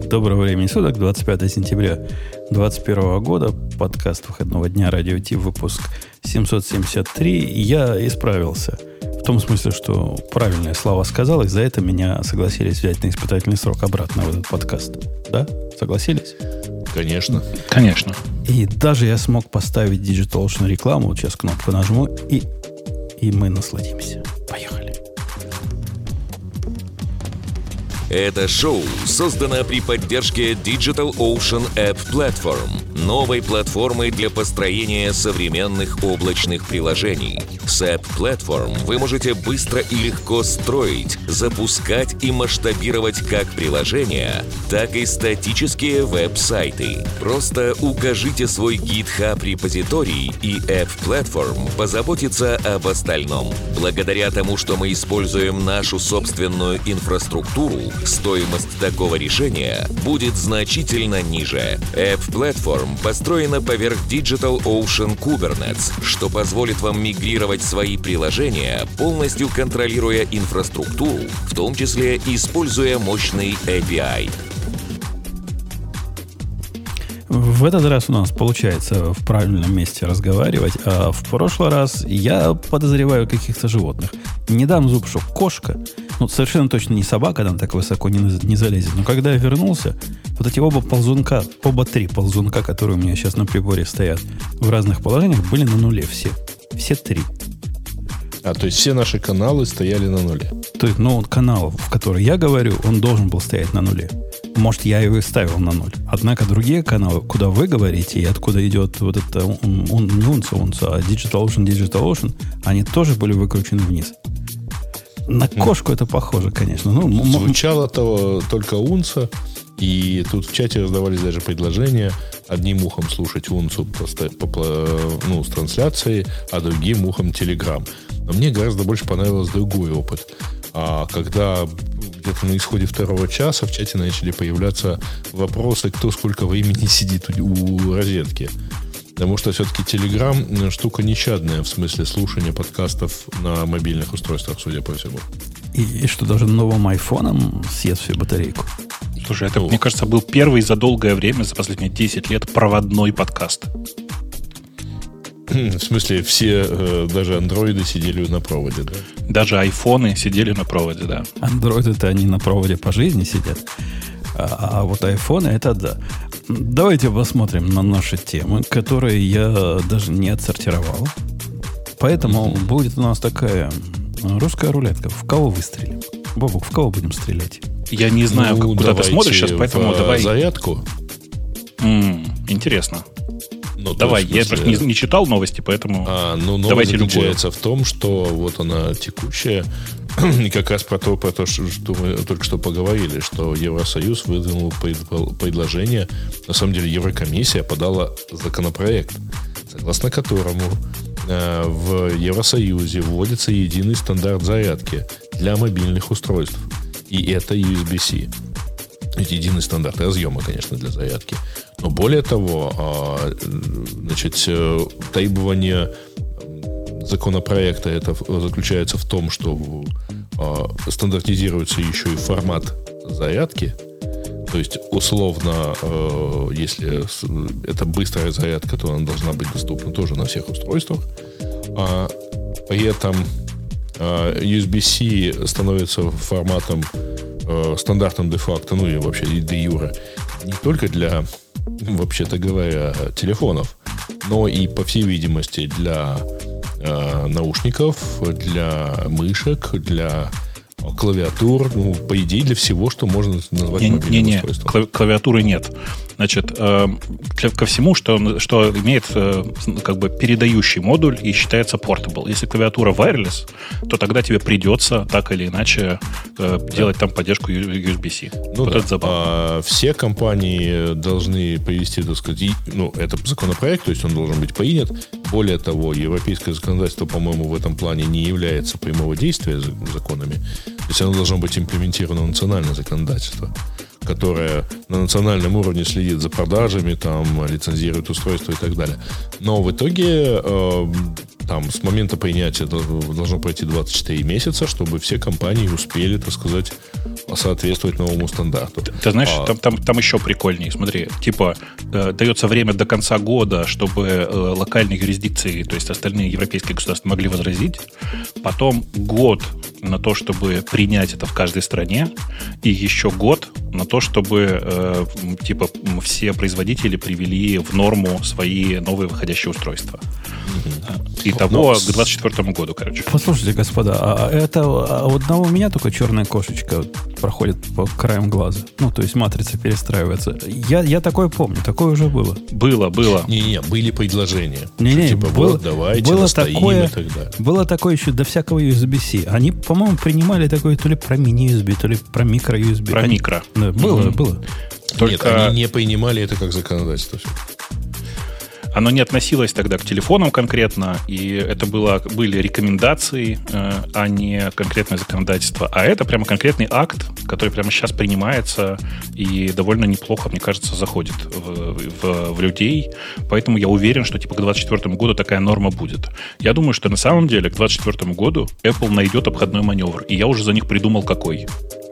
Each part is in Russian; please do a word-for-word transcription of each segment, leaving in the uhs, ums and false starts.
Доброго времени суток, двадцать пятое сентября двадцать первого года, подкаст выходного дня Радио Ти, выпуск семьсот семьдесят три. Я исправился. В том смысле, что правильные слова сказал, и за это меня согласились взять на испытательный срок обратно в этот подкаст. Да? Согласились? Конечно. Конечно. И даже я смог поставить DigitalOcean рекламу. Вот сейчас кнопку нажму, и, и мы насладимся. Поехали. Это шоу создано при поддержке DigitalOcean App Platform, новой платформы для построения современных облачных приложений. С App Platform вы можете быстро и легко строить, запускать и масштабировать как приложения, так и статические веб-сайты. Просто укажите свой GitHub репозиторий, и App Platform позаботится об остальном. Благодаря тому, что мы используем нашу собственную инфраструктуру, стоимость такого решения будет значительно ниже. App Platform построена поверх DigitalOcean Kubernetes, что позволит вам мигрировать свои приложения, полностью контролируя инфраструктуру, в том числе используя мощный эй пи ай. В этот раз у нас получается в правильном месте разговаривать, а в прошлый раз я подозреваю каких-то животных. Не дам зуб, что кошка, ну, совершенно точно не собака, там так высоко не, не залезет. Но когда я вернулся, вот эти оба ползунка, оба три ползунка, которые у меня сейчас на приборе стоят в разных положениях, были на нуле все. Все три. А, то есть все наши каналы стояли на нуле. То есть, ну, канал, в который я говорю, он должен был стоять на нуле. Может, я его и ставил на ноль. Однако другие каналы, куда вы говорите, и откуда идет вот это, он, он, не унца, унца, а DigitalOcean, DigitalOcean, они тоже были выкручены вниз. На кошку это похоже, конечно. Ну, звучало того только унца, и тут в чате раздавались даже предложения одним ухом слушать унцу по, по, ну, с трансляцией, а другим ухом Telegram. Но мне гораздо больше понравился другой опыт. А когда где-то на исходе второго часа в чате начали появляться вопросы, кто сколько времени сидит у, у розетки. Потому что все-таки Telegram штука нещадная в смысле слушания подкастов на мобильных устройствах, судя по всему. И, и что, даже новым айфоном съест всю батарейку? Слушай, это, ну, мне кажется, был первый за долгое время, за последние десять лет, проводной подкаст. В смысле, все, э, даже андроиды сидели на проводе, да? Даже айфоны сидели на проводе, да. Андроиды-то они на проводе по жизни сидят. А, а вот айфоны, это да. Давайте посмотрим на наши темы, которые я даже не отсортировал. Поэтому mm-hmm. будет у нас такая русская рулетка. В кого выстрелим? Бобук, в кого будем стрелять? Я не знаю, ну, куда ты смотришь сейчас, поэтому давай... зарядку. М-м, интересно. Ну, давай, есть, я просто не, не читал новости, поэтому а, ну, давайте любую. Заключается в том, что вот она текущая, и как раз про то, про то, что мы только что поговорили, что Евросоюз выдвинул предложение, на самом деле Еврокомиссия подала законопроект, согласно которому э, в Евросоюзе вводится единый стандарт зарядки для мобильных устройств. И это ю эс би-C. Единый стандарт разъема, конечно, для зарядки. Но более того, значит, требование законопроекта это заключается в том, что стандартизируется еще и формат зарядки. То есть, условно, если это быстрая зарядка, то она должна быть доступна тоже на всех устройствах. При этом ю эс би-C становится форматом стандартом де-факто, ну и вообще де-юре, не только для, вообще-то говоря, телефонов, но и, по всей видимости, для э, наушников, для мышек, для клавиатур, ну, по идее, для всего, что можно назвать не, мобильным не, не. устройством. Клави- клавиатуры нет. Значит, э, ко всему, что, что имеет э, как бы передающий модуль и считается portable. Если клавиатура wireless, то тогда тебе придется так или иначе э, да. делать там поддержку ю эс би-C. Ну вот да. это забавно. А, все компании должны привести, так сказать, и, ну, это законопроект, то есть он должен быть принят. Более того, европейское законодательство, по-моему, в этом плане не является прямого действия законами. То есть оно должно быть имплементировано в национальное законодательство, которое на национальном уровне следит за продажами, там, лицензирует устройства и так далее. Но в итоге э, там, с момента принятия должно пройти двадцать четыре месяца, чтобы все компании успели, так сказать, соответствовать новому стандарту. Ты, ты знаешь, а... там, там, там еще прикольнее. Смотри, типа, э, дается время до конца года, чтобы э, локальные юрисдикции, то есть остальные европейские государства могли возразить. Потом год на то, чтобы принять это в каждой стране. И еще год на то, чтобы э, типа все производители привели в норму свои новые выходящие устройства. Итого к двадцать четвёртому году, короче. Послушайте, господа, а это а у одного у меня только черная кошечка проходит по краям глаза. Ну, то есть матрица перестраивается. Я, я такое помню, такое уже было. Было, было. Не-не, были предложения. Не-не, типа, было, вот, давайте, было настоим такое, и так далее. было такое еще до всякого ю эс би-C. Они, по-моему, принимали такое то ли про мини-ю эс би, то ли про микро-ю эс би. Про они, микро. Да, было, Mm-hmm. было. Только... Нет, они не принимали это как законодательство. Оно не относилось тогда к телефонам конкретно, и это было, были рекомендации, э, а не конкретное законодательство. А это прямо конкретный акт, который прямо сейчас принимается и довольно неплохо, мне кажется, заходит в, в, в людей. Поэтому я уверен, что типа к двадцать четвёртому году такая норма будет. Я думаю, что на самом деле к двадцать четвёртому году Apple найдет обходной маневр, и я уже за них придумал какой.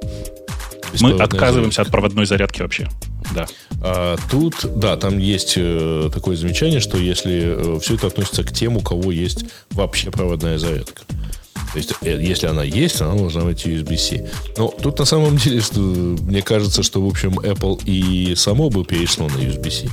Мы отказываемся зарядка. от проводной зарядки вообще. Да. А, тут, да, там есть э, такое замечание, что если э, все это относится к тем, у кого есть вообще проводная зарядка. То есть, э, если она есть, она должна быть ю эс би-C. Но тут на самом деле, что, мне кажется, что, в общем, Apple и само бы перешло на ю эс би-C.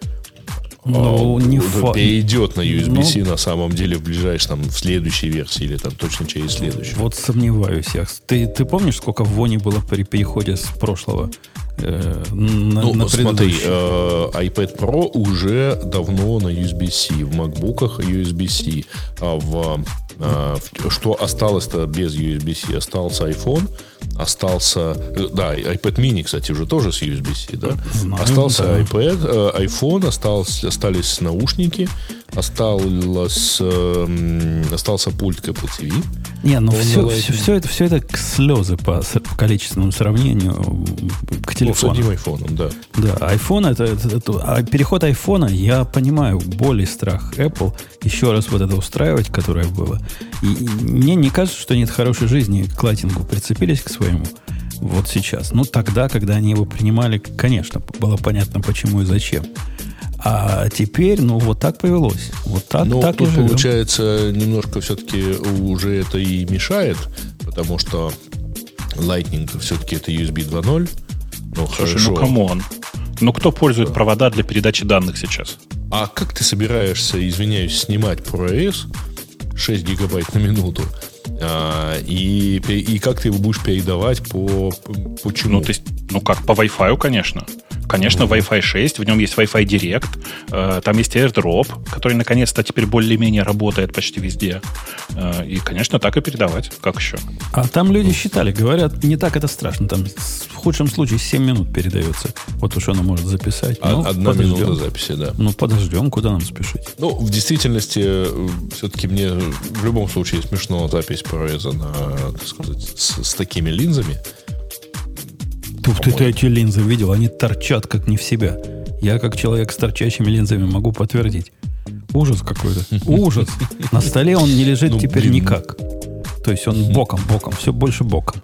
Ну, не фа... перейдет на ю эс би-C ну, на самом деле в ближайшей, там, в следующей версии или там точно через следующую. Вот сомневаюсь я. Ты, ты помнишь, сколько вони было при переходе с прошлого э, на, ну, на смотри, э, iPad Pro уже давно на ю эс би-C, в MacBook'ах ю эс би-C, а в, а, в, что осталось-то без ю эс би-C? Остался iPhone, остался... Да, iPad mini, кстати, уже тоже с ю эс би-C, да? Знаю, остался да. iPad, э, iPhone, остался, остались наушники, осталось, э, остался пульт к Apple ти ви. Не, ну все, все, все, это, все это слезы по, по количественному сравнению к телефону. Ну, с одним айфоном, да. Да, iPhone это, это, это а переход айфона, я понимаю, боль и страх Apple еще раз вот это устраивать, которое было. И, и мне не кажется, что нет хорошей жизни к лайтингу прицепились к своему вот сейчас. Ну, тогда, когда они его принимали, конечно, было понятно, почему и зачем. А теперь, ну, вот так повелось. Вот так, ну, так тут, и живем. Получается, немножко все-таки уже это и мешает, потому что Lightning все-таки это ю эс би два ноль. Ну, Слушай, хорошо. ну, камон. Ну, кто пользует провода для передачи данных сейчас? А как ты собираешься, извиняюсь, снимать ProRes шесть гигабайт на минуту? А, и, и как ты его будешь передавать по... Почему? Ну, ты, ну как, по Wi-Fi, конечно. Конечно, mm-hmm. Wi-Fi шесть, в нем есть Wi-Fi Direct, э, там есть AirDrop, который наконец-то теперь более-менее работает почти везде. Э, и, конечно, так и передавать. Как еще? А там люди считали, говорят, не так это страшно. Там в худшем случае семь минут передается. Вот уж она может записать. А, ну, одна подождем. минута записи, да. Ну, подождем, куда нам спешить? Ну, в действительности, все-таки мне в любом случае смешно запись ProRes на, так сказать, с, с такими линзами. Туф, ты, ты эти линзы видел? Они торчат как не в себя. Я, как человек с торчащими линзами, могу подтвердить. Ужас какой-то. Ужас. На столе он не лежит ну, теперь блин. никак. То есть он боком, боком. Все больше боком.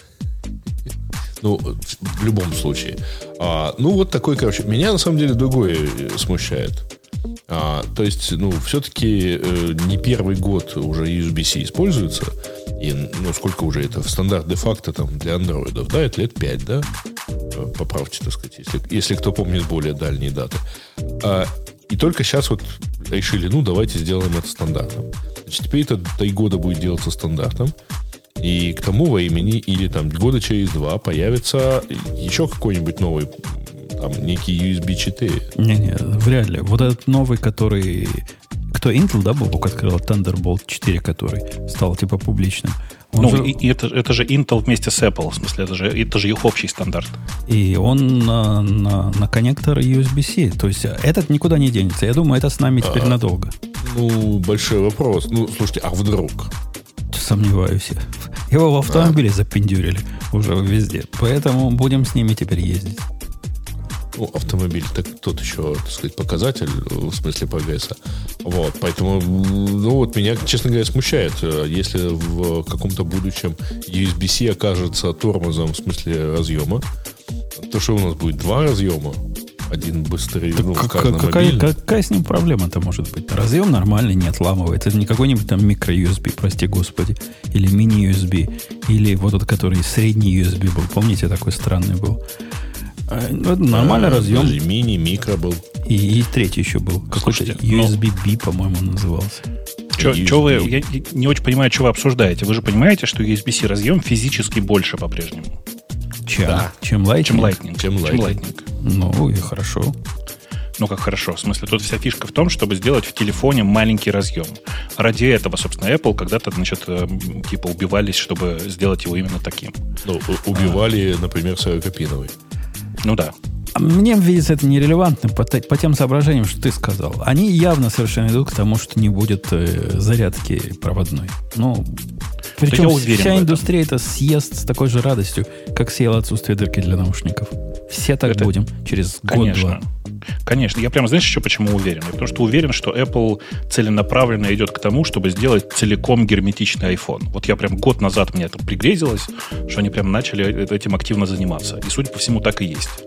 Ну, в любом случае. А, ну, вот такой, короче. Меня, на самом деле, другое смущает. А, то есть, ну, все-таки э, не первый год уже ю эс би-C используется. И, ну, сколько уже это? В стандарт де-факто там для андроидов, да? Это лет пять, да? Поправьте, так сказать, если, если кто помнит более дальние даты. А, и только сейчас вот решили, ну, давайте сделаем это стандартом. Значит, теперь это три года будет делаться стандартом. И к тому времени, или там года через два, появится еще какой-нибудь новый, там, некий ю эс би четыре. Не-не, вряд ли. Вот этот новый, который... Кто, Intel, да, Бобок открыл? Thunderbolt четыре, который стал типа публичным. Он ну, же... и, и это, это же Intel вместе с Apple, в смысле, это же, это же их общий стандарт. И он на, на, на коннектор ю эс би-C. То есть этот никуда не денется. Я думаю, это с нами теперь а, надолго. Ну, большой вопрос. Ну, слушайте, а вдруг? Сомневаюсь я. Его в автомобиле а. запендюрили уже везде. Поэтому будем с ними теперь ездить. Ну, автомобиль так тот еще, так сказать, показатель в смысле прогресса. Вот, поэтому, ну, вот меня, честно говоря, смущает, если в каком-то будущем ю эс би-C окажется тормозом в смысле разъема, то что у нас будет? Два разъема? Один быстрый, так ну, как, какая, какая с ним проблема-то может быть? Разъем нормальный, не отламывается. Это не какой-нибудь там микро-ю эс би, прости господи, или мини-ю эс би, или вот тот, который средний ю эс би был. Помните, такой странный был? Ну, нормальный а, разъем. Даже мини, микро был. И, и третий еще был. Какой-то ю эс би-B, по-моему, он назывался. Че, че вы, я не очень понимаю, что вы обсуждаете. Вы же понимаете, что ю эс би-C разъем физически больше по-прежнему. Чем? Да. Чем Lightning? Чем Lightning. Чем Lightning. Чем Lightning. Ну, и хорошо. Ну, как хорошо. В смысле, тут вся фишка в том, чтобы сделать в телефоне маленький разъем. Ради этого, собственно, Apple когда-то, значит, типа убивались, чтобы сделать его именно таким. Ну, убивали, а. например, сорокапиновый. Ну, да. Мне видится это нерелевантным по, по тем соображениям, что ты сказал. Они явно совершенно идут к тому, что не будет э, зарядки проводной. Ну, причем вся индустрия это съест с такой же радостью, как съела отсутствие дырки для наушников. Все так это, будем через год-два. Конечно. Я прямо, знаешь, еще почему уверен? Потому что уверен, что Apple целенаправленно идет к тому, чтобы сделать целиком герметичный iPhone. Вот я прям год назад мне это пригрезилось, что они прям начали этим активно заниматься. И, судя по всему, так и есть.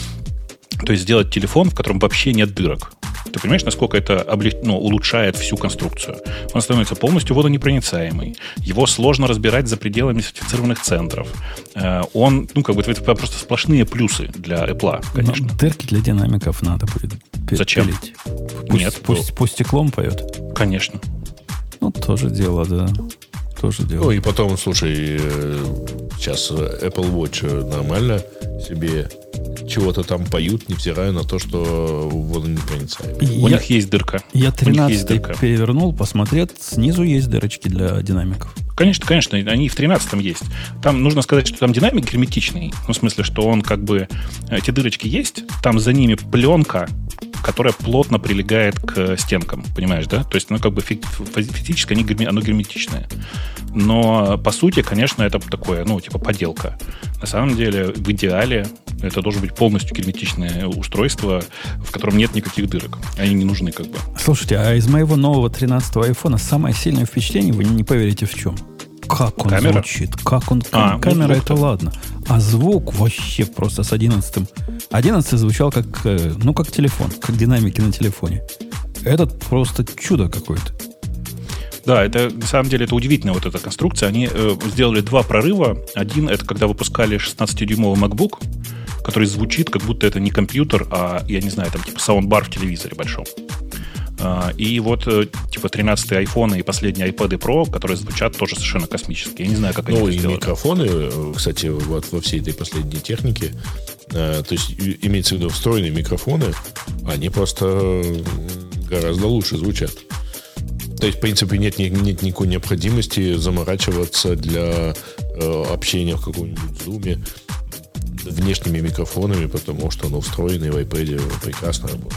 То есть сделать телефон, в котором вообще нет дырок. Ты понимаешь, насколько это облег... ну, улучшает всю конструкцию? Он становится полностью водонепроницаемый. Его сложно разбирать за пределами сертифицированных центров. Он, ну, как бы, это просто сплошные плюсы для Apple, конечно. Но дырки для динамиков надо будет пилить. Зачем? Пусть, Нет. Пусть, пусть стеклом поет. Конечно. Ну, тоже дело, да. Тоже дело. Ну, и потом, слушай, сейчас Apple Watch нормально себе чего-то там поют, невзирая на то, что водонепроницаемый. У них есть дырка. Я тринадцатый перевернул, посмотрел, снизу есть дырочки для динамиков. Конечно, конечно, они в тринадцатом есть. Там нужно сказать, что там динамик герметичный. Ну, в смысле, что он как бы... Эти дырочки есть, там за ними пленка, которая плотно прилегает к стенкам, понимаешь, да? То есть, ну, как бы физически они, оно герметичное. Но, по сути, конечно, это такое, ну, типа поделка. На самом деле, в идеале это должен быть полностью герметичное устройство, в котором нет никаких дырок. Они не нужны как бы. Слушайте, а из моего нового тринадцатого айфона самое сильное впечатление, вы не поверите в чем? Как он камера? звучит, как он... А, камера ну, это ладно. А звук вообще просто с одиннадцатым. одиннадцатый звучал как, ну, как телефон, как динамики на телефоне. Этот просто чудо какое-то. Да, это на самом деле это удивительная вот эта конструкция. Они э, сделали два прорыва. Один — это когда выпускали шестнадцатидюймовый MacBook, который звучит, как будто это не компьютер, а, я не знаю, там типа саундбар в телевизоре большом. Uh, и вот uh, типа тринадцатый iPhone и последние iPad Pro, которые звучат тоже совершенно космически. Я не знаю, как они ну, это сделали. Ну, и микрофоны, кстати, вот во всей этой последней технике, uh, то есть имеется в виду встроенные микрофоны, они просто гораздо лучше звучат. То есть, в принципе, нет, нет никакой необходимости заморачиваться для uh, общения в каком-нибудь зуме внешними микрофонами, потому что оно встроенное в iPad прекрасно работает.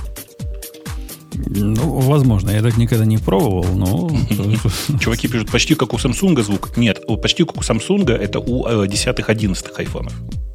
Ну, возможно, я так никогда не пробовал, но... Чуваки пишут, почти как у Samsung звук. Нет, почти как у Samsung это у десятых-одиннадцатых айфонов.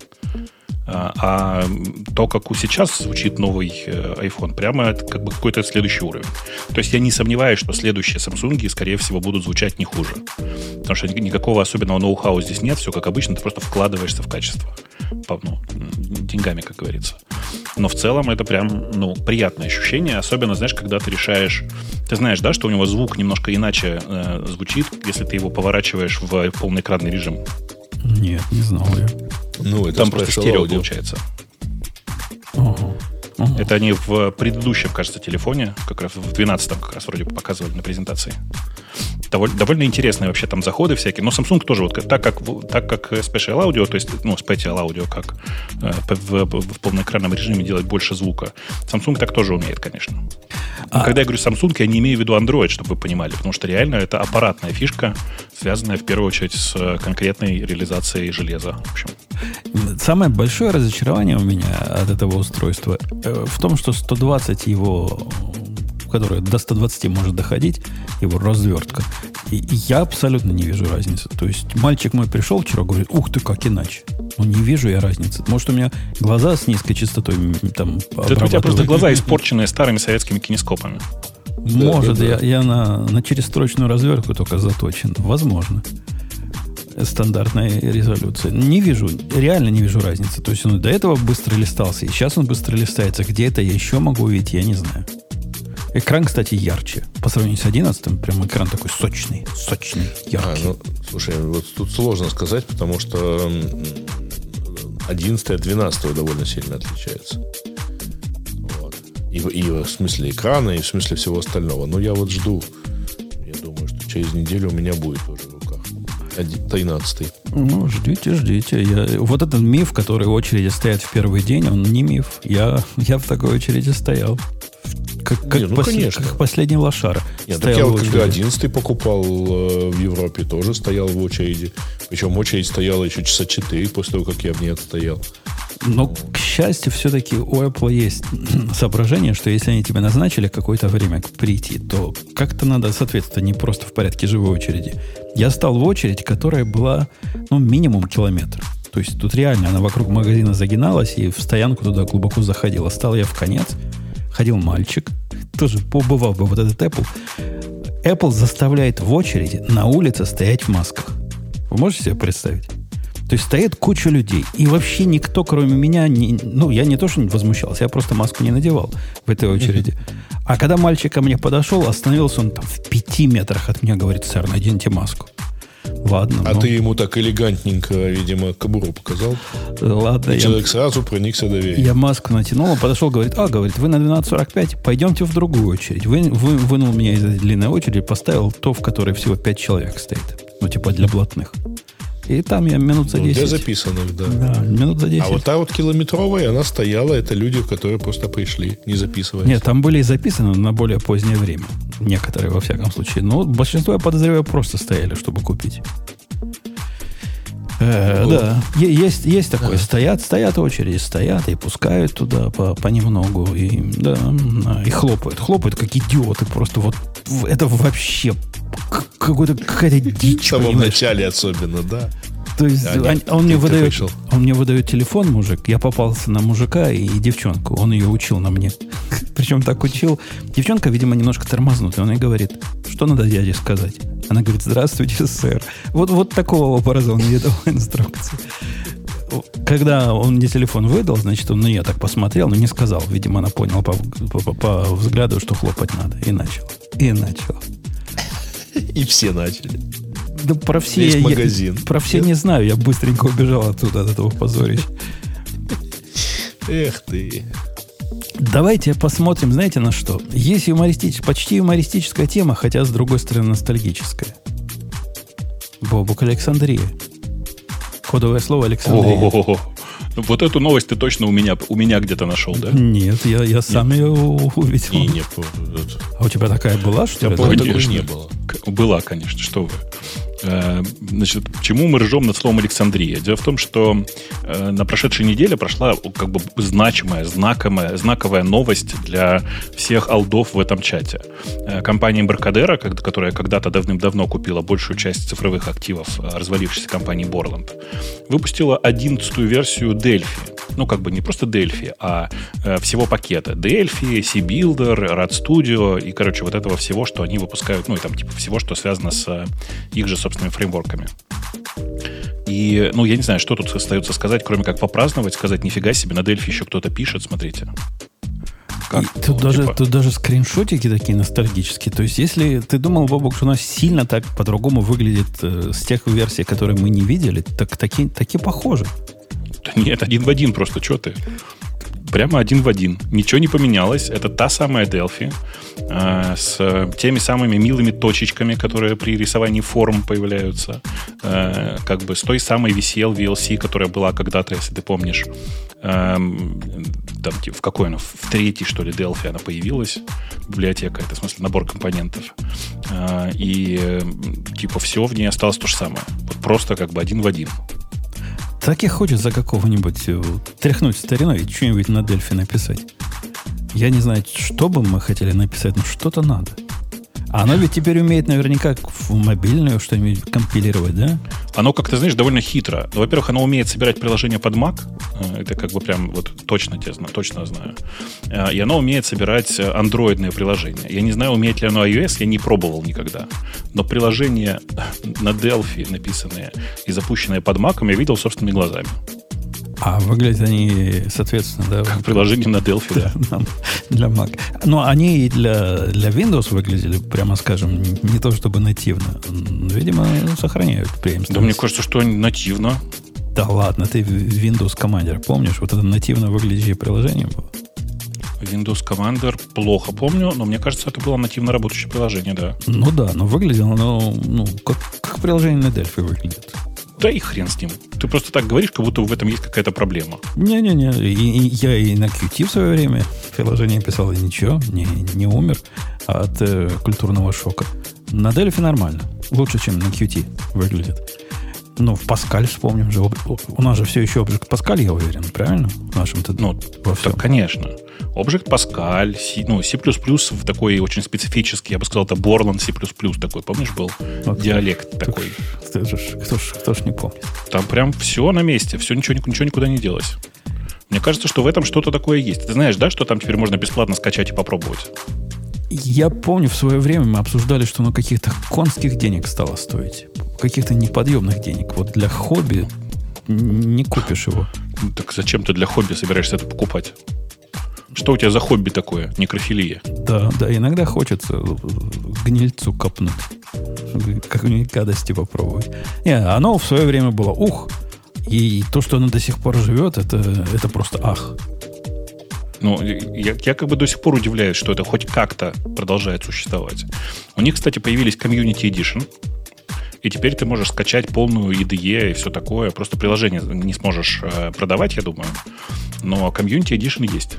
А, а то, как у сейчас звучит новый iPhone, прямо это как бы какой-то следующий уровень. То есть я не сомневаюсь, что следующие Samsung, скорее всего, будут звучать не хуже. Потому что никакого особенного ноу-хау здесь нет. Все как обычно, ты просто вкладываешься в качество. Ну, деньгами, как говорится. Но в целом это прям, ну, приятное ощущение. Особенно, знаешь, когда ты решаешь... Ты знаешь, да, что у него звук немножко иначе э, звучит, если ты его поворачиваешь в полноэкранный режим? Нет, не знал я. Ну, это там просто стерео аудио получается. Ого. Ого. Это они в предыдущем, кажется, телефоне, как раз в двенадцатом как раз вроде показывали на презентации. Довольно, довольно интересные вообще там заходы всякие. Но Samsung тоже, вот так как, так как Spatial Audio, то есть, ну, Spatial Audio, как э, в, в полноэкранном режиме делать больше звука, Samsung так тоже умеет, конечно. А... Когда я говорю Samsung, я не имею в виду Android, чтобы вы понимали, потому что реально это аппаратная фишка, связанная в первую очередь с конкретной реализацией железа. В общем. Самое большое разочарование у меня от этого устройства в том, что сто двадцать его, которое до ста двадцати может доходить, его развертка, И я абсолютно не вижу разницы. То есть мальчик мой пришел вчера, говорит, ух ты, как иначе. Ну, не вижу я разницы. Может, у меня глаза с низкой частотой там Это у тебя просто глаза испорченные старыми советскими кинескопами. Может, да, да, да. я, я на, на черестрочную развертку только заточен. Возможно. Стандартная резолюция. Не вижу, реально не вижу разницы. То есть он до этого быстро листался, и сейчас он быстро листается. Где это я еще могу увидеть, я не знаю. Экран, кстати, ярче. По сравнению с одиннадцатым, прям экран такой сочный, сочный, яркий. А, ну, слушай, вот тут сложно сказать, потому что одиннадцатый от двенадцатого довольно сильно отличается. Вот. И, и в смысле экрана, и в смысле всего остального. Но я вот жду. Я думаю, что через неделю у меня будет тоже в руках тринадцатый. Ну, ждите, ждите. Я... Вот этот миф, который в очереди стоят в первый день, он не миф. Я, я в такой очереди стоял. Как, как, не, ну, пос... конечно. как последний лошара. Нет, так я вот когда одиннадцатый покупал э, в Европе, тоже стоял в очереди. Причем очередь стояла еще часа четыре после того, как я в ней отстоял. Но, к счастью, все-таки у Apple есть соображение, что если они тебе назначили какое-то время прийти, то как-то надо соответствовать, не просто в порядке живой очереди. Я стал в очередь, которая была, ну, минимум километр. То есть тут реально она вокруг магазина загиналась и в стоянку туда глубоко заходила. Стал я в конец, ходил мальчик, тоже побывал бы вот этот Apple. Apple заставляет в очереди на улице стоять в масках. Вы можете себе представить? То есть стоит куча людей, и вообще никто, кроме меня, не, ну, я не то, что не возмущался, я просто маску не надевал в этой очереди. А когда мальчик ко мне подошел, остановился он там в пяти метрах от меня, говорит, сэр, наденьте маску. Ладно. А ну, ты ему так элегантненько, видимо, кобуру показал. Ладно. И я, человек сразу проникся доверием. Я маску натянул, он подошел, говорит, а, говорит, вы на двенадцать сорок пять, пойдемте в другую очередь. Вы, вы, вынул меня из этой длинной очереди, поставил то, в которой всего пять человек стоит. Ну, типа для блатных. И там я минут за десять. Ну, для записанных, да. Да, минут за десять. А вот та вот километровая, она стояла, это люди, которые просто пришли, не записываясь. Нет, там были и записаны на более позднее время. Некоторые, во всяком случае. Но большинство, я подозреваю, просто стояли, чтобы купить. Э, да, есть, есть такое. Стоят, стоят очереди, стоят и пускают туда по, понемногу. И, да, и хлопают. Хлопают, как идиоты. Просто вот это вообще какой-то, какая-то дичь. В самом начале особенно, да. То есть а он, он, мне выдает, он мне выдает телефон, мужик. Я попался на мужика и, и девчонку. Он ее учил на мне. Причем так учил. Девчонка, видимо, немножко тормознутая. Он ей говорит, что надо дяде сказать. Она говорит, здравствуйте, сэр. Вот, вот такого образа он мне дал инструкции. Когда он мне телефон выдал, значит, он на нее так посмотрел, но не сказал. Видимо, она поняла по, по, по взгляду, что хлопать надо. И начал. И начал. И все начали. Да про все Весь я, магазин. Про все Нет? не знаю. Я быстренько убежал оттуда, от этого позорища. Эх ты. Давайте посмотрим, знаете, на что. Есть юмористическая, почти юмористическая тема, хотя, с другой стороны, ностальгическая. Бобук Александрия. Кодовое слово Александрия. О-о-о-о. Вот эту новость ты точно у меня, у меня где-то нашел, да? Нет, я, я сам Нет. ее увидел. И не, а у тебя такая была, что ли? Такой не было. Была, конечно, что вы. Значит, чему мы ржем над словом Александрия? Дело в том, что на прошедшей неделе прошла как бы значимая, знаковая, знаковая новость для всех алдов в этом чате. Компания Embarcadero, которая когда-то давным-давно купила большую часть цифровых активов развалившейся компании Borland, выпустила одиннадцатую версию Delphi. Ну, как бы не просто Delphi, а всего пакета. Delphi, C-Builder, RAD Studio и, короче, вот этого всего, что они выпускают, ну, и там типа всего, что связано с их же собственными фреймворками. И, ну, я не знаю, что тут остается сказать, кроме как попраздновать, сказать, нифига себе, на Delphi еще кто-то пишет, смотрите. Как, тут, ну, даже, типа... тут даже скриншотики такие ностальгические. То есть, если ты думал, Бобок, что у нас сильно так по-другому выглядит э, с тех версий, которые мы не видели, так такие, такие похожи. Да нет, один в один просто, что ты? Прямо один в один. Ничего не поменялось. Это та самая Delphi э, с теми самыми милыми точечками, которые при рисовании форм появляются. Э, как бы с той самой ви си эл, ви эл си, которая была когда-то, если ты помнишь. Э, там, в какой она? В третьей, что ли, Delphi она появилась. Библиотека. Это, в смысле, набор компонентов. Э, и э, типа все в ней осталось то же самое. Вот просто как бы один в один. Так и хочется какого-нибудь тряхнуть стариной и что-нибудь на Delphi написать. Я не знаю, что бы мы хотели написать, но что-то надо. А оно ведь теперь умеет наверняка в мобильную что-нибудь компилировать, да? Оно, как ты знаешь, довольно хитро. Ну, во-первых, оно умеет собирать приложения под Mac. Это как бы прям вот точно, точно знаю. И оно умеет собирать андроидные приложения. Я не знаю, умеет ли оно iOS, я не пробовал никогда. Но приложения на Delphi написанные и запущенные под Mac я видел собственными глазами. А выглядят они, соответственно, да? Как приложение на Delphi, да. Для Mac. Но они и для, для Windows выглядели, прямо скажем, не то чтобы нативно. Видимо, сохраняют преемственность. Да мне кажется, что они нативно. Да ладно, ты Windows Commander помнишь? Вот это нативно выглядящее приложение было? Windows Commander плохо помню, но мне кажется, это было нативно работающее приложение, да. Ну да, но выглядело оно, ну, как, как приложение на Delphi выглядит. Да и хрен с ним. Ты просто так говоришь, как будто в этом есть какая-то проблема. Не-не-не. И, и я и на Qt в свое время приложение писал, и ничего, не, не умер от э, культурного шока. На Delphi нормально. Лучше, чем на Qt выглядит. Ну, в Pascal вспомним же. У нас же все еще Object Pascal, я уверен, правильно? В нашем-то, ну, во всем. Так, конечно. Object Pascal, C, ну, C++ в такой очень специфический, я бы сказал, это Borland C++ такой, помнишь, был? Вот. Диалект так, такой. Кто ж, кто, ж, кто ж не помнит? Там прям все на месте, все, ничего, ничего никуда не делось. Мне кажется, что в этом что-то такое есть. Ты знаешь, да, что там теперь можно бесплатно скачать и попробовать? Я помню, в свое время мы обсуждали, что оно каких-то конских денег стало стоить. Каких-то неподъемных денег. Вот для хобби не купишь его. Так зачем ты для хобби собираешься это покупать? Что у тебя за хобби такое? Некрофилия. Да, да, иногда хочется гнильцу копнуть. Какой-нибудь гадости попробовать. Не, оно в свое время было ух. И то, что оно до сих пор живет, это, это просто ах. Ну, я, я как бы до сих пор удивляюсь, что это хоть как-то продолжает существовать. У них, кстати, появились Community Edition. И теперь ты можешь скачать полную и ди и и все такое. Просто приложение не сможешь э, продавать, я думаю. Но Community Edition есть.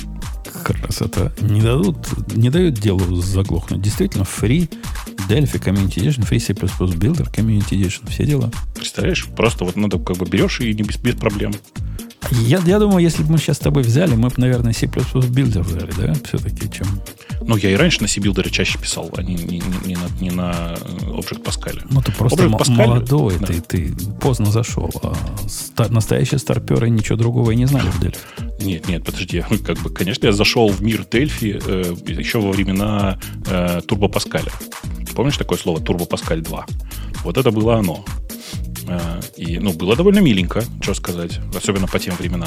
Красота. Не дадут, не дают делу заглохнуть. Действительно, free Delphi Community Edition, free C++ Builder Community Edition. Все дела. Представляешь? Просто вот надо как бы берешь и не без, без проблем. Я, я думаю, если бы мы сейчас с тобой взяли, мы бы, наверное, C++ Builder взяли, да? Все-таки, чем... Ну, я и раньше на C-Builder чаще писал, а не, не, не, на, не на Object Pascal. Ну, ты просто м- Pascal, молодой, да. ты, ты поздно зашел. А ста- настоящие старперы ничего другого и не знали в Delphi. Нет, нет, подожди. Как бы, конечно, я зашел в мир Delphi э, еще во времена э, Turbo Pascal. Помнишь такое слово Turbo Pascal два? Вот это было оно. И, ну, было довольно миленько, что сказать, особенно по тем временам.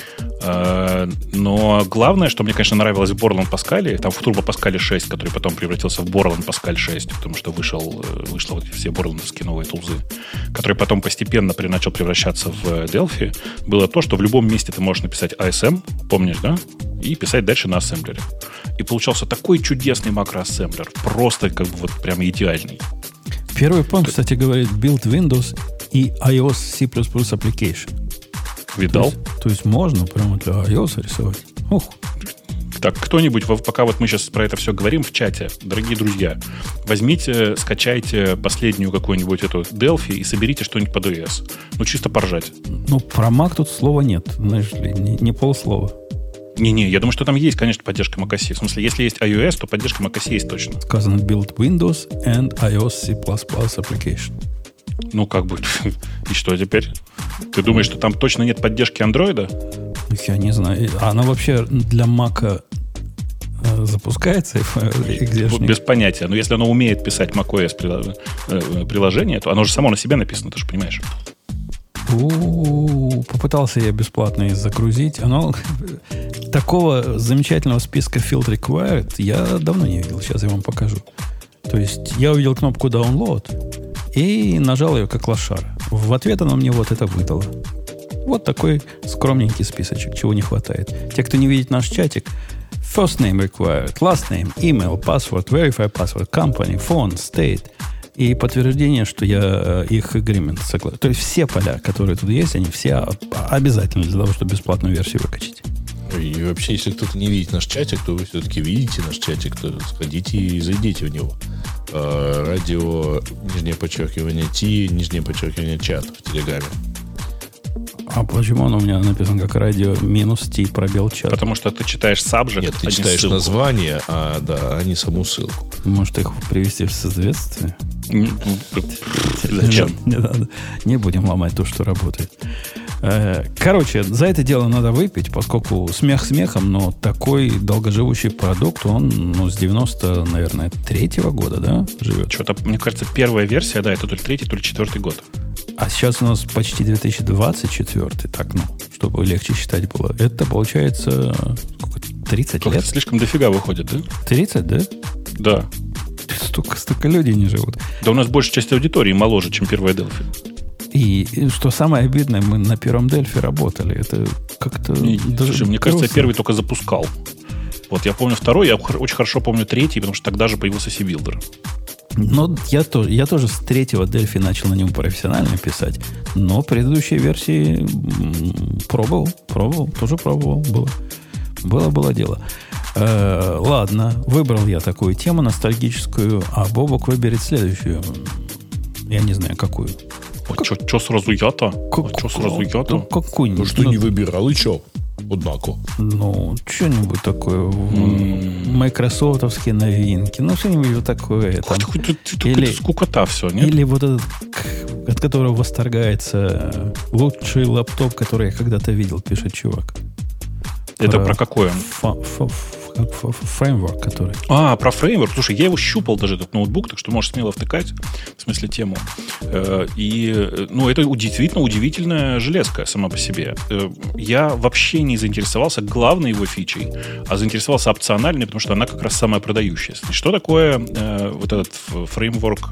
Но главное, что мне, конечно, нравилось в Borland Pascal, там в Turbo Pascal шесть, который потом превратился в Borland Pascal шесть, потому что вышел, вышло вот все борландовские новые тулзы, который потом постепенно начал превращаться в Delphi, было то, что в любом месте ты можешь написать эй эс эм, помнишь, да? И писать дальше на ассемблере. И получался такой чудесный макроассемблер, просто как бы вот прям идеальный. Первый пункт, кстати, говорит Build Windows и iOS C++ Application. Видал? То есть, то есть можно прямо для iOS рисовать. Ух. Так, кто-нибудь, пока вот мы сейчас про это все говорим в чате, дорогие друзья, возьмите, скачайте последнюю какую-нибудь эту Delphi и соберите что-нибудь под эй эс. Ну, чисто поржать. Ну, про Mac тут слова нет, знаешь ли, не, не полслова. Не-не, я думаю, что там есть, конечно, поддержка macOS. В смысле, если есть iOS, то поддержка macOS есть точно. Сказано Build Windows and iOS C++ Application. Ну, как бы, и что теперь? Ты думаешь, что там точно нет поддержки андроида? Я не знаю. А она вообще для Mac запускается? Без понятия. Но если оно умеет писать macOS приложение, то оно же само на себя написано, ты же понимаешь. У-у-у, попытался я бесплатно их загрузить. Оно такого замечательного списка Field Required я давно не видел. Сейчас я вам покажу. То есть я увидел кнопку Download и нажал ее как лошара. В ответ она мне вот это выдала. Вот такой скромненький списочек, чего не хватает. Те, кто не видит наш чатик, first name required, last name, email, password, verify password, company, phone, state и подтверждение, что я их agreement согласен. То есть все поля, которые тут есть, они все обязательны для того, чтобы бесплатную версию выкачать. И вообще, если кто-то не видит наш чатик, то вы все-таки видите наш чатик, то сходите и зайдите в него. Радио, нижнее подчеркивание Ти, нижнее подчеркивание чат в Телеграме. А почему он у меня написан как радио минус T пробел чат? Потому что ты читаешь subject, Нет, ты а не читаешь ссылку. название, а, да, а не саму ссылку. Может, их привести в соответствие? Зачем? Не, не надо. Не будем ломать то, что работает. Короче, за это дело надо выпить, поскольку смех смехом, но такой долгоживущий продукт, он ну, с девяносто, наверное, третьего года, да, живет. Что-то, мне кажется, первая версия, да, это то ли третий, то ли четвертый год. А сейчас у нас почти две тысячи двадцать четвёртый, так, ну, чтобы легче считать было. Это получается сколько, тридцать Как-то лет? слишком дофига выходит, да? тридцать, да? Да. Столько, столько людей не живут. Да у нас большая часть аудитории моложе, чем первая Delphi. И, и что самое обидное, мы на первом Дельфи работали. Это как-то... И, даже слушай, мне кажется, я грустно. первый только запускал. Вот я помню второй, я очень хорошо помню третий, потому что тогда же появился C-Builder. Но я тоже, я тоже с третьего Дельфи начал на нем профессионально писать. Но предыдущие версии м, пробовал, пробовал, тоже пробовал. Было, было, было дело. Э, ладно, выбрал я такую тему ностальгическую, а Бобок выберет следующую. Я не знаю, какую. А что сразу я-то? Как- А что сразу Ну, я-то? какую-нибудь. Ну, что не выбирал, и что? Однако. Ну, что-нибудь такое. в- Майкрософтовские новинки. Ну, что-нибудь вот такое. Какой Там. ты, ты, ты, ты, Или- ты скукота все, нет? Или вот этот, к- от которого восторгается э, лучший лаптоп, который я когда-то видел, пишет чувак. Это про- про какой он? Фа- фа- ф- как фа- фа- фреймворк, который. А, про фреймворк. Слушай, я его щупал даже, этот ноутбук, так что можешь смело втыкать, в смысле тему. Э, И, э, ну, это действительно удивительная железка сама по себе. Э, Я вообще не заинтересовался главной его фичей, а заинтересовался опциональной, потому что она как раз самая продающаяся. Что такое э, вот этот ф- фреймворк?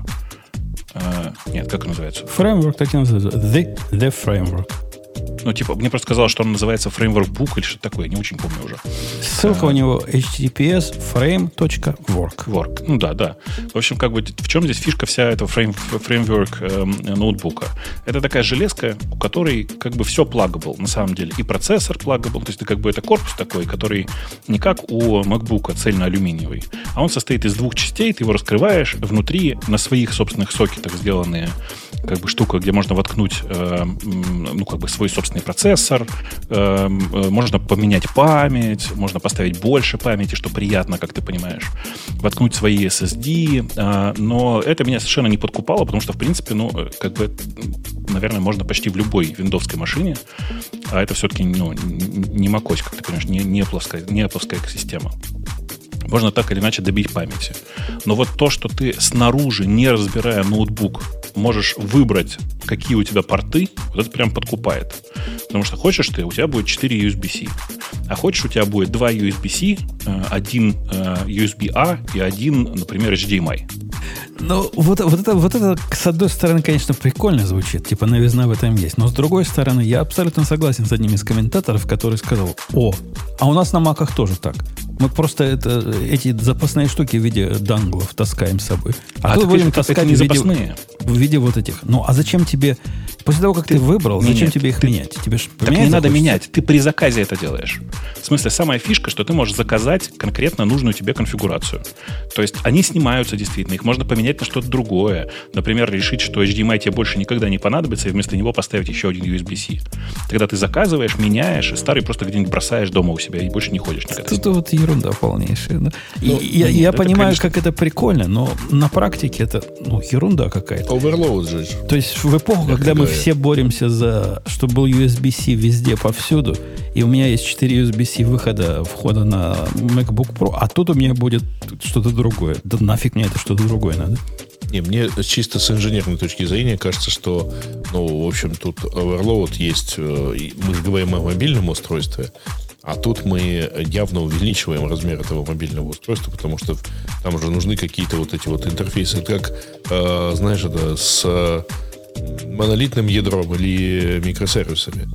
Э, Нет, как он называется? Фреймворк так и называется. The, the Framework. Ну, типа, мне просто сказалось, что он называется фреймворк Book или что-то такое, не очень помню уже. Ссылка у него эйч ти ти пи эс frame точка work. Work. Ну да, да. В общем, как бы в чем здесь фишка вся этого фрейм, фреймворк эм, ноутбука? Это такая железка, у которой как бы все плагабл на самом деле. И процессор плагабл, то есть как бы это корпус такой, который не как у MacBook цельноалюминиевый, а он состоит из двух частей, ты его раскрываешь, внутри на своих собственных сокетах сделанные как бы штука, где можно воткнуть э, ну как бы свой собственный процессор, э, можно поменять память, можно поставить больше памяти, что приятно, как ты понимаешь, воткнуть свои эс эс ди, э, но это меня совершенно не подкупало, потому что, в принципе, ну, как бы, наверное, можно почти в любой виндовской машине, а это все-таки ну, не macOS, как ты понимаешь, не, не, плоская, не плоская экосистема. Можно так или иначе добить памяти. Но вот то, что ты снаружи, не разбирая ноутбук, можешь выбрать, какие у тебя порты, вот это прям подкупает. Потому что хочешь ты, у тебя будет четыре ю эс би-C. А хочешь, у тебя будет два ю эс би-C, один ю эс би-A и один, например, эйч ди эм ай. Ну, вот, вот, это, вот это, с одной стороны, конечно, прикольно звучит, типа новизна в этом есть. Но с другой стороны, я абсолютно согласен с одним из комментаторов, который сказал: о, а у нас на маках тоже так. Мы просто это, эти запасные штуки в виде данглов таскаем с собой. А, А тут так будем это- таскать это не в виде, запасные. в виде вот этих. Ну, а зачем тебе... После того, как ты, выбрал, зачем нет, тебе их ты- менять? Тебе ж Так поменять не надо захочется? менять. Ты при заказе это делаешь. В смысле, самая фишка, что ты можешь заказать конкретно нужную тебе конфигурацию. То есть они снимаются действительно. Их можно поменять на что-то другое. Например, решить, что эйч ди эм ай тебе больше никогда не понадобится, и вместо него поставить еще один ю эс би-C. Тогда ты заказываешь, меняешь, и старый просто где-нибудь бросаешь дома у себя и больше не ходишь никогда. Это вот ерунда полнейшая. Да? И Ну, я, нет, я это, понимаю, конечно- как это прикольно, но на практике это ну, ерунда какая-то. Overload же. То есть в эпоху, Мягко когда мы говоря. все боремся за, чтобы был ю эс би-C везде, повсюду, и у меня есть четыре ю эс би-C выхода, входа на MacBook Pro, а тут у меня будет что-то другое. Да нафиг мне это что-то другое надо. Не, мне чисто с инженерной точки зрения кажется, что, ну, в общем, тут overload есть. э, и Мы же говорим о мобильном устройстве, а тут мы явно увеличиваем размер этого мобильного устройства, потому что там же нужны какие-то вот эти вот интерфейсы, как, э, знаешь, это с э, монолитным ядром или микросервисами.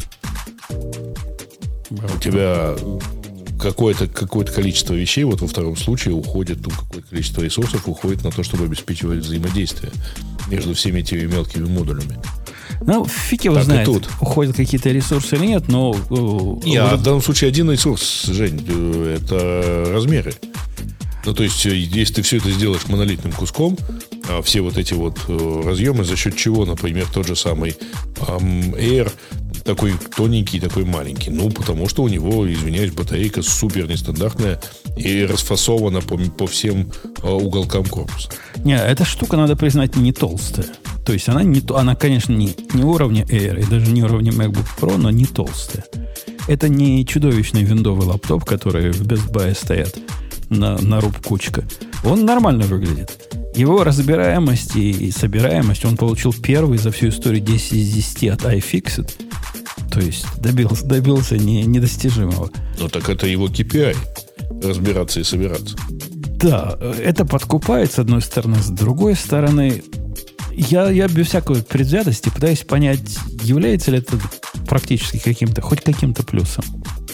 У тебя какое-то, какое-то количество вещей, вот во втором случае уходит, ну, какое-то количество ресурсов уходит на то, чтобы обеспечивать взаимодействие между всеми этими мелкими модулями. Ну, фиг его Так и знает, тут. уходят какие-то ресурсы или нет, но... э, Не, а вот в данном случае один ресурс, Жень, э, это размеры. Ну, то есть, э, если ты все это сделаешь монолитным куском, все вот эти вот разъемы, за счет чего, например, тот же самый Air такой тоненький, такой маленький. Ну, потому что у него, извиняюсь, батарейка супер нестандартная и расфасована по, по всем уголкам корпуса. Не, эта штука, надо признать, не толстая. То есть она, не, она конечно, не, не уровня Air и даже не уровня MacBook Pro, но не толстая. Это не чудовищный виндовый лаптоп, который в Best Buy стоят на, на руб кучка. Он нормально выглядит. Его разбираемость и, и собираемость он получил первый за всю историю десять из десяти от iFixit. То есть добился, добился не, недостижимого. Ну так это его кей пи ай. Разбираться и собираться. Да, это подкупает, с одной стороны. С другой стороны, я, я без всякой предвзятости пытаюсь понять, является ли это практически каким-то, хоть каким-то плюсом.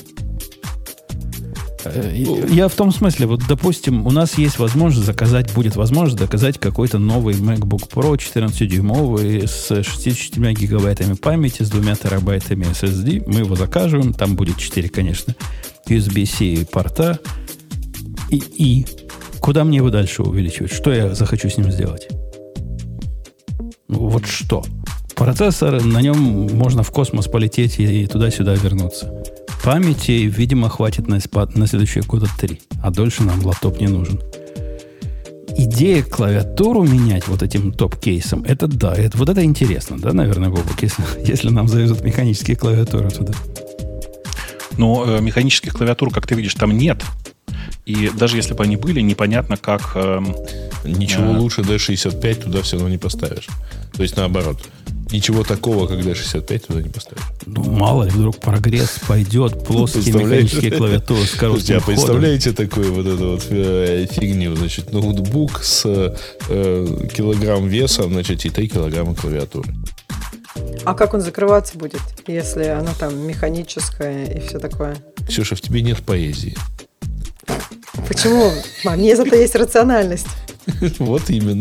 Я в том смысле, вот, допустим, у нас есть возможность заказать, будет возможность заказать какой-то новый MacBook Pro четырнадцатидюймовый с шестьдесят четырьмя гигабайтами памяти, с двумя терабайтами эс эс ди. Мы его заказываем, там будет четыре, конечно, ю эс би-C порта. И, и куда мне его дальше увеличивать? Что я захочу с ним сделать? Вот что? Процессор, на нем можно в космос полететь и, и туда-сюда вернуться. Памяти, видимо, хватит на, на следующие года три. А дольше нам лаптоп не нужен. Идея клавиатуру менять вот этим топ-кейсом, это да, это, вот это интересно, да, наверное, Бобок, если, если нам завезут механические клавиатуры туда. Но э, механических клавиатур, как ты видишь, там нет. И даже если бы они были, непонятно, как... Э, Ничего э, лучше ди шестьдесят пять туда все равно не поставишь. То есть наоборот. Ничего такого, как ди шестьдесят пять туда не поставишь. Ну, мало ли, вдруг прогресс пойдет, плоские механические клавиатуры с коротким ходом. Представляете такую вот эту вот э, фигню? Значит, ноутбук с э, килограмм веса, значит, и три килограмма клавиатуры. А как он закрываться будет, если оно там механическое и все такое? Ксюша, в тебе нет поэзии. Почему? А мне зато есть рациональность. Вот именно.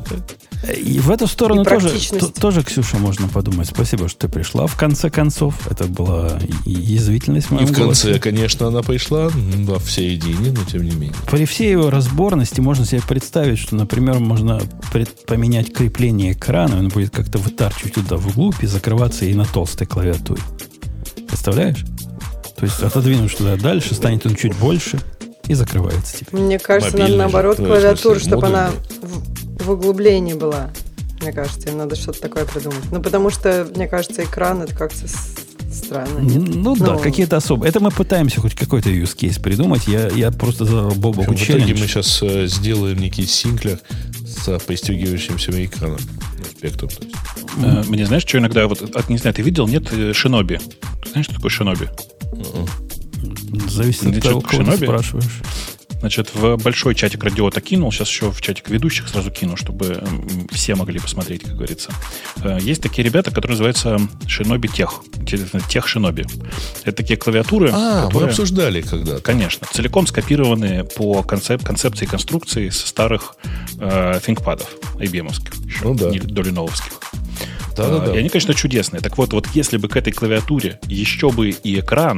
И в эту сторону тоже, то, тоже, Ксюша, можно подумать. Спасибо, что ты пришла. В конце концов, это была язвительность в моем И в конце, голосе. Конечно, она пришла, да, в середине, но тем не менее. При всей его разборности можно себе представить, что, например, можно пред, поменять крепление экрана, он будет как-то вытарчивать туда вглубь и закрываться и на толстой клавиатуре. Представляешь? То есть отодвинуть туда дальше, станет он чуть больше и закрывается теперь. Мне кажется, надо наоборот клавиатуру, чтобы она в, в углублении была. Мне кажется, им надо что-то такое придумать. Ну, потому что, мне кажется, экран это как-то странно. Нет? Ну, ну да, какие-то особые. Это мы пытаемся хоть какой-то use case придумать. Я, я просто за Бобоку челлендж. В итоге мы сейчас э, сделаем некий синклер с пристегивающимся экраном. Спектром, то есть. Mm. Мне знаешь, что иногда, вот, не знаю, ты видел, нет, Шиноби? Ты знаешь, что такое Шиноби? Uh-uh. Зависит от того, кого ты спрашиваешь. Значит, в большой чатик Радиота кинул, сейчас еще в чатик ведущих сразу кину, чтобы все могли посмотреть, как говорится. Есть такие ребята, которые называются Шиноби Тех. Тех Шиноби. Это такие клавиатуры. А, которые, мы обсуждали когда-то. Конечно. Целиком скопированы по концеп, концепции конструкции со старых э, ThinkPad'ов ай би эм-овских, еще, ну, да. не долиновских. Да, да, да. И они, конечно, чудесные. Так вот, вот если бы к этой клавиатуре еще бы и экран.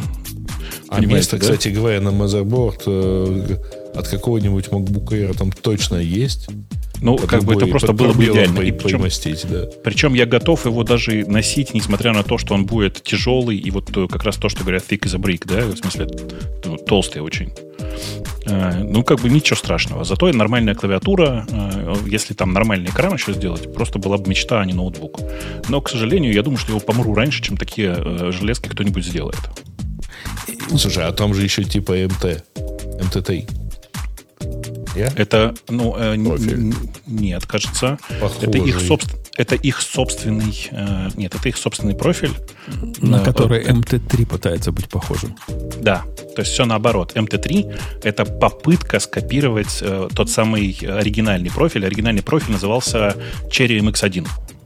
А место, да? Кстати говоря, на мазерборд э, от какого-нибудь MacBook Air там точно есть. Ну, как бы это просто было бы идеально. И причем, да. причем я готов его даже носить, несмотря на то, что он будет тяжелый, и вот как раз то, что говорят thick as a brick, да, в смысле ну, толстый очень. Э, ну, как бы ничего страшного. Зато нормальная клавиатура, э, если там нормальный экран еще сделать, просто была бы мечта, а не ноутбук. Но, к сожалению, я думаю, что его помру раньше, чем такие э, железки кто-нибудь сделает. Слушай, а там же еще типа эм тэ, эм тэ три. Yeah? Это, ну, э, н- нет, кажется, это их, собствен, это их собственный, э, нет, это их собственный профиль. На э, который э, эм тэ три пытается быть похожим. Да, то есть все наоборот. эм тэ три — это попытка скопировать э, тот самый оригинальный профиль. Оригинальный профиль назывался Cherry эм икс один.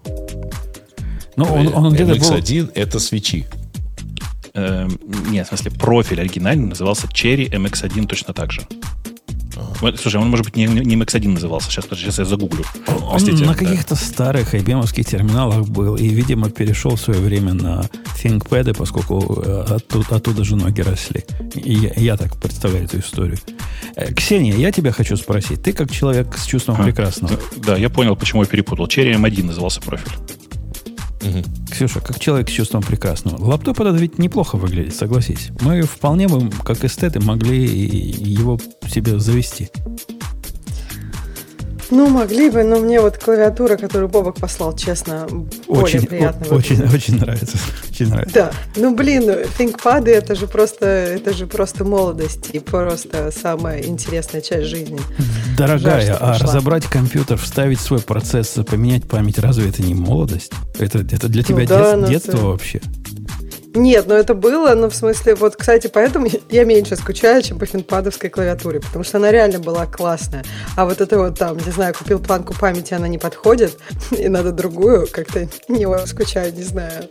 Ну, он, он эм икс один был... — это свечи. Э, нет, в смысле, профиль оригинальный назывался Cherry эм икс один точно так же. Ага. Слушай, он, может быть, не, не эм икс один назывался. Сейчас, сейчас я загуглю. Он Простите, на да. каких-то старых ай би эм-овских терминалах был и, видимо, перешел в свое время на ThinkPad, поскольку оттуда, оттуда же ноги росли. И я, я так представляю эту историю. Ксения, я тебя хочу спросить. Ты как человек с чувством а, прекрасного. Да, я понял, почему я перепутал. Cherry эм один назывался профиль. Угу. Ксюша, как человек с чувством прекрасного. Лаптоп этот ведь неплохо выглядит, согласись. Мы вполне бы, как эстеты, могли его себе завести. Ну, могли бы, но мне вот клавиатура, которую Бобок послал, честно, более очень, приятно. О, очень, очень нравится. Очень нравится. Да. Ну, блин, ThinkPad это же просто, это же просто молодость и просто самая интересная часть жизни. Дорогая, Жаль, а разобрать компьютер, вставить свой процессор, поменять память, разве это не молодость? Это, это для тебя ну, да, дет, детство это... вообще? Нет, ну это было, ну в смысле, вот, кстати, поэтому я меньше скучаю, чем по финпадовской клавиатуре, потому что она реально была классная. А вот это вот там, не знаю, купил планку памяти, она не подходит, и надо другую, как-то не скучаю, не знаю.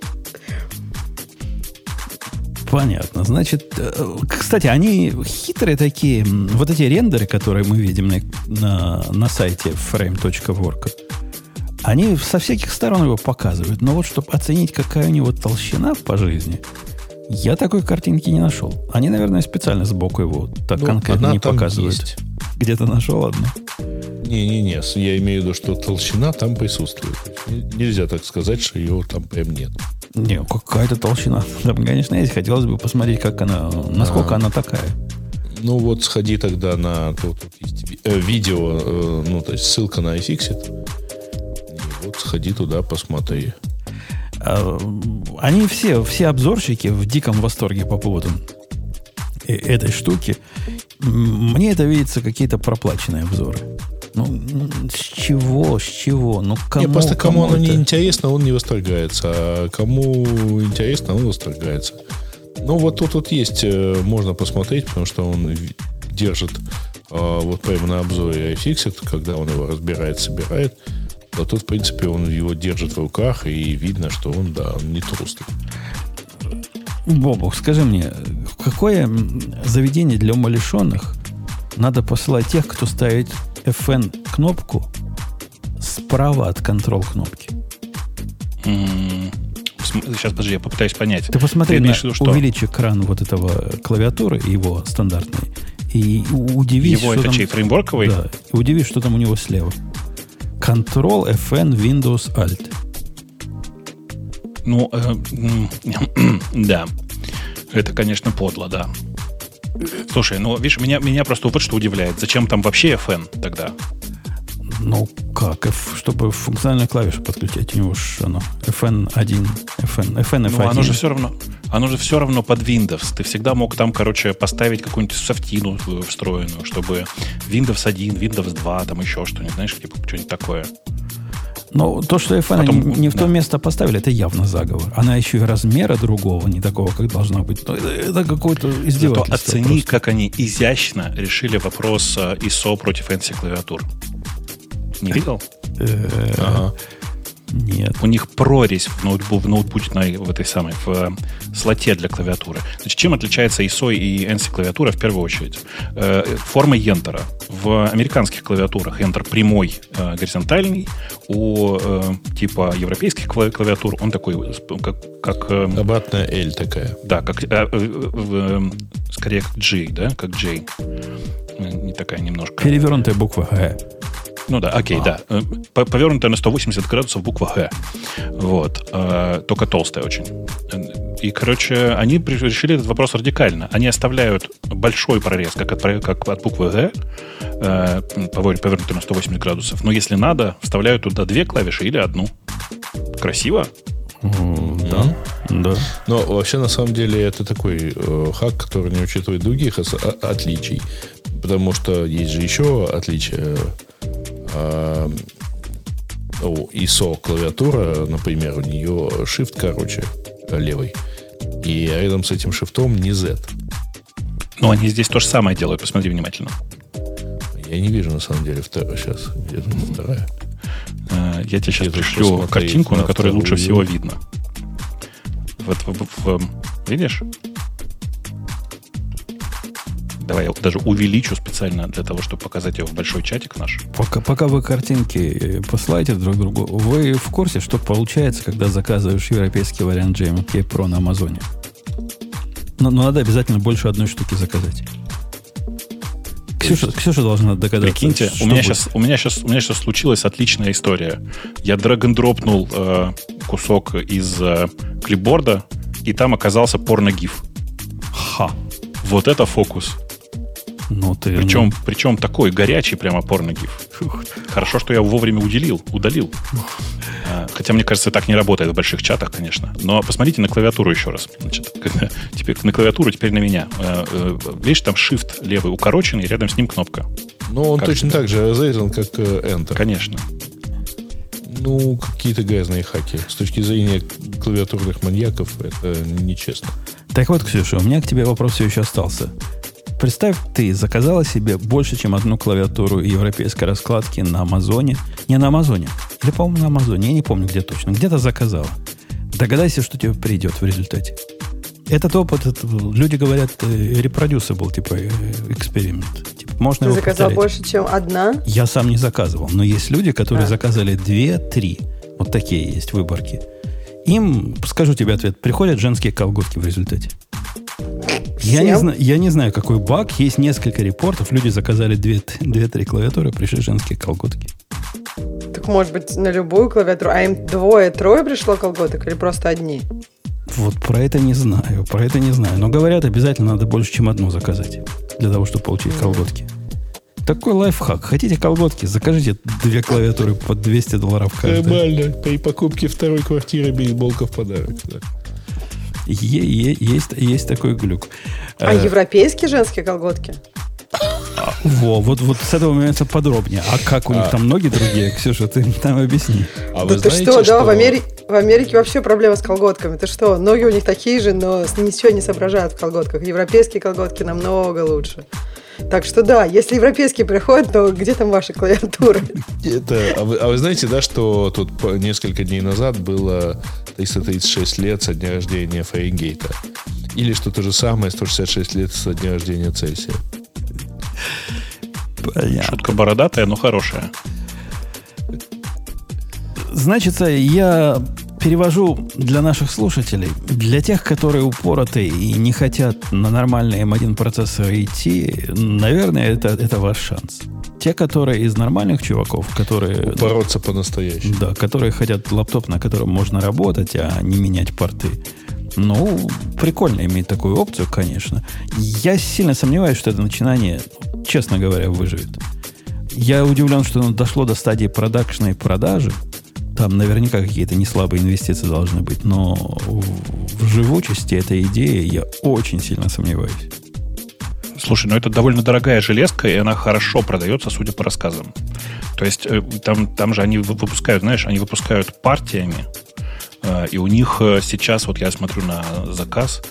Понятно. Значит, кстати, они хитрые такие. Вот эти рендеры, которые мы видим на, на, на сайте фрейм точка ворк, они со всяких сторон его показывают. Но вот, чтобы оценить, какая у него толщина по жизни, я такой картинки не нашел. Они, наверное, специально сбоку его так ну, конкретно не показывают. Есть. Где-то нашел одну? Не-не-не, я имею в виду, что толщина там присутствует. Нельзя так сказать, что ее там прям нет. Не, какая-то толщина. Там, конечно, есть. Хотелось бы посмотреть, как она, насколько а, она такая. Ну вот сходи тогда на тут, тут есть, э, видео, э, ну то есть ссылка на iFixit. Вот сходи туда, посмотри. Они все, все обзорщики в диком восторге по поводу этой штуки. Мне это видится какие-то проплаченные обзоры. Ну, с чего, с чего? Ну, кому, не, просто кому, кому оно это... не интересно, он не восторгается. А кому интересно, он восторгается. Ну, вот тут вот есть, можно посмотреть, потому что он держит вот прямо на обзоре iFixit, когда он его разбирает, собирает. А тут, в принципе, он его держит в руках, и видно, что он, да, он не трусный. Бобок, скажи мне, в какое заведение для умалишенных надо посылать тех, кто ставит эф эн кнопку справа от контрол-кнопки? Mm. Сейчас, подожди, я попытаюсь понять. Ты посмотри, Ты на, виду, что... увеличь экран вот этого клавиатуры, его стандартной, и удивись, его что это там... чей, фреймворковый? Да, и удивись, что там у него слева. Control, эф эн, Windows, Alt. Ну, э, да. Это, конечно, подло, да. Слушай, ну, видишь, меня, меня просто вот что удивляет. Зачем там вообще эф эн тогда? Ну, как? F, чтобы функциональную клавишу подключать. У него же оно эф эн один, эф эн, эф эн, эф один. Ну, оно же все равно, оно же все равно под Windows. Ты всегда мог там, короче, поставить какую-нибудь софтину встроенную, чтобы Windows один, Windows два, там еще что-нибудь, знаешь, типа что-нибудь такое. Но то, что эф эн Потом, не, не в да. то место поставили, это явно заговор. Она еще и размера другого, не такого, как должна быть. Это, это какое-то издевательство. Зато оцени, просто. как они изящно решили вопрос ай эс о против эй эн си клавиатур. Не видел? Ага. Нет. У них прорезь в ноутбуке, в ноутбуке в этой самой, в слоте для клавиатуры. Значит, чем отличается ай эс о и эй эн си клавиатура в первую очередь? Форма Ентера. В американских клавиатурах Enter прямой, горизонтальный. У типа европейских клавиатур он такой, как... как обратная L такая. Да, как, скорее как G, да, как J. Не такая немножко... Перевернутая буква Г. Ну да, окей, а. да. Повернутая на сто восемьдесят градусов буква Г. Вот. А, только толстая очень. И, короче, они решили этот вопрос радикально. Они оставляют большой прорез, как от, как от буквы Г, э, повернутой на сто восемьдесят градусов. Но если надо, вставляют туда две клавиши или одну. Красиво? Mm, да. да. Но вообще, на самом деле, это такой э, хак, который не учитывает других ос- отличий. Потому что есть же еще отличия. Э, ай эс о клавиатура, например, у нее shift, короче, левый. И рядом с этим шифтом не Z. Но они здесь то же самое делают, посмотри внимательно. Я не вижу, на самом деле, вторая. Сейчас, где-то вторая. Я тебе сейчас пришлю картинку, на, на которой лучше всего видно. Вот, в, в, в, видишь? Давай я даже увеличу специально для того, чтобы показать его в большой чатик наш. Пока, пока вы картинки посылаете друг другу, вы в курсе, что получается, когда заказываешь европейский вариант джей эм кей Pro на Амазоне? Но, но надо обязательно больше одной штуки заказать. Ксюша, Ксюша должна догадаться. Прикиньте, у меня, сейчас, у, меня сейчас, у меня сейчас случилась отличная история. Я драг-н-дропнул э, кусок из э, клипборда, и там оказался порно-гиф. Ха. Вот это фокус. Ну, ты, причем, ну... причем такой горячий прямо порно-гиф. Хорошо, что я вовремя уделил, удалил. Хотя, мне кажется, так не работает в больших чатах, конечно. Но посмотрите на клавиатуру еще раз. Значит, теперь на клавиатуру, теперь на меня. Видишь, там Shift левый укороченный, рядом с ним кнопка. Ну, он как точно это? так же разрезан, как Enter. Конечно. Ну, какие-то грязные хаки. С точки зрения клавиатурных маньяков, это нечестно. Так вот, Ксюша, у меня к тебе вопрос все еще остался. Представь, ты заказала себе больше, чем одну клавиатуру европейской раскладки на Амазоне. Не на Амазоне. Или, по-моему, на Амазоне. Я не помню, где точно. Где-то заказала. Догадайся, что тебе придет в результате. Этот опыт, это, люди говорят, репродюсер был, типа, эксперимент. Типа, можно ты его заказал повторять. Больше, чем одна? Я сам не заказывал. Но есть люди, которые а. заказали две-три. Вот такие есть выборки. Им, скажу тебе ответ, приходят женские колготки в результате. Я не, зна, я не знаю, какой баг. Есть несколько репортов. Люди заказали две-три клавиатуры, пришли женские колготки. Так может быть на любую клавиатуру. А им двое-трое пришло колготок или просто одни? Вот про это не знаю. Про это не знаю. Но говорят, обязательно надо больше, чем одну заказать. Для того, чтобы получить колготки. Такой лайфхак. Хотите колготки? Закажите две клавиатуры по двести долларов каждая. Нормально. При покупке второй квартиры бейсболка в подарок. Да. Е- е- есть, есть такой глюк. А э- европейские женские колготки? А, во, вот, вот с этого момента подробнее. А как у них а. там ноги другие? Ксюша, ты там объясни. А да вы ты знаете, что, что... да, в Америке, в Америке вообще проблема с колготками. Ты что, ноги у них такие же, но ничего не соображают в колготках. Европейские колготки намного лучше. Так что да, если европейские приходят, то где там ваши клавиатуры? Это, а, вы, а вы знаете, да, что тут несколько дней назад было триста тридцать шесть лет со дня рождения Фаренгейта? Или что то же самое, сто шестьдесят шесть лет со дня рождения Цельсия? Понятно. Шутка бородатая, но хорошая. Значит, я перевожу для наших слушателей, для тех, которые упороты и не хотят на нормальный эм один процессор идти, наверное, это, это ваш шанс. Те, которые из нормальных чуваков, которые... Упороться по-настоящему. Да, которые хотят лаптоп, на котором можно работать, а не менять порты. Ну, прикольно иметь такую опцию, конечно. Я сильно сомневаюсь, что это начинание, честно говоря, выживет. Я удивлен, что оно дошло до стадии продакшна и продажи. Там наверняка какие-то неслабые инвестиции должны быть. Но в живучести этой идеи я очень сильно сомневаюсь. Слушай, ну это довольно дорогая железка, и она хорошо продается, судя по рассказам. То есть там, там же они выпускают, знаешь, они выпускают партиями. И у них сейчас, вот я смотрю на заказ,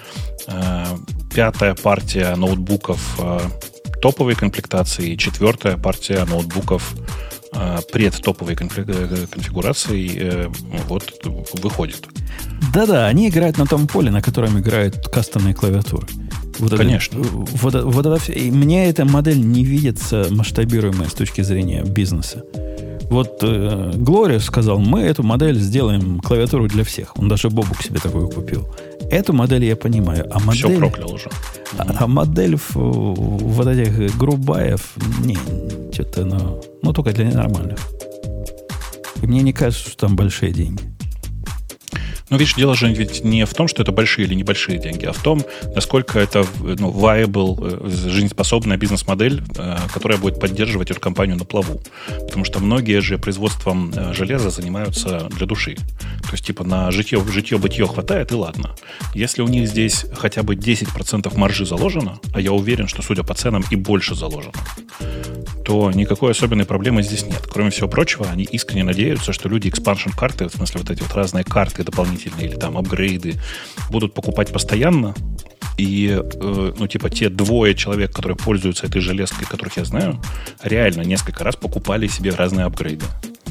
пятая партия ноутбуков топовой комплектации, четвертая партия ноутбуков предтоповой конфигурации вот выходит. Да-да, они играют на том поле, на котором играют кастомные клавиатуры. Вот Конечно. Это, вот, вот это, и мне эта модель не видится масштабируемой с точки зрения бизнеса. Вот э, Глориус сказал, мы эту модель сделаем клавиатуру для всех. Он даже Бобук себе такую купил. Эту модель я понимаю. А модель, все проклял уже. А, а модель в, вот этих грубаев, не, что-то, ну, ну, только для ненормальных. И мне не кажется, что там большие деньги. Ну, видишь, дело же ведь не в том, что это большие или небольшие деньги, а в том, насколько это ну, viable, жизнеспособная бизнес-модель, которая будет поддерживать эту компанию на плаву. Потому что многие же производством железа занимаются для души. То есть, типа, на житье, житье-бытие хватает, и ладно. Если у них здесь хотя бы десять процентов маржи заложено, а я уверен, что, судя по ценам, и больше заложено, то никакой особенной проблемы здесь нет. Кроме всего прочего, они искренне надеются, что люди expansion-карты, в смысле вот эти вот разные карты дополнительные, или там апгрейды, будут покупать постоянно. И, э, ну, типа, те двое человек, которые пользуются этой железкой, которых я знаю, реально несколько раз покупали себе разные апгрейды.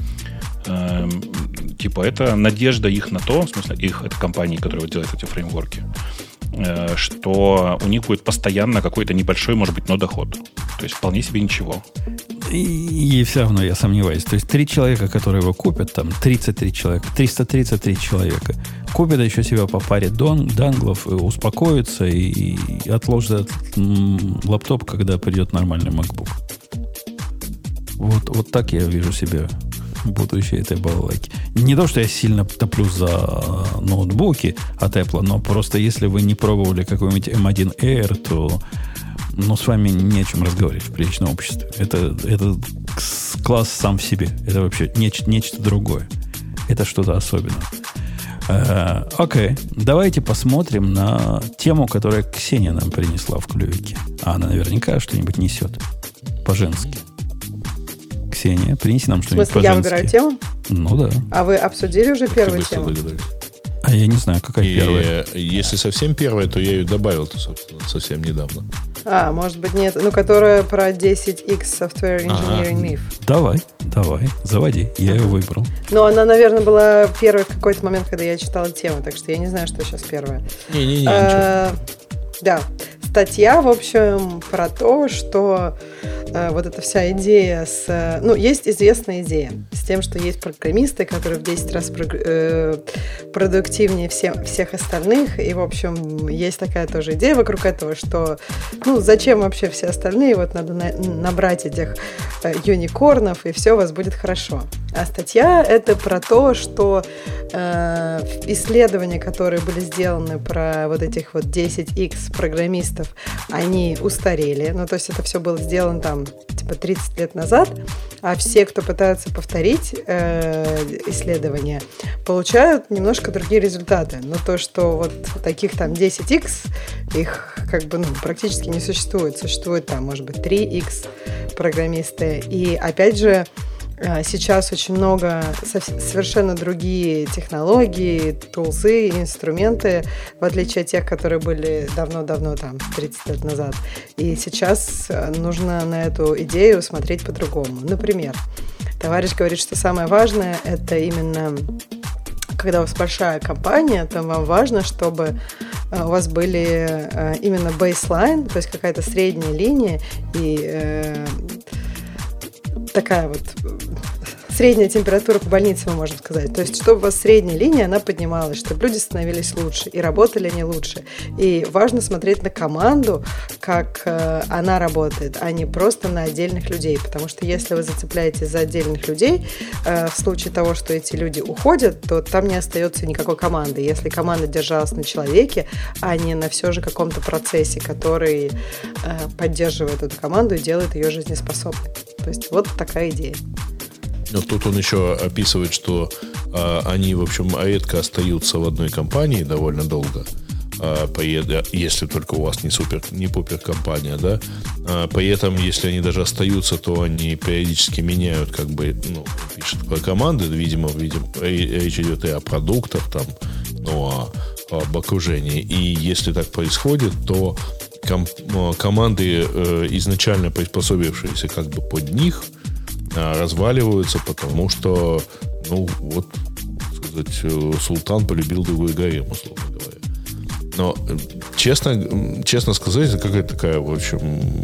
Э, типа, это надежда их на то, в смысле, их, это компании, которые вот делают эти фреймворки, что у них будет постоянно какой-то небольшой, может быть, но доход. То есть вполне себе ничего. И, и все равно я сомневаюсь. То есть три человека, которые его купят, там тридцать три человека, триста тридцать три человека, купят еще себя по паре дон, данглов, успокоятся и, и отложат этот м, лаптоп, когда придет нормальный MacBook. Вот, вот так я вижу себе будущее этой балалайки. Не то, что я сильно топлю за ноутбуки от Apple, но просто если вы не пробовали какой-нибудь эм один Air, то ну, с вами не о чем разговаривать в приличном обществе. Это, это класс сам в себе. Это вообще нечто, нечто другое. Это что-то особенное. Э, окей, давайте посмотрим на тему, которую Ксения нам принесла в клювике. А она наверняка что-нибудь несет по-женски. Ксения, принеси нам что-нибудь по-женски. В смысле, я выбираю тему? Ну да. А вы обсудили уже первую тему? А я не знаю, какая И первая. Если совсем первая, то я ее добавил-то, собственно, совсем недавно. А, может быть, нет. Ну, которая про десять икс Software Engineering Ага. Myth. Давай, давай, заводи. Я ее выбрал. Но она, наверное, была первой в какой-то момент, когда я читала тему, так что я не знаю, что сейчас первое. Не-не-не, ничего. А, Да, статья, в общем, про то, что э, вот эта вся идея с... э, Ну, есть известная идея с тем, что есть программисты, которые в десять раз прог- э, продуктивнее всем, всех остальных, и, в общем, есть такая тоже идея вокруг этого, что, ну, зачем вообще все остальные, вот надо на- набрать этих э, юникорнов, и все у вас будет хорошо. А статья — это про то, что э, исследования, которые были сделаны про вот этих вот десять икс программистов, они устарели. Ну, то есть это все было сделано там типа тридцать лет назад, а все, кто пытаются повторить э, исследования, получают немножко другие результаты. Ну, то, что вот таких там десять икс, их как бы ну, практически не существует. Существует там, может быть, три икс программисты. И опять же, сейчас очень много совершенно другие технологии, тулзы, инструменты, в отличие от тех, которые были давно-давно, там, тридцать лет назад. И сейчас нужно на эту идею смотреть по-другому. Например, товарищ говорит, что самое важное – это именно, когда у вас большая компания, то вам важно, чтобы у вас были именно бейслайн, то есть какая-то средняя линия и э, такая вот средняя температура по больнице, мы можем сказать. То есть, чтобы у вас средняя линия, она поднималась, чтобы люди становились лучше и работали они лучше. И важно смотреть на команду, как э, она работает, а не просто на отдельных людей. Потому что если вы зацепляетесь за отдельных людей, э, в случае того, что эти люди уходят, то там не остается никакой команды. Если команда держалась на человеке, а не на все же каком-то процессе, который э, поддерживает эту команду и делает ее жизнеспособной. То есть, вот такая идея. Но тут он еще описывает, что а, они, в общем, редко остаются в одной компании довольно долго, а, поеда, если только у вас не супер, не пупер компания, да. А, при этом, если они даже остаются, то они периодически меняют, как бы, ну, пишет про команды, видимо, видимо, речь идет и о продуктах, там, ну, о, об окружении. И если так происходит, то ком, команды, э, изначально приспособившиеся как бы под них, разваливаются, потому что, ну, вот, сказать, султан полюбил другой гарем, условно говоря. Но, честно, честно сказать, это какая-то такая, в общем,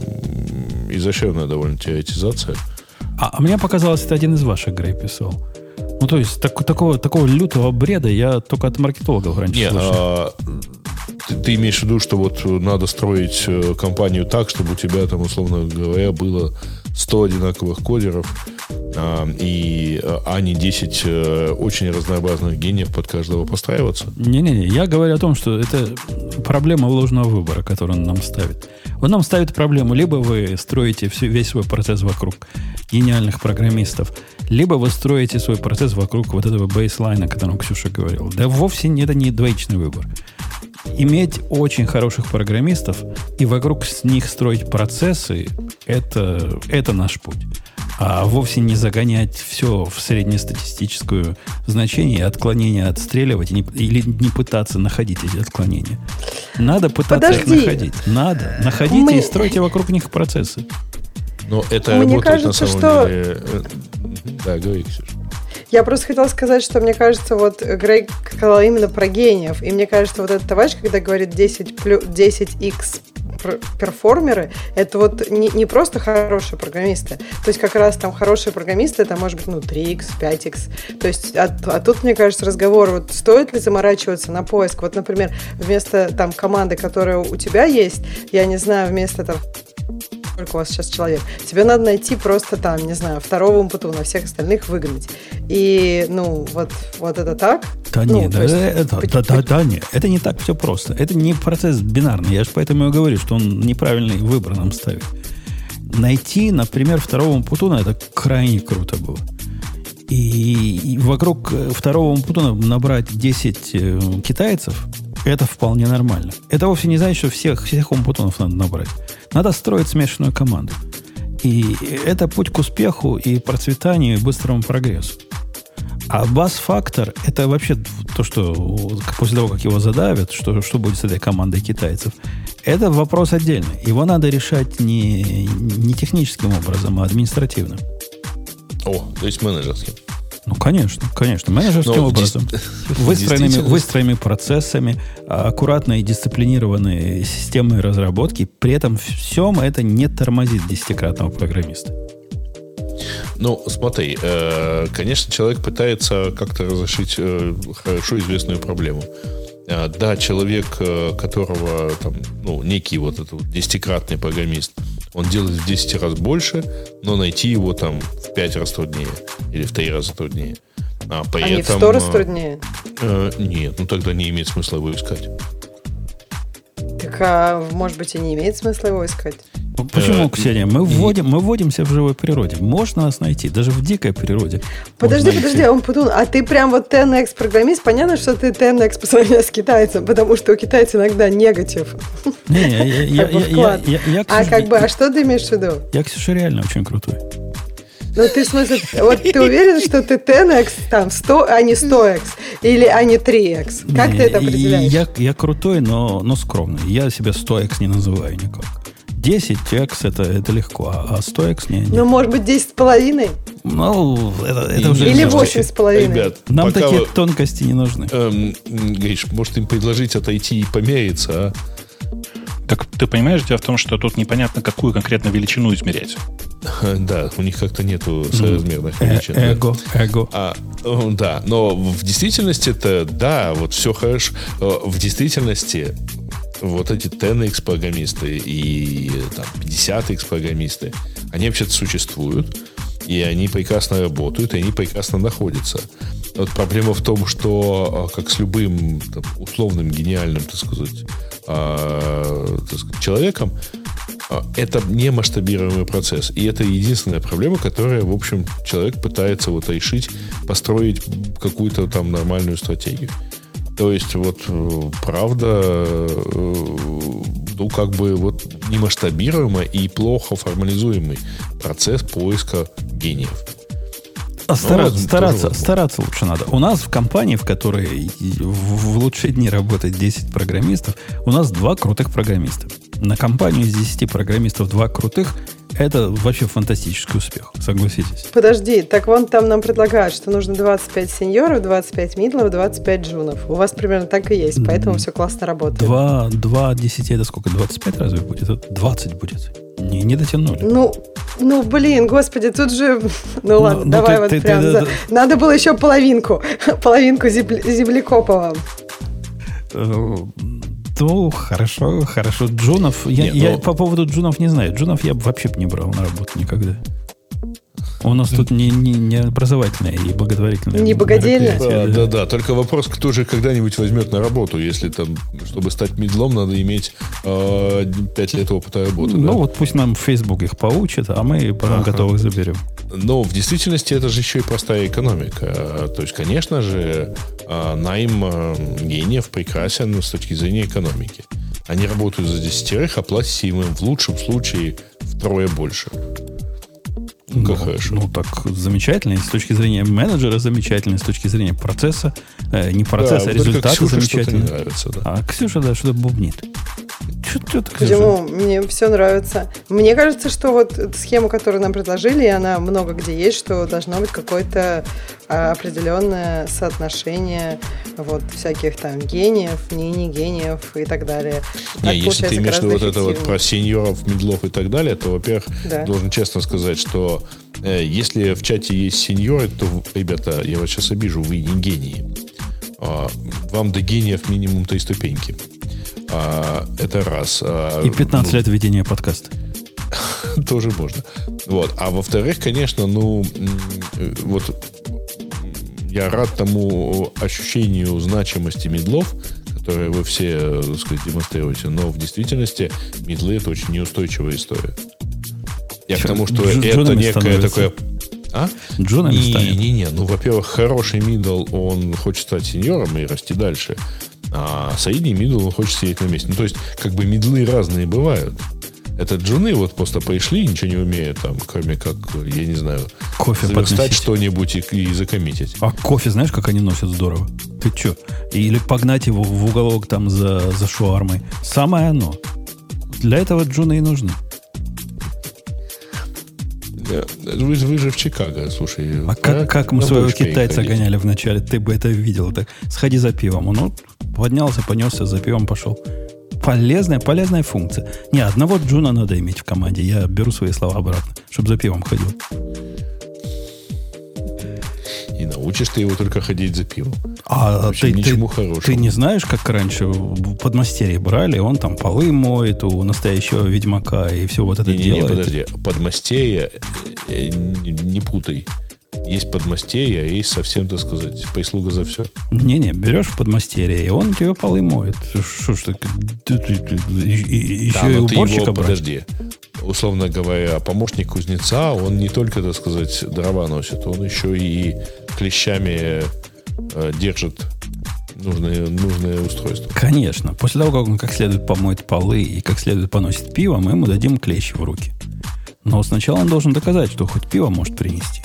изощренная довольно теоретизация. А, а мне показалось, это один из ваших, Грей, писал. Ну, то есть, так, такого, такого лютого бреда я только от маркетологов раньше Не, слышал. А, ты, ты имеешь в виду, что вот надо строить компанию так, чтобы у тебя, там, условно говоря, было сто одинаковых кодеров, а, и, а не десять а, очень разнообразных гениев под каждого постраиваться? Не-не-не, я говорю о том, что это проблема ложного выбора, который он нам ставит. Он нам ставит проблему, либо вы строите всю, весь свой процесс вокруг гениальных программистов, либо вы строите свой процесс вокруг вот этого бейслайна, о котором Ксюша говорила. Да вовсе не, это не двоичный выбор. Иметь очень хороших программистов и вокруг них строить процессы это, это наш путь. А вовсе не загонять все в среднестатистическое значение и отклонения отстреливать и не, или не пытаться находить эти отклонения. Надо пытаться Подожди. их находить. Надо. Находите Мы... и стройте вокруг них процессы. Но это Мне работает кажется, на самом что... деле... Да, говори, Ксюша. Я просто хотела сказать, что мне кажется, вот Грей сказал именно про гениев, и мне кажется, вот этот товарищ, когда говорит десять икс перформеры, это вот не, не просто хорошие программисты. То есть как раз там хорошие программисты, это может быть ну, три икс, пять икс. То есть, а, а тут, мне кажется, разговор, вот стоит ли заморачиваться на поиск. Вот, например, вместо там команды, которая у тебя есть, я не знаю, вместо там сколько у вас сейчас человек, тебе надо найти просто там, не знаю, второго Умпутуна, всех остальных выгнать. И, ну, вот, вот это так? Да ну, нет, да, есть, это, по- да, по- да, да, нет, это не так все просто. Это не процесс бинарный. Я же поэтому и говорю, что он неправильный выбор нам ставит. Найти, например, второго Умпутуна, это крайне круто было. И, и вокруг второго Умпутуна набрать десять э, китайцев, это вполне нормально. Это вовсе не значит, что всех, всех Умпутунов надо набрать. Надо строить смешанную команду. И это путь к успеху и процветанию, и быстрому прогрессу. А бас-фактор – это вообще то, что после того, как его задавят, что, что будет с этой командой китайцев, это вопрос отдельный. Его надо решать не, не техническим образом, а административным. О, то есть менеджерским. Ну, конечно, конечно. Менеджерским Но в образом. дес- Выстроенными, действительности- выстроенными процессами, аккуратной и дисциплинированной системой разработки. При этом всем это не тормозит десятикратного программиста. Ну, смотри, э, конечно, человек пытается как-то разрешить э, хорошо известную проблему. Э, да, человек, э, которого там, ну, некий вот этот вот десятикратный программист, он делает в десять раз больше, но найти его там в пять раз труднее или в три раза труднее. А, при А не в этом, сто раз э, труднее? э, нет, ну тогда не имеет смысла его искать. Так, а, может быть, и не имеет смысла его искать? Ну, почему, Э, Ксения? Мы, и- вводим, мы вводимся в живой природе. Можно нас найти, даже в дикой природе. Подожди, можно подожди, найти. Умпутун, а ты прям вот десять икс программист, понятно, что ты десять икс по сравнению с китайцем, потому что у китайцев иногда негатив. Не, я, я, я, Как бы я, вклад. я, я, А Ксюша, как бы, а что ты имеешь в виду? я, Ксюша, реально очень крутой. Ну, ты в смысле, вот ты уверен, что ты десять икс, там, сто, а не сто икс, или а не три икс? Как Не, ты это и- определяешь? Я, я крутой, но, но скромный. Я себя сто икс не называю никак. десять икс это, это легко, а сто икс не, не. Ну, может быть, десять с половиной? Ну, это, это И- уже... Или Слушайте, восемь с половиной? Ребят, Нам пока такие вы- тонкости не нужны. эм, Гриш, может им предложить отойти и помериться, а? Так ты понимаешь, дело в том, что тут непонятно, какую конкретно величину измерять. Да, у них как-то нету соразмерных Э- величин. да. Эго, эго. А, э, да, но в действительности это, да, вот все хорошо. Э, В действительности вот эти десять икс программисты и там, пятьдесят икс программисты, они вообще-то существуют, и они прекрасно работают, и они прекрасно находятся. Вот проблема в том, что, э, как с любым там, условным гениальным, так сказать, э, так сказать, человеком, э, это не масштабируемый процесс. И это единственная проблема, которую, в общем, человек пытается вот решить, построить какую-то там нормальную стратегию. То есть, вот, э, правда, э, ну, как бы, вот, немасштабируемый и плохо формализуемый процесс поиска гениев. А стараться, тоже стараться, возможно. стараться лучше надо. У нас в компании, в которой в в лучшие дни работает десять программистов, у нас два крутых программиста. На компанию из десяти программистов два крутых – это вообще фантастический успех, согласитесь. Подожди, так вон там нам предлагают, что нужно двадцать пять сеньоров, двадцать пять мидлов, двадцать пять джунов. У вас примерно так и есть, поэтому все классно работает. Два, два от десяти – это сколько? двадцать пять разве будет? Это двадцать будет. Не, не дотянули. Ну, ну, блин, господи, тут же... Ну ладно, ну давай ты- вот ты- прям... ты- за- ты- Надо было еще половинку. Половинку земле- землекопа вам. Э, Ну, хорошо, хорошо. Джунов, я, Не, я ну- по поводу джунов не знаю. Джунов я бы вообще б не брал на работу никогда. У нас тут не, не, не образовательное и благотворительное. Не богадельное? мероприятие, Да, да, да. Только вопрос, кто же когда-нибудь возьмет на работу, если там, чтобы стать мидлом, надо иметь э, пять лет опыта работы. Ну, да? вот пусть нам Facebook их поучит, а мы потом Ага. готовых заберем. Но в действительности это же еще и простая экономика. То есть, конечно же, э, найм э, гениев прекрасен с точки зрения экономики. Они работают за десятерых, а платите им в лучшем случае втрое больше. Ну, как ну, хорошо. Ну, так замечательно. И с точки зрения менеджера замечательно, и с точки зрения процесса, э, не процесса, Да, а вот только результата Ксюше что-то не замечательно. нравится, да. А Ксюша, да, что-то бубнит. Что ты Почему? Мне все нравится. Мне кажется, что вот эта схема, которую нам предложили, она много где есть, что должно быть какое-то определенное соотношение вот всяких там гениев, не гениев и так далее. Не, так если ты имеешь в виду вот это вот про сеньоров, мидлов и так далее, то, во-первых, да. должен честно сказать, что э, если в чате есть сеньоры, то, ребята, я вас сейчас обижу, вы не гении. А, вам до гениев минимум три ступеньки. А, это раз. А, и пятнадцать ну, лет ведения подкаста. Тоже можно. Вот. А во-вторых, конечно, ну, вот я рад тому ощущению значимости мидлов, которые вы все, так сказать, демонстрируете, но в действительности мидлы — это очень неустойчивая история. Я к тому, что Дж- это некое такое... А? Джонами станет. Не-не-не. Ну, во-первых, хороший мидл, он хочет стать сеньором и расти дальше. А средний мидл, он хочет сидеть на месте. Ну, то есть, как бы мидлы разные бывают. Это джуны вот просто пришли, ничего не умеют там, кроме как, я не знаю, кофе заверстать что-нибудь и, и закоммитить. А кофе знаешь, как они носят здорово? Ты че? Или погнать его в уголок там за, за шуармой. Самое оно. Для этого джуны и нужны. Вы, вы же в Чикаго, слушай. А как, как мы своего китайца гоняли вначале? Ты бы это видел. Так, сходи за пивом. Он ну, поднялся, понесся, за пивом пошел. Полезная, полезная функция. Не, одного джуна надо иметь в команде. Я беру свои слова обратно, чтобы за пивом ходил. И научишь ты его только ходить за пивом. А общем, ты, ничему ты, хорошему. Ты не знаешь, как раньше подмастерье брали, он там полы моет у настоящего ведьмака и все вот это не, делает. Не, не, подожди. Подмастерье, не, не путай. Есть подмастерье, а есть совсем, так сказать, прислуга за все. Не-не, берешь подмастерье, и он тебе полы моет. Что ж ты, еще да, и его, уборщика брать? Подожди. Условно говоря, помощник кузнеца, он не только, так сказать, дрова носит, он еще и клещами э, держит нужные, нужные устройства. Конечно. После того, как он как следует помоет полы и как следует поносит пиво, мы ему дадим клещи в руки. Но сначала он должен доказать, что хоть пиво может принести.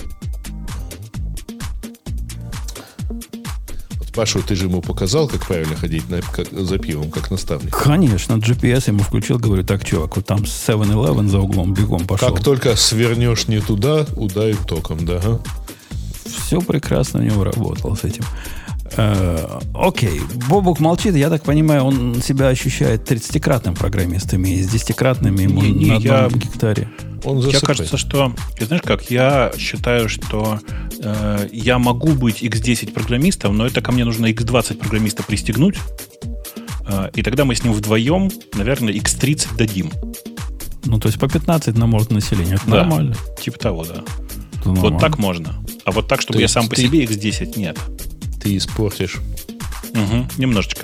Пашу, ты же ему показал, как правильно ходить на, как, за пивом, как наставник? Конечно, джи пи эс ему включил, говорю, так, чувак, вот там севен элевен за углом бегом пошел. Как только свернешь не туда, ударит током, да? А? Все прекрасно у него работало с этим. Э, окей, Бобук молчит, я так понимаю, он себя ощущает тридцатикратным программистом и с десятикратными ему не, не, на одном я... гектаре. Он Мне кажется, что, знаешь как, я считаю, что э, я могу быть икс десять программистом, но это ко мне нужно икс двадцать программиста пристегнуть, э, и тогда мы с ним вдвоем, наверное, икс тридцать дадим. Ну, то есть по пятнадцать на морд населения. Это да, нормально. Типа того, да. Это вот нормально. Так можно. А вот так, чтобы то я сам ты, по себе икс десять, нет. Ты испортишь. Угу, немножечко.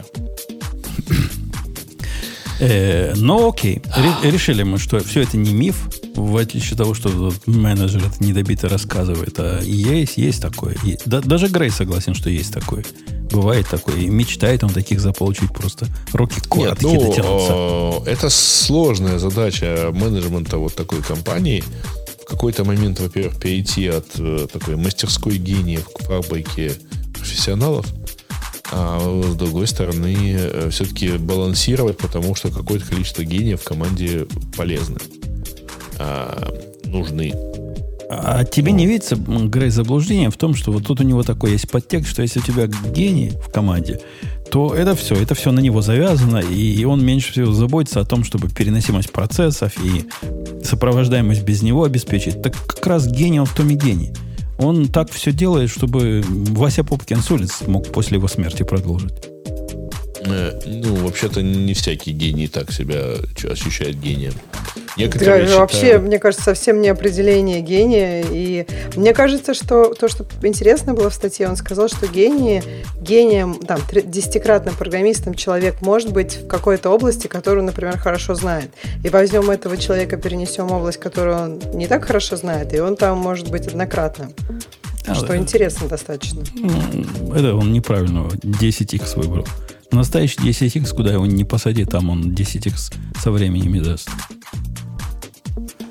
Э, ну, окей. Ре- решили мы, что все это не миф, в отличие от того, что менеджер это недобито рассказывает. А есть, есть такое. И, да, даже Грей согласен, что есть такое. Бывает такое. И мечтает он таких заполучить просто. Руки коротки ну, дотянутся. Это сложная задача менеджмента вот такой компании. В какой-то момент, во-первых, перейти от такой мастерской гениев к фабрике профессионалов. А с другой стороны, все-таки балансировать, потому что какое-то количество гениев в команде полезны. А, нужны. А тебе не видится, Грей, заблуждение в том, что вот тут у него такой есть подтекст, что если у тебя гений в команде, то это все, это все на него завязано, и он меньше всего заботится о том, чтобы переносимость процессов и сопровождаемость без него обеспечить. Так как раз гений, он в том и гений. Он так все делает, чтобы Вася Попкин с улиц мог после его смерти продолжить. Э, ну, вообще-то не всякий гений так себя ощущает гением. Некоторые да, считают... Вообще, мне кажется, совсем не определение гения. И мне кажется, что то, что интересно было в статье, он сказал, что гений, гением, там, десятикратным программистом человек может быть в какой-то области, которую, например, хорошо знает. И возьмем этого человека, перенесем в область, которую он не так хорошо знает, и он там может быть однократным. А, что это, интересно достаточно. Ну, это он неправильно десять икс выбрал. Настоящий десять икс, куда его не посади, там он десять икс со временем и даст.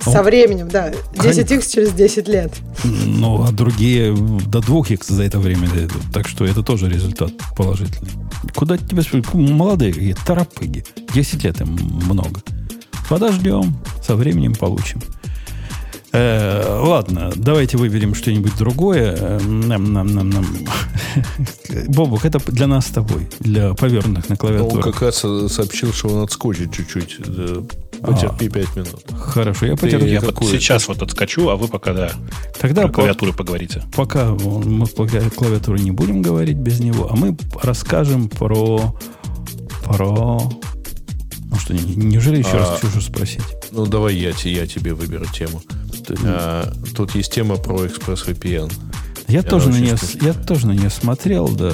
Со временем, да. десять икс через десять лет. Ну, а другие до два икс за это время дойдут. Так что это тоже результат положительный. Куда тебе спрашивают? Молодые какие тарапыги. десять лет им много. Подождем. Со временем получим. Э, ладно, давайте выберем что-нибудь другое. Нам, нам, нам, нам. Бобук, это для нас с тобой, для повернутых на клавиатуру. Он как раз сообщил, что он отскочит чуть-чуть. Потерпи пять минут. Хорошо, я потерплю. Я вот сейчас вот отскочу, а вы пока, да, Тогда про клавиатуру поговорите. Пока мы по клавиатуре не будем говорить без него, а мы расскажем про... Про... Ну что, неужели еще а, раз Ксюшу спросить? Ну, давай я, я тебе выберу тему. А, тут есть тема про ExpressVPN. Я, тоже на, нее, я тоже на нее смотрел, да.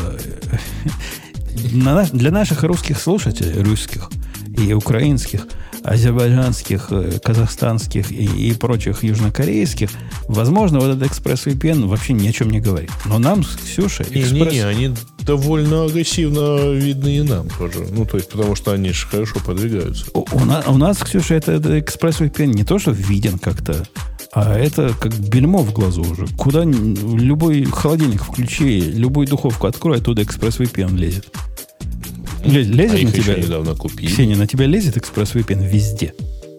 На, для наших русских слушателей, русских и украинских, азербайджанских, казахстанских и, и прочих южнокорейских, возможно, вот этот ExpressVPN вообще ни о чем не говорит. Но нам с Ксюшей... Не-не-не, Express... они довольно агрессивно видны и нам тоже. Ну, то есть, потому что они же хорошо продвигаются. У, у, нас, у нас, Ксюша, это, это ExpressVPN не то, что виден как-то, а это как бельмо в глазу уже. Куда любой холодильник включи, любую духовку открой, оттуда ExpressVPN лезет. Лезет а на тебя? Недавно купили. Ксения, на тебя лезет ExpressVPN везде?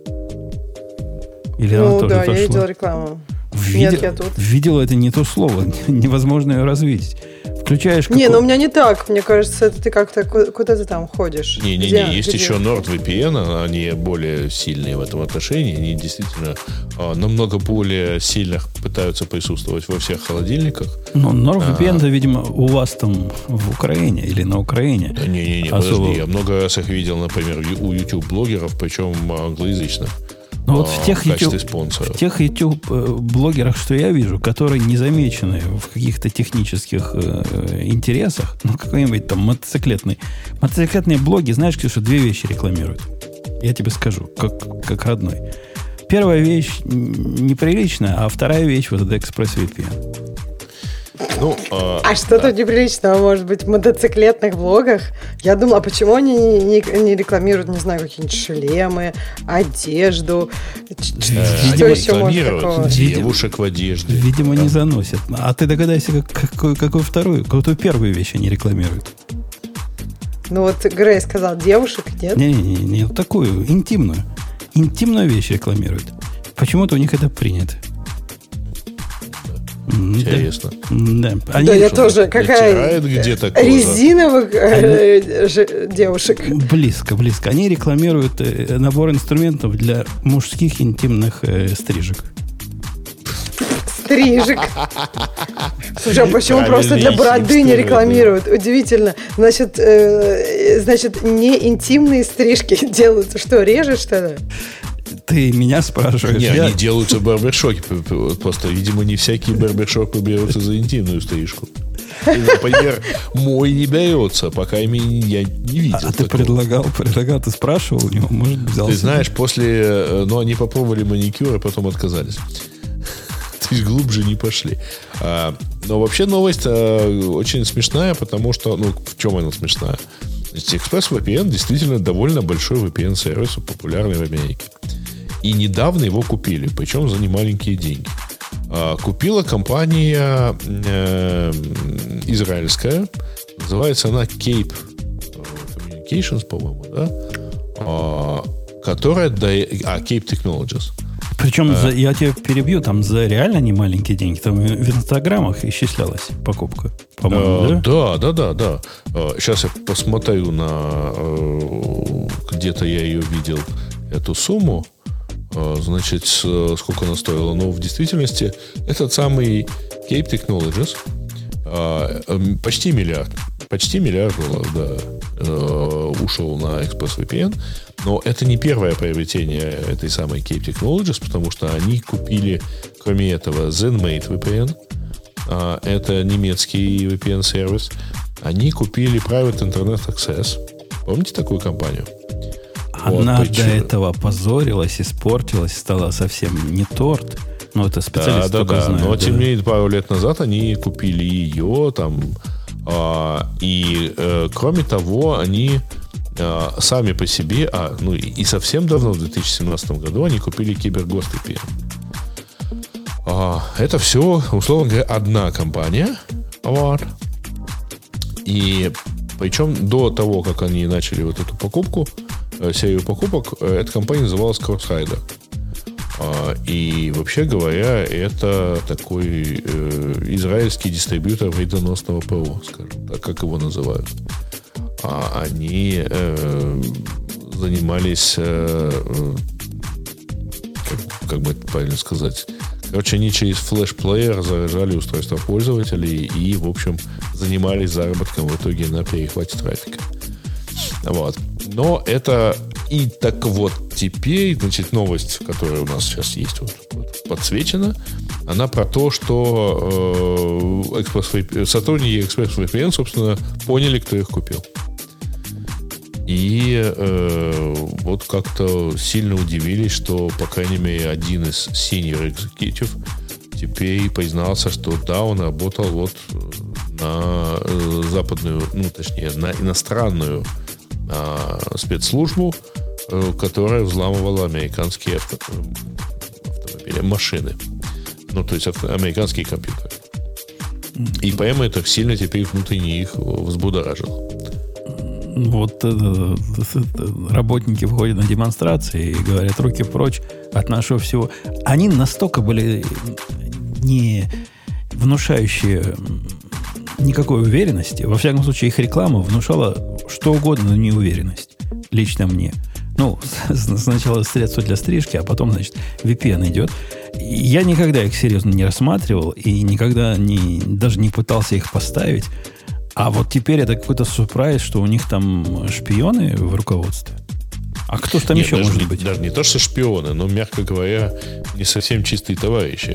Или ну она тоже да, отошла? я видел рекламу. Видел, Нет, я тут. Видела, это не то слово. Невозможно ее развидеть. Включаешь... Не, какой... ну у меня не так. Мне кажется, это ты как-то... Куда ты там ходишь? Не-не-не, есть где? Еще NordVPN, они более сильные в этом отношении. Они действительно а, намного более сильно пытаются присутствовать во всех холодильниках. Ну, NordVPN-то, а, видимо, у вас там в Украине или на Украине. Да не-не-не, особо... подожди. Я много раз их видел, например, у YouTube-блогеров, причем англоязычных. Ну вот в тех, YouTube, в тех YouTube-блогерах, что я вижу, которые не замечены в каких-то технических э, интересах, ну, какой-нибудь там мотоциклетный. Мотоциклетные блоги, знаешь, Ксюша, две вещи рекламируют. Я тебе скажу, как, как родной. Первая вещь неприличная, а вторая вещь вот это ExpressVPN. Ну, а, а что да. тут неприличного может быть в мотоциклетных блогах? Я думала, а почему они не, не, не рекламируют, не знаю, какие-нибудь шлемы, одежду? Э, что еще может такого? Девушек в одежде. Видимо, да. не заносят. А ты догадайся, как, какую, какую вторую, какую первую вещь они рекламируют? Ну вот Грей сказал, девушек нет? Не-не-не, не такую, интимную. Интимную вещь рекламируют. Почему-то у них это принято. Интересно. Да, да я тоже. Какая где-то резиновых э, девушек. Близко, близко. Они рекламируют э, набор инструментов для мужских интимных э, стрижек. Стрижек. Слушай, а почему просто для бороды не рекламируют? Удивительно. Значит, э, значит, не интимные стрижки делаются. Что, режешь, что ли? Ты меня спрашиваешь? Не, я... они делаются в барбершопе. Просто, видимо, не всякие барбершопы берутся за интимную стрижку. Например, мой не берется, пока я не видел. А, а ты предлагал, предлагал, ты спрашивал у него, может, взял. Ты знаешь, после... Ну, они попробовали маникюр, а потом отказались. То есть глубже не пошли. А, но вообще новость а, очень смешная, потому что... Ну, в чем она смешная? ExpressVPN действительно довольно большой ви пи эн-сервис, популярный в Америке. И недавно его купили, причем за немаленькие деньги. А, купила компания э, израильская. Называется она Cape Communications, по-моему, да? А, которая... Да, а, Cape Technologies. Причем, а, за, я тебя перебью, там за реально не маленькие деньги. Там в инстаграмах исчислялась покупка, по-моему, а, да? Да, да, да, да. А, сейчас я посмотрю на... Где-то я ее видел, эту сумму. Значит, сколько она стоила. Но в действительности этот самый Cape Technologies почти миллиард. Почти миллиард долларов, да, ушел на ExpressVPN. Но это не первое приобретение этой самой Cape Technologies, потому что они купили, кроме этого, ZenMate ви пи эн. Это немецкий ви пи эн-сервис. Они купили Private Internet Access. Помните такую компанию? Она вот, до этого опозорилась, испортилась, стала совсем не торт. Ну, это специалисты да, только да, да. знают. Но, да. тем не менее, пару лет назад они купили ее там. А, и, э, кроме того, они а, сами по себе, а, ну и совсем давно, в две тысячи семнадцатом году, они купили CyberGhost ви пи эн. А, это все, условно говоря, одна компания. Вот. И причем до того, как они начали вот эту покупку, серию покупок, эта компания называлась Crossrider. И вообще говоря, это такой э, израильский дистрибьютор вредоносного ПО, скажем так, как его называют. А они э, занимались, э, как, как бы это правильно сказать, короче, они через флеш-плеер заражали устройства пользователей и, в общем, занимались заработком в итоге на перехвате трафика. Вот. Но это и так вот теперь, значит, новость, которая у нас сейчас есть, вот, вот, подсвечена, она про то, что э, Express, сотрудники ExpressVPN, собственно, поняли, кто их купил. И э, вот как-то сильно удивились, что, по крайней мере, один из senior executive теперь признался, что да, он работал вот на э, западную, ну, точнее, на иностранную э, спецслужбу, э, которая взламывала американские авто, автомобили, машины. Ну, то есть авто, американские компьютеры. И поэтому это сильно теперь внутренне их взбудоражило. Вот э, работники выходят на демонстрации и говорят: руки прочь от нашего всего. Они настолько были не внушающие никакой уверенности. Во всяком случае, их реклама внушала что угодно, но не уверенность. Лично мне. Ну, сначала средства для стрижки, а потом, значит, ви пи эн идет. Я никогда их серьезно не рассматривал и никогда не, даже не пытался их поставить. А вот теперь это какой-то сюрприз, что у них там шпионы в руководстве. А кто же там Нет, еще даже может не, быть? Даже не то, что шпионы, но, мягко говоря, не совсем чистые товарищи,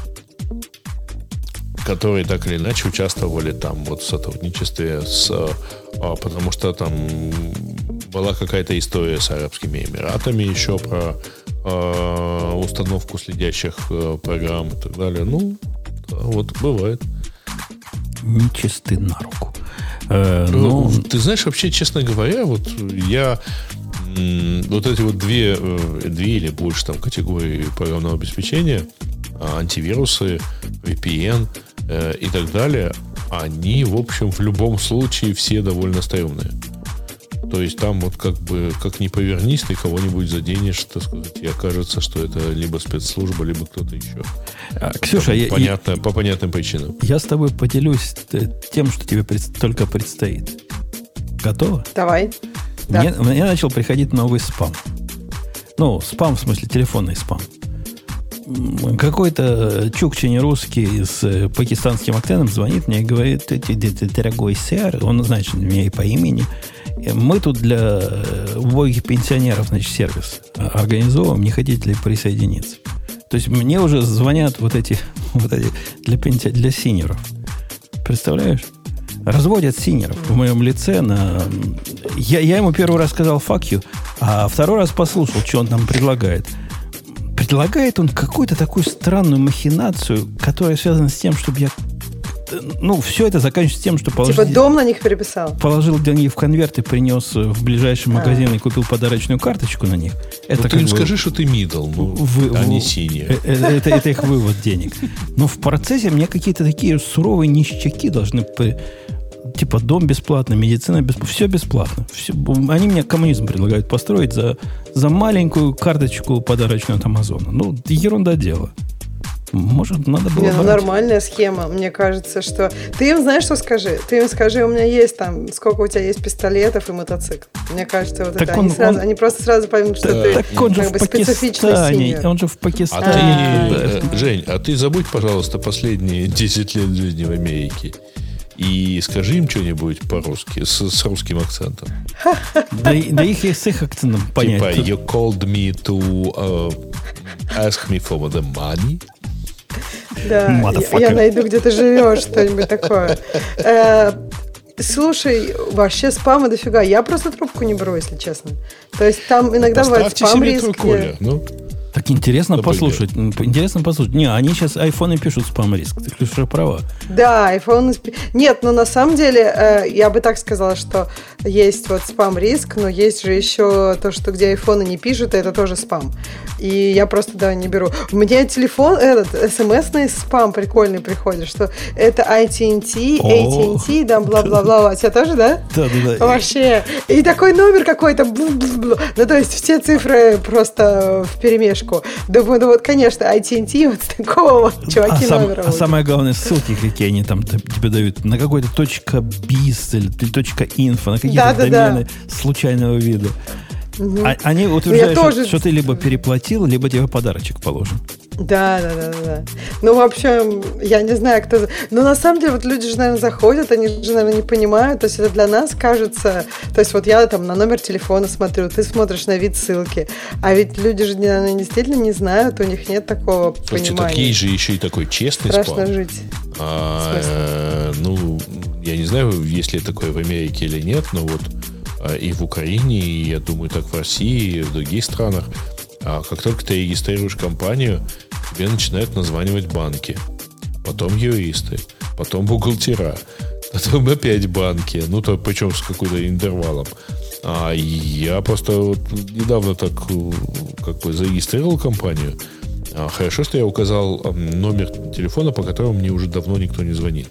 которые так или иначе участвовали там вот в сотрудничестве с... А, потому что там была какая-то история с Арабскими Эмиратами еще про а, установку следящих а, программ и так далее. Ну, да, вот бывает. Нечисты на руку. Э, но... Ты знаешь, вообще, честно говоря, вот я м, вот эти вот две, две или больше там категории программного обеспечения, антивирусы, ви пи эн э, и так далее, они, в общем, в любом случае все довольно стрёмные. То есть там вот как бы, как ни повернись, ты кого-нибудь заденешь, так сказать, и окажется, что это либо спецслужба, либо кто-то еще. А, Ксюша, я, понятно, я, по понятным причинам. Я с тобой поделюсь тем, что тебе пред, только предстоит. Готова? Давай. Мне, да. мне начал приходить новый спам. Ну, спам в смысле телефонный спам. Какой-то чукча не русский с пакистанским акцентом звонит мне и говорит: дорогой сэр, он знает меня и по имени, мы тут для убогих пенсионеров, значит, сервис организовываем, не хотите ли присоединиться? То есть мне уже звонят вот эти, вот эти для, пенси, для синеров. Представляешь? Разводят синеров в моем лице на... Я, я ему первый раз сказал fuck you, а второй раз послушал, что он там предлагает. Предлагает он какую-то такую странную махинацию, которая связана с тем, чтобы я... Ну, все это заканчивается тем, что положил... Типа дом на них переписал? Положил деньги в конверт и принес в ближайший магазин а. и купил подарочную карточку на них. Это ну, ты им скажи, что ты middle, ну, вы, а вы, не senior. Это, это, это их вывод денег. Но в процессе мне какие-то такие суровые ништяки должны... Типа дом бесплатно, медицина бесплатно, все бесплатно. Все, они мне коммунизм предлагают построить за, за маленькую карточку подарочную от Амазона. Ну, ерунда дело. Может, надо было... Не, ну, нормальная схема. Мне кажется, что... Ты им знаешь, что скажи? Ты им скажи, у меня есть там... Сколько у тебя есть пистолетов и мотоцикл. Мне кажется, вот так это... Он, они, сразу, он... они просто сразу поймут, что да. ты так он же как в бы специфичный. Он же в Пакистане. А ты, Жень, а ты забудь, пожалуйста, последние десять лет жизни в Америке. И скажи им что-нибудь по-русски, с, с русским акцентом. Да, да их и с их акцентом понять. Типа, you called me to uh, ask me for the money? Да, я, я найду, где ты живешь, что-нибудь такое. Э, слушай, вообще спама дофига. Я просто трубку не беру, если честно. То есть там иногда бывает спам-риск. Ну. Так интересно Добрый послушать. День. Интересно послушать. Не, они сейчас айфоны пишут спам-риск. Ты, Ксюша, права. Да, айфоны... Нет, но на самом деле, э, я бы так сказала, что есть вот спам-риск, но есть же еще то, что где айфоны не пишут, это тоже спам. И я просто, да, не беру. У меня телефон, этот, смс-ный спам прикольный приходит, что это ай ти энд ти, эй ти энд ти, да, бла-бла-бла. У тебя тоже, да? Да-да-да. Вообще. И такой номер какой-то. Ну, то есть все цифры просто вперемешку. Думаю, ну вот, конечно, ай ти энд ти, вот такого вот чуваки а номера. Сам, а самое главное, ссылки какие они там тебе дают. На какой-то .biz или .info, на какие-то да, да, домены да. случайного вида. Угу. А, они утверждают, тоже... что, что ты либо переплатил, либо тебе подарочек положен. Да, да, да, да. Ну, в общем, я не знаю, кто... Но на самом деле, вот люди же, наверное, заходят, они же, наверное, не понимают. То есть это для нас кажется... То есть вот я там на номер телефона смотрю, ты смотришь на вид ссылки. А ведь люди же, наверное, действительно не знают, у них нет такого Слушайте, понимания. так есть же еще и такой честный Страшно спам. жить. А, э, ну, я не знаю, есть ли такое в Америке или нет, но вот и в Украине, и, я думаю, так в России, и в других странах. А как только ты регистрируешь компанию, тебе начинают названивать банки, потом юристы, потом бухгалтера, потом опять банки, ну, то причем с каким-то интервалом. А я просто вот недавно так как бы зарегистрировал компанию. А хорошо, что я указал номер телефона, по которому мне уже давно никто не звонит.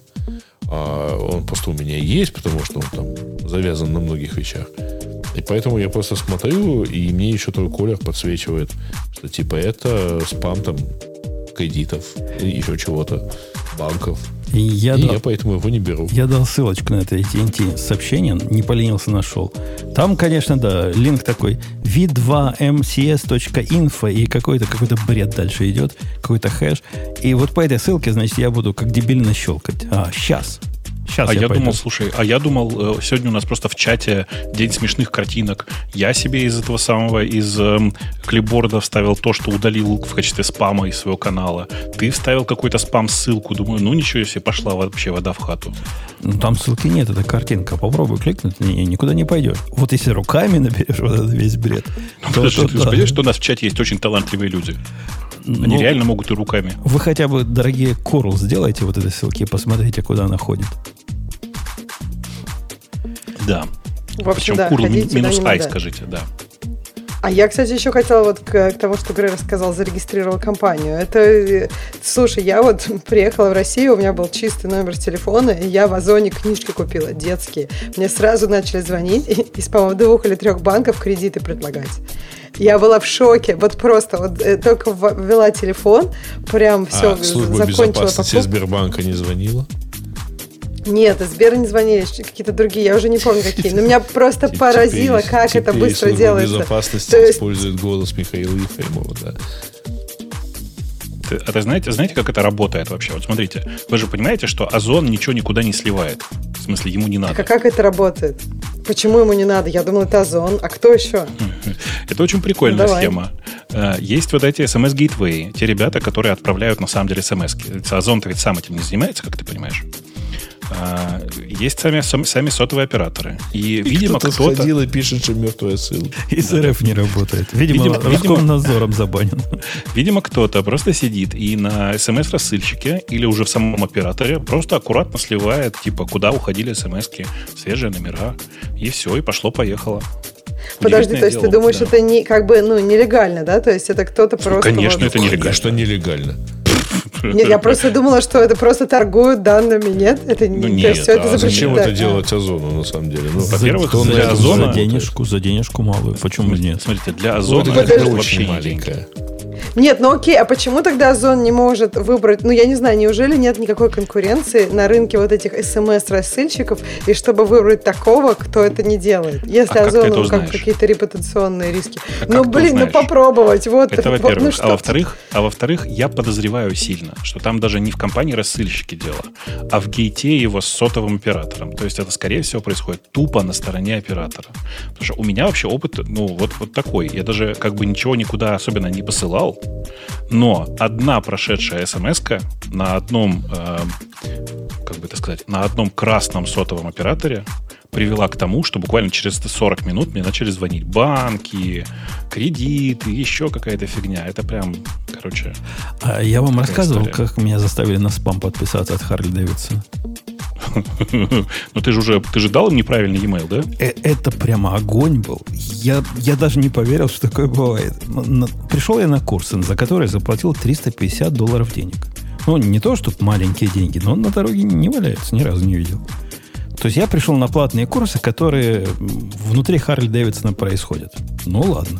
А он просто у меня есть, потому что он там завязан на многих вещах. И поэтому я просто смотрю, и мне еще только Коля подсвечивает, что типа это спам там кредитов, или еще чего-то, банков. И, я, и дал, я поэтому его не беру. Я дал ссылочку на это эй ти энд ти сообщение, не поленился, нашел. Там, конечно, да, линк такой ви два эм си эс точка инфо и какой-то, какой-то бред дальше идет, какой-то хэш. И вот по этой ссылке, значит, я буду как дебильно щелкать. А, сейчас. Сейчас а я, я пойду. думал, слушай, а я думал, сегодня у нас просто в чате день смешных картинок. Я себе из этого самого, из эм, клипборда вставил то, что удалил в качестве спама из своего канала. Ты вставил какой-то спам-ссылку. Думаю, ну ничего себе, пошла вообще вода в хату. Ну, там ссылки нет, это картинка. Попробуй кликнуть, ни, никуда не пойдешь. Вот если руками наберешь вот этот весь бред. Ну, то, подожди, то, ты да. понимаешь, что у нас в чате есть очень талантливые люди? Они ну, реально могут и руками. Вы хотя бы, дорогие, курл сделайте вот этой ссылки и посмотрите, куда она ходит. Да. В общем, Причем да, курл ходить минус ай, надо. скажите, да. А я, кстати, еще хотела вот к, к тому, что Грей рассказал, зарегистрировал компанию. Это, слушай, я вот приехала в Россию, у меня был чистый номер телефона, и я в Озоне книжки купила, детские. Мне сразу начали звонить из, по-моему, двух или трех банков кредиты предлагать. Я была в шоке, вот просто вот только ввела телефон, прям все а закончила. Служба безопасности Сбербанка не звонила? Нет, из Сбера не звонили, какие-то другие, я уже не помню какие. Но меня просто поразило, как это быстро делается. Безопасности использует голос Михаила Ефремова, да. А ты знаете, знаете, как это работает вообще? Вот смотрите, вы же понимаете, что Озон ничего никуда не сливает. В смысле, ему не надо. Так, а как это работает? Почему ему не надо? Я думал, это Озон. А кто еще? Это очень прикольная ну, схема. Есть вот эти эс эм эс-гейтвей, те ребята, которые отправляют на самом деле эс эм эс-ки. Озон-то ведь сам этим не занимается, как ты понимаешь. Есть сами, сами сотовые операторы. И, и видимо, кто-то, кто-то... сходил и пишет, что мертвая ссылка. И эс эр эф не работает. Видимо, видимо Роскомнадзором забанен. Видимо, кто-то просто сидит и на эс эм эс-рассыльщике или уже в самом операторе просто аккуратно сливает, типа, куда уходили эс эм эс-ки, свежие номера, и все, и пошло-поехало. Подожди, то есть дело, ты думаешь, да. это не, как бы, ну, нелегально, да? То есть это кто-то просто... Конечно, вот... это нелегально. Конечно, нелегально. Нет, я просто думала, что это просто торгуют данными. Нет, это ну, не. Нет, все а это зачем это делать Озону, на самом деле? Ну, во-первых, за, для Озона... За денежку, за денежку малую. Почему смотрите, нет? Смотрите, для Озона ну, это, это вообще очень маленькая. Нет, ну окей, а почему тогда Озон не может выбрать, ну я не знаю, неужели нет никакой конкуренции на рынке вот этих эс эм эс-рассыльщиков, и чтобы выбрать такого, кто это не делает? Если а Озон, ну как какие-то репутационные риски. А ну блин, ну попробовать. Вот, это вот, во-первых. Ну, что? А во-вторых, а во-вторых, я подозреваю сильно, что там даже не в компании рассыльщики дело, а в гейте его с сотовым оператором. То есть это, скорее всего, происходит тупо на стороне оператора. Потому что у меня вообще опыт, ну, вот, вот такой. Я даже как бы ничего никуда особенно не посылал, но одна прошедшая эс эм эс-ка на одном, э, как бы это сказать, на одном красном сотовом операторе привела к тому, что буквально через сорок минут мне начали звонить банки, кредиты, еще какая-то фигня. Это прям, короче... А я вам рассказывал, история. Как меня заставили на спам подписаться от Харли Дэвидсона? Но ты же уже ты же дал им неправильный e-mail, да? Это прямо огонь был. Я, я даже не поверил, что такое бывает. Пришел я на курс, за который заплатил триста пятьдесят долларов денег. Ну, не то, что маленькие деньги, но он на дороге не валяется, ни разу не видел. То есть я пришел на платные курсы, которые внутри Харли Дэвидсона происходят. Ну, ладно.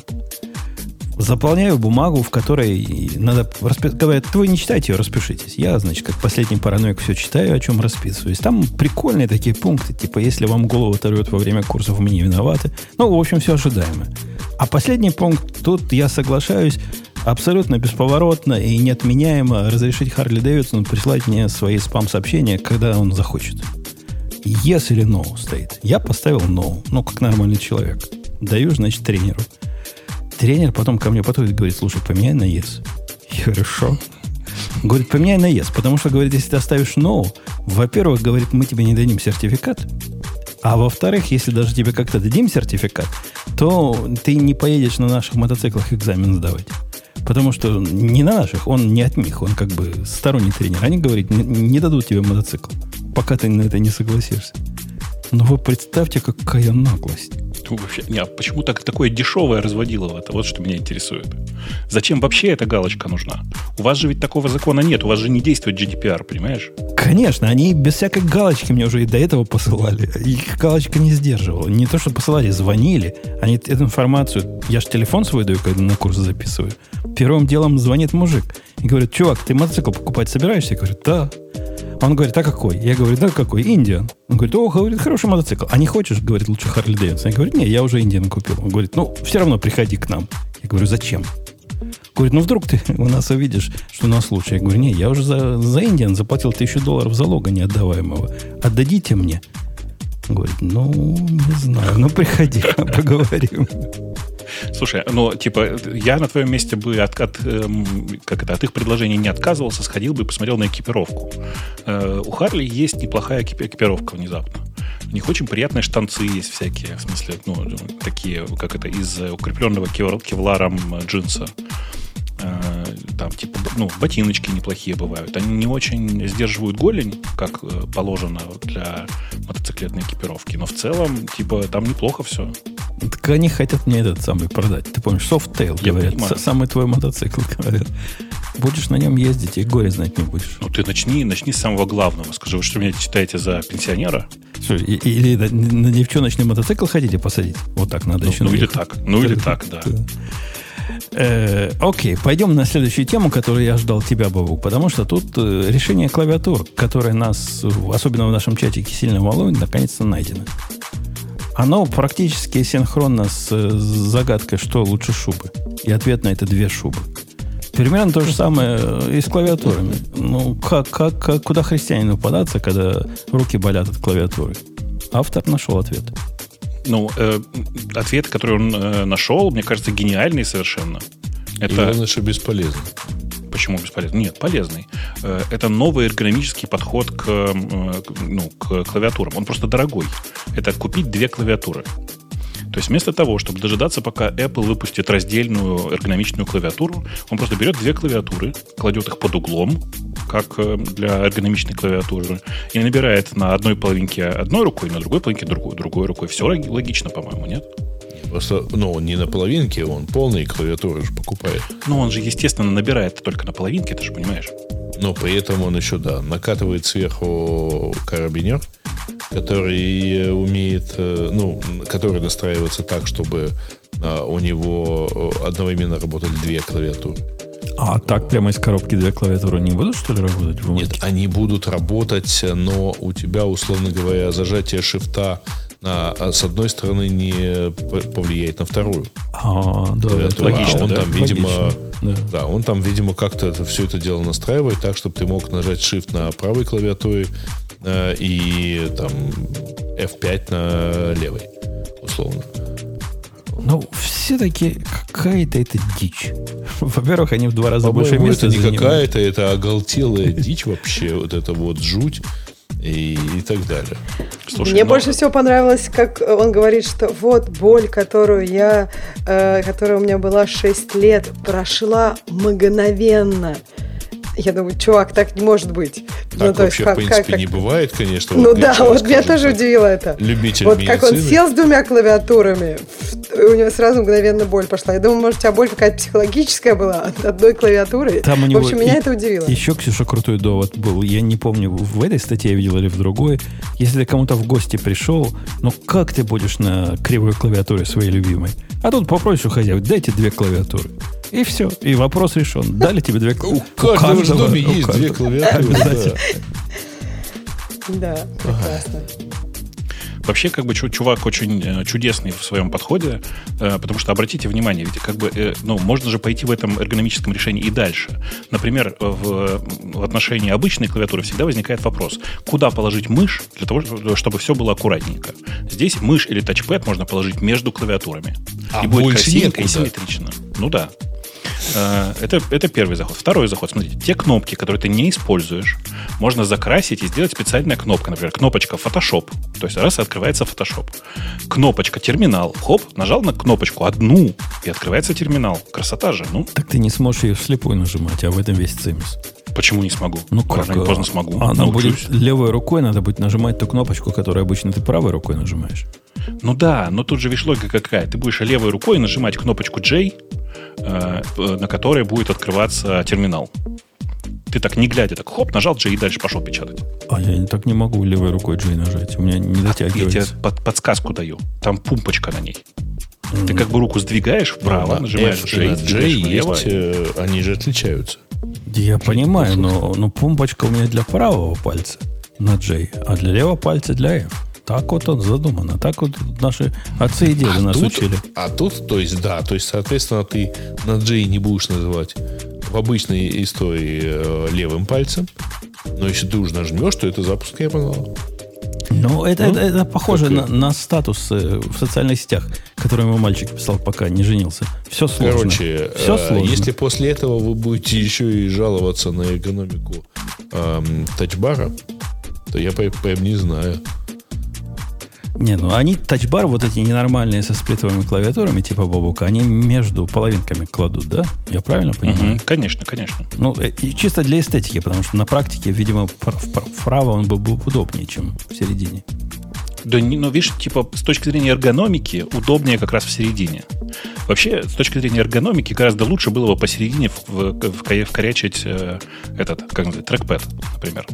Заполняю бумагу, в которой надо расписать. Говорят, вы не читайте ее, распишитесь. Я, значит, как последний параноик все читаю, о чем расписываюсь. Там прикольные такие пункты, типа, если вам голову оторвет во время курсов, мы не виноваты. Ну, в общем, все ожидаемо. А последний пункт, тут я соглашаюсь абсолютно бесповоротно и неотменяемо разрешить Харли Дэвидсону прислать мне свои спам-сообщения, когда он захочет. Yes или no стоит. Я поставил no, ну, как нормальный человек. Даю, значит, тренеру. Тренер потом ко мне подходит и говорит, слушай, поменяй на yes. Я говорю, шо? Говорит, поменяй на yes, потому что, говорит, если ты оставишь no, во-первых, говорит, мы тебе не дадим сертификат, а во-вторых, если даже тебе как-то дадим сертификат, то ты не поедешь на наших мотоциклах экзамен сдавать. Потому что не на наших, он не от них, он как бы сторонний тренер. Они говорят, не, не дадут тебе мотоцикл, пока ты на это не согласишься. Но вы представьте, какая наглость. Ну, вообще, не, а почему так, такое дешевое разводилово? Это вот что меня интересует. Зачем вообще эта галочка нужна? У вас же ведь такого закона нет, у вас же не действует джи ди пи ар, понимаешь? Конечно, они без всякой галочки мне уже и до этого посылали. Их галочка не сдерживала. Не то, что посылали, звонили. Они эту информацию... Я же телефон свой даю, когда на курс записываю. Первым делом звонит мужик и говорит, чувак, ты мотоцикл покупать собираешься? Я говорю, да. Он говорит, а какой? Я говорю, да какой? Индиан. Он говорит, о, говорит, хороший мотоцикл. А не хочешь, говорит, лучше Харли Дэвидсон? Я говорю, не, я уже Индиан купил. Он говорит, ну, все равно приходи к нам. Я говорю, зачем? Говорит, ну, вдруг ты у нас увидишь, что у нас лучше. Я говорю, не, я уже за, за Индиан заплатил тысячу долларов залога неотдаваемого. Отдадите мне. Он говорит, ну, не знаю, ну, приходи, поговорим. Слушай, ну, типа, я на твоем месте бы от, от, эм, как это, от их предложений не отказывался, сходил бы и посмотрел на экипировку. Э, у Харли есть неплохая экипировка внезапно. У них очень приятные штанцы есть всякие, в смысле, ну, такие, как это, из укрепленного кевларом джинса. Э, там, типа, ну, ботиночки неплохие бывают. Они не очень сдерживают голень, как положено для мотоциклетной экипировки, но в целом, типа, там неплохо все. Так они хотят мне этот самый продать. Ты помнишь, Softail, говорят. Самый твой мотоцикл, говорят. Будешь на нем ездить, и горе знать не будешь. Ну, ты начни, начни с самого главного. Скажи, вы что, меня читаете за пенсионера? Что, и, или на, на девчоночный мотоцикл хотите посадить? Вот так надо ну, еще. Ну, или так. Ну, или так, да. Э, окей, пойдем на следующую тему, которую я ждал тебя, Бабук, потому что тут э, решение клавиатур, которое нас, особенно в нашем чатике, сильно волнует, наконец-то найдено. Оно практически синхронно с, с загадкой, что лучше шубы. И ответ на это две шубы. Примерно то же самое и с клавиатурами. Ну, как, как, как, куда христианину податься, когда руки болят от клавиатуры? Автор нашел ответ. Ну, э, ответ, который он э, нашел, мне кажется, гениальный совершенно. Это... И главное, что бесполезный. Почему бесполезный? Нет, полезный. Э, это новый эргономический подход к, э, ну, к клавиатурам. Он просто дорогой. Это купить две клавиатуры. То есть вместо того, чтобы дожидаться, пока Apple выпустит раздельную эргономичную клавиатуру, он просто берет две клавиатуры, кладет их под углом, как для эргономичной клавиатуры, и набирает на одной половинке одной рукой, на другой половинке другой, другой рукой. Все логично, по-моему, нет? Просто, ну, он не на половинке, он полные клавиатуры же покупает. Ну, он же, естественно, набирает только на половинке, ты же понимаешь. Но при этом он еще, да, накатывает сверху карабинер, который умеет, ну, который настраивается так, чтобы у него одновременно работали две клавиатуры. А так прямо из коробки две клавиатуры не будут, что ли, работать? Нет, они будут работать, но у тебя, условно говоря, зажатие шифта на, с одной стороны не повлияет на вторую. А, да, это логично, а он да? там, видимо, да. да, он там, видимо, как-то это, все это дело настраивает так, чтобы ты мог нажать Shift на правой клавиатуре э, и там эф пять на левой, условно. Ну, все-таки какая-то это дичь. Во-первых, они в два раза По-моему, больше места это не занимают. какая-то, это оголтелая дичь вообще, вот это вот жуть и, и так далее. Слушай, Мне но... больше всего понравилось, как он говорит, что вот боль, которую я, э, которая у меня была шесть лет, прошла мгновенно. Я думаю, чувак, так не может быть. Так ну, вообще, есть, в принципе, как, не бывает, конечно. Ну вот да, вот меня тоже удивило это. Любитель вот медицины. как он сел с двумя клавиатурами, у него сразу мгновенно боль пошла. Я думаю, может, у тебя боль какая-то психологическая была от одной клавиатуры. Там у в него общем, меня и, это удивило. Еще, Ксюша, крутой довод был. Я не помню, в этой статье я видел или в другой. Если ты кому-то в гости пришел, ну как ты будешь на кривой клавиатуре своей любимой? А тут попросишь у хозяев, дайте две клавиатуры. И все. И вопрос решен. Дали тебе две клавиатуры. У каждого в доме есть две клавиатуры. Обязательно. Да, прекрасно. Вообще, как бы, чувак очень э, чудесный в своем подходе, э, потому что, обратите внимание, ведь как бы, э, ну, можно же пойти в этом эргономическом решении и дальше. Например, в, в отношении обычной клавиатуры всегда возникает вопрос, куда положить мышь для того, чтобы все было аккуратненько. Здесь мышь или тачпэд можно положить между клавиатурами. А и будет красивенько некуда. и симметрично. Ну да. Это, это первый заход. Второй заход. Смотрите, те кнопки, которые ты не используешь, можно закрасить и сделать специальная кнопка. Например, кнопочка Photoshop. То есть раз открывается Photoshop. Кнопочка терминал. Хоп, нажал на кнопочку одну, и открывается терминал. Красота же. Ну, так ты не сможешь ее вслепую нажимать, а в этом весь цимис. Почему не смогу? Ну как? Рано или поздно смогу. Она Научусь. будет левой рукой, надо будет нажимать ту кнопочку, которую обычно ты правой рукой нажимаешь. Ну да, но тут же видишь логика какая. Ты будешь левой рукой нажимать кнопочку J, э, на которой будет открываться терминал. Ты так не глядя, так хоп, нажал J и дальше пошел печатать. А я так не могу левой рукой J нажать. У меня не дотягивается. Я тебе под, подсказку даю. Там пумпочка на ней. Ты как бы руку сдвигаешь вправо, На нажимаешь F J, и на J налево. есть, э, они же отличаются. Я понимаю, но, но пумпочка у меня для правого пальца на J, а для левого пальца для F. Так вот он задумано. Так вот наши отцы и деды а нас тут, учили. А тут, то есть, да, то есть, соответственно, ты на J не будешь называть в обычной истории э, левым пальцем, но если ты уже нажмешь, то это запуск терминала. Ну, это, Ну, это, это похоже как на, на статус э, в социальных сетях, который мой мальчик писал, пока не женился. Все сложно. Короче, Все э, сложно. если после этого вы будете еще и жаловаться на эргономику э, тачбара, то я прям, прям не знаю. Не, ну они тачбар, вот эти ненормальные со сплитовыми клавиатурами, типа Бобука, они между половинками кладут, да? Я правильно понимаю? Угу, конечно, конечно. Ну, и чисто для эстетики, потому что на практике, видимо, вправо он был бы удобнее, чем в середине. Да, ну, видишь, типа, с точки зрения эргономики, удобнее как раз в середине. Вообще, с точки зрения эргономики, гораздо лучше было бы посередине в, в, в, вкорячить э, этот, как называется, трекпэд, например.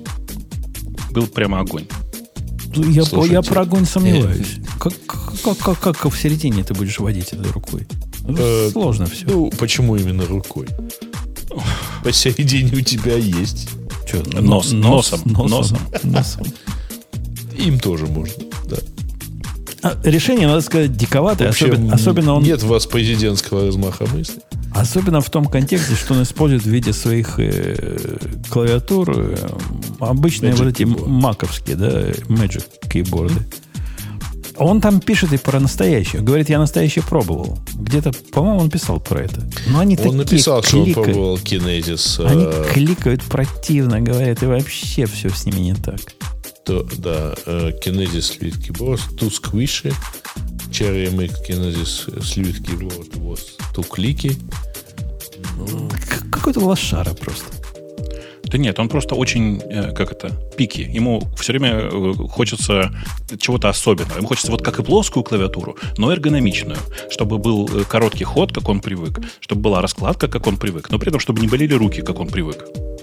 Был прямо огонь. Я, Слушайте, я про огонь сомневаюсь. Как, как, как, как в середине ты будешь водить этой рукой? Э, Сложно все. Ну, почему именно рукой? Посередине у тебя есть. Че, Нос, нос, носом, носом, носом. носом. Им тоже можно, да. А решение, надо сказать, диковатое. Вообще, Особенно, особенно он... Нет у вас президентского размаха мысли. Особенно в том контексте, что он использует в виде своих э, клавиатур э, обычные Magic вот эти keyboard. маковские, да, Magic кейборды. Он там пишет и про настоящее. Говорит, я настоящее пробовал. Где-то, по-моему, он писал про это. Но они Он такие написал, что он кликают. пробовал Kinesis. Они э, кликают противно, говорят, и вообще все с ними не так. то, да, э, Kinesis Fluid Keyboard, too squishy. Cherry make Kinesis Fluid Keyboard was too clicky. К- Какой-то лошара просто. Да нет, он просто очень, э, как это, пики. Ему все время э, хочется чего-то особенного. Ему хочется вот как и плоскую клавиатуру, но эргономичную. Чтобы был э, короткий ход, как он привык. Чтобы была раскладка, как он привык. Но при этом, чтобы не болели руки, как он привык.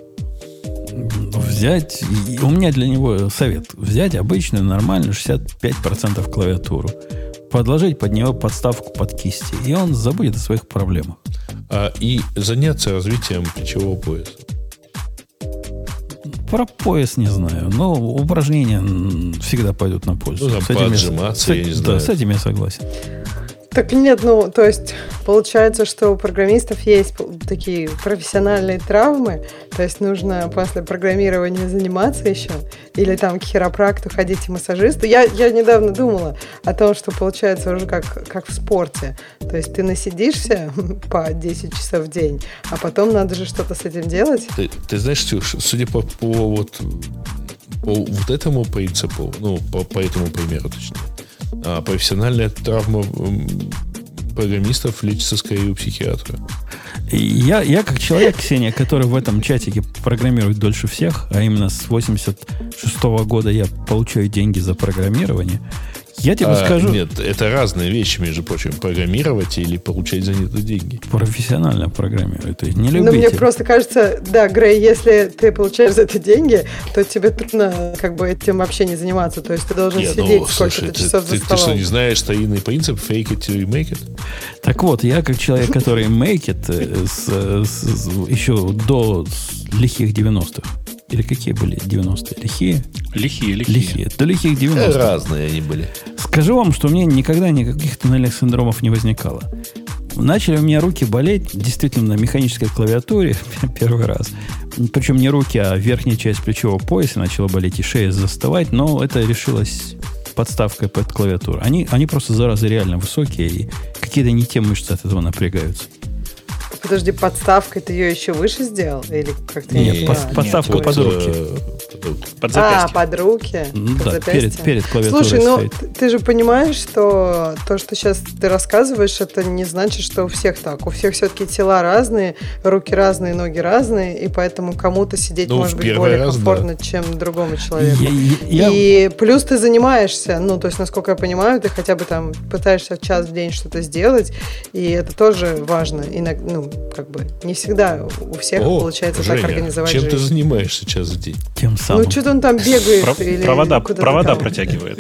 Взять, и у меня для него совет, взять обычную, нормальную шестьдесят пять процентов клавиатуру, подложить под него подставку под кисти, и он забудет о своих проблемах. А, и заняться развитием плечевого пояса. Про пояс не знаю, но упражнения м, всегда пойдут на пользу. Ну, там С этим я- поотжиматься, с- я не да, знаю. с этим я согласен. Так нет, ну, то есть получается, что у программистов есть п- такие профессиональные травмы, то есть нужно после программирования заниматься еще, или там к хиропракту ходить и массажисту. Я, я недавно думала о том, что получается уже как, как в спорте, то есть ты насидишься по десять часов в день, а потом надо же что-то с этим делать. Ты, ты знаешь, Ксюш, судя по, по вот, по вот этому принципу, ну, по, по этому примеру, точнее, а, профессиональная травма м, программистов лечится скорее у психиатра. Я, я как человек, Ксения, который в этом чатике программирует дольше всех, а именно с восемьдесят шестого года я получаю деньги за программирование, я тебе а, скажу... Нет, это разные вещи, между прочим. Программировать или получать за это деньги. Профессионально программировать. То есть не любите. Ну, мне просто кажется, да, Грей, если ты получаешь за это деньги, то тебе трудно как бы этим вообще не заниматься. То есть ты должен Нет, сидеть ну, сколько-то часов ты, за столом. Ты что, не знаешь старинный принцип fake it till you make it? Так вот, я как человек, который make it с, с, с, еще до лихих девяностых. Или какие были девяностые? Лихие? Лихие, лихие. Лихие. До лихих девяностых. Разные они были. Скажу вам, что у меня никогда никаких туннельных синдромов не возникало. Начали у меня руки болеть действительно на механической клавиатуре первый раз. Причем не руки, а верхняя часть плечевого пояса начала болеть и шея застывать, но это решилось подставкой под клавиатуру. Они, они просто, заразы, реально высокие, и какие-то не те мышцы от этого напрягаются. Подожди, подставкой ты ее еще выше сделал? Или как-то Нет, не под, понимаю? подставка Нет, под вот, руки. э, Под запястье. А, под руки? Ну, под да, запястье? перед, перед клавиатурой Слушай, ну стоит. ты же понимаешь, что то, что сейчас ты рассказываешь, это не значит, что у всех так. У всех все-таки тела разные, руки разные, ноги разные, и поэтому кому-то сидеть Ну, может в быть первый более раз, комфортно, да. чем другому человеку. Я- я- я- И плюс ты занимаешься, ну, то есть, насколько я понимаю, ты хотя бы там пытаешься час в день что-то сделать, и это тоже важно. Иногда, ну, как бы, не всегда у всех О, получается Женя, так организовать чем ты жизнь. занимаешься час в день? Тем самым. Ну, что-то он там бегает. Про- или провода куда-то провода там. протягивает.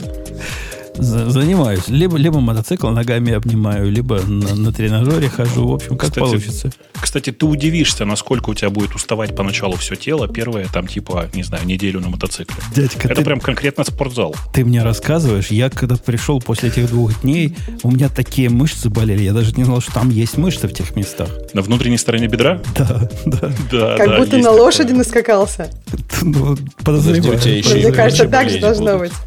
За- Занимаюсь. Либо, либо мотоцикл ногами обнимаю, либо на, на тренажере хожу. В общем, как Кстати, получится. Кстати, ты удивишься, насколько у тебя будет уставать поначалу все тело. Первое, там, типа, не знаю, неделю на мотоцикле. Дядька, Это ты, прям конкретно спортзал. ты мне рассказываешь, я когда пришел после этих двух дней, у меня такие мышцы болели. Я даже не знал, что там есть мышцы в тех местах. На внутренней стороне бедра? Да, да. Да, Как да, будто есть на такое. лошади наскакался. Ну, подозреваю. Подожди, у тебя еще Мне и кажется, раньше так же болеть должно будут. быть.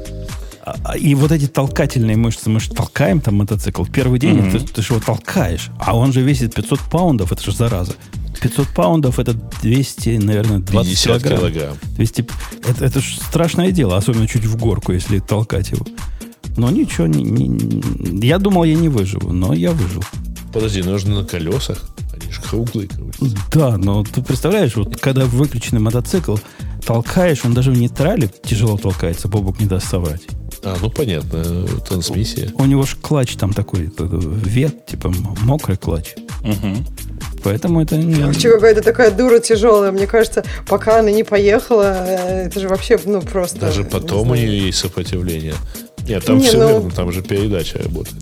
А- а- И вот эти толкательные мышцы, мы же толкаем там мотоцикл. Первый день Мгм. ты, ты же его толкаешь, а он же весит пятьсот паундов, это же зараза. пятьсот паундов это двести, наверное, двадцать пятьдесят килограмм. килограмм. двести, это, это же страшное дело, особенно чуть в горку, если толкать его. Но ничего, не, не- я думал, я не выживу, но я выжил. Подожди, нужно на колесах. Они же круглые. крутятся. Да, но ты представляешь, вот когда выключенный мотоцикл толкаешь, он даже в нейтрале тяжело толкается, Бобок не даст соврать. А, ну понятно, трансмиссия. У него же клатч там такой, э, вет, типа м- мокрый клатч. Мгм. Поэтому это не... Че, какая-то такая дура тяжелая. Мне кажется, пока она не поехала, э, это же вообще, ну, просто... Даже не потом у знаю. нее есть сопротивление. Нет, там Не, все ну- верно, там же передача работает.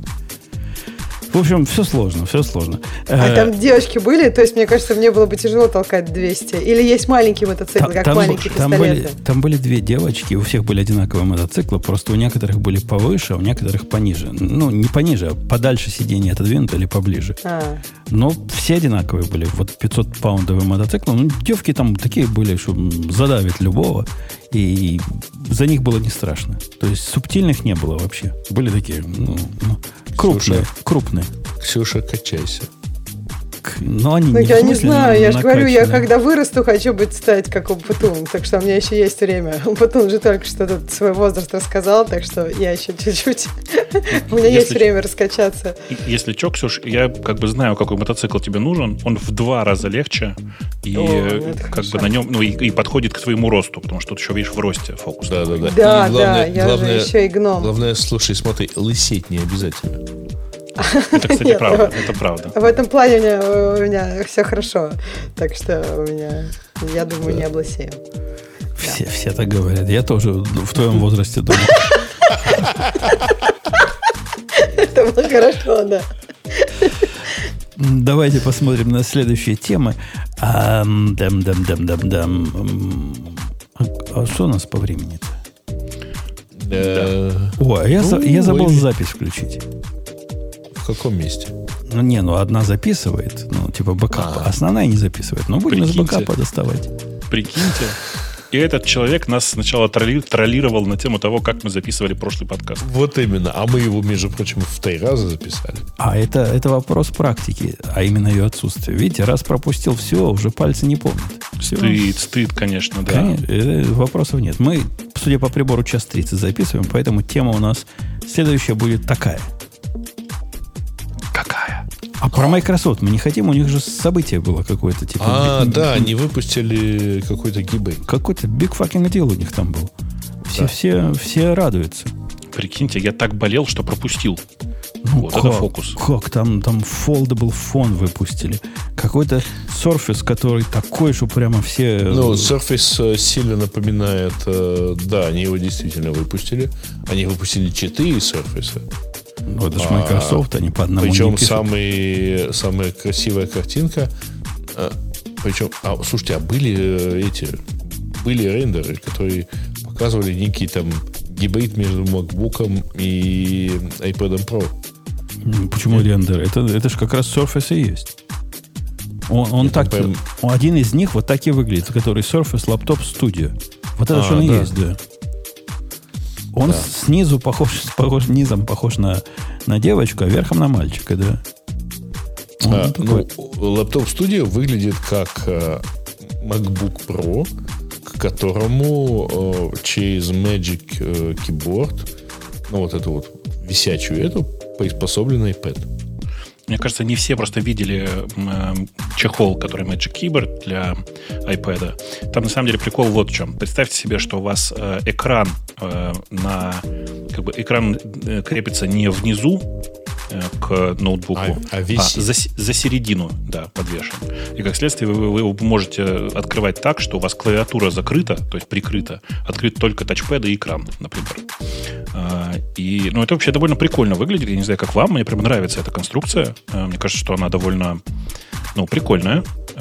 В общем, все сложно, все сложно. А Э, там девочки были, то есть, мне кажется, мне было бы тяжело толкать двести. Или есть маленькие мотоциклы, как там, маленькие там были, пистолеты. там были две девочки, у всех были одинаковые мотоциклы, просто у некоторых были повыше, а у некоторых пониже. Ну, не пониже, а подальше сиденье отодвинуто или поближе. А, Но все одинаковые были. Вот пятьсот-паундовый мотоцикл. Ну, девки там такие были, что задавят любого. И за них было не страшно. То есть субтильных не было вообще. Были такие, ну, ну, крупные, Ксюша. крупные. Ксюша, качайся. К- Но они ну, не я в не смысле знаю, я же говорю, я накачанные. когда вырасту, хочу быть стать как Умпутун, так что у меня еще есть время. Умпутун же только что тут свой возраст рассказал, так что я еще чуть-чуть. У меня есть Если- время раскачаться. И- Если что, Ксюш, я как бы знаю, какой мотоцикл тебе нужен. Он в два раза легче. И О, э, это как хорошо. бы на нем, ну и, и подходит к твоему росту, потому что тут еще, видишь, в росте фокус. Да, да, да. Да, И да, я же еще и гном. Главное, слушай, смотри, лысеть не обязательно. Это, кстати, Нет, правда. ну, Это правда. В этом плане у меня, у меня все хорошо. Так что у меня, я думаю, не облысею. Все, все так говорят. Я тоже в твоем возрасте думал. Это было хорошо, да. Давайте посмотрим на следующие темы. Ам, дам, дам, дам, дам, дам. М, А, а что у нас по времени-то? Э, О, а я, за- Ну, я забыл ой. запись включить. В каком месте? Ну, не, ну одна записывает, ну, типа бэкапа. А. Основная не записывает. Но будем из Прикиньте. бэкапа доставать. Прикиньте. И этот человек нас сначала тролли- троллировал на тему того, как мы записывали прошлый подкаст. Вот именно. А мы его, между прочим, в три раза записали. А это, это вопрос практики, а именно ее отсутствие. Видите, раз пропустил все, уже пальцы не помнят. Все. Стыд, стыд, конечно, да. Конечно, э, вопросов нет. Мы, судя по прибору, час тридцать записываем, поэтому тема у нас следующая будет такая. Какая? А, Про Microsoft мы не хотим, у них же событие было какое-то. Типа, а, big, да, они выпустили какой-то гибей. Какой-то big fucking deal у них там был. Все, да. все, все радуются. Прикиньте, я так болел, что пропустил. Ну, вот как, это фокус. Как? Там, там foldable phone выпустили. Какой-то Surface, который такой, что прямо все... Ну, Surface сильно напоминает... Да, они его действительно выпустили. Они выпустили четыре Surface. Ну, это же Microsoft, а, они по одному причем не пишут. Самый, самая красивая картинка... Причем... А, слушайте, а были эти... Были рендеры, которые показывали некий там гибрид между MacBook'ом и iPad Pro. Почему рендер? Это, это же как раз Surface и есть. Он, он так, прям... Один из них вот так и выглядит, который Surface Laptop Studio. Вот это а, что он и да. есть, да. Он да. снизу похож, похож, низом похож на, на девочку, а верхом на мальчика, да. А, ну, Laptop Studio выглядит как э, MacBook Pro, к которому э, через Magic э, Keyboard, ну вот эту вот висячую эту, приспособлен iPad. Мне кажется, не все просто видели э, чехол, который Magic Keyboard для iPad. Там на самом деле прикол вот в чем. Представьте себе, что у вас э, экран э, на как бы экран э, крепится не внизу э, к ноутбуку, а, а, весь... а за, за середину, да, подвешен. И как следствие вы, вы, вы можете открывать так, что у вас клавиатура закрыта, то есть прикрыта, открыт только тачпэд и экран, например. И, ну, это вообще довольно прикольно выглядит. Я не знаю, как вам. Мне прям нравится эта конструкция. Мне кажется, что она довольно, ну, прикольная.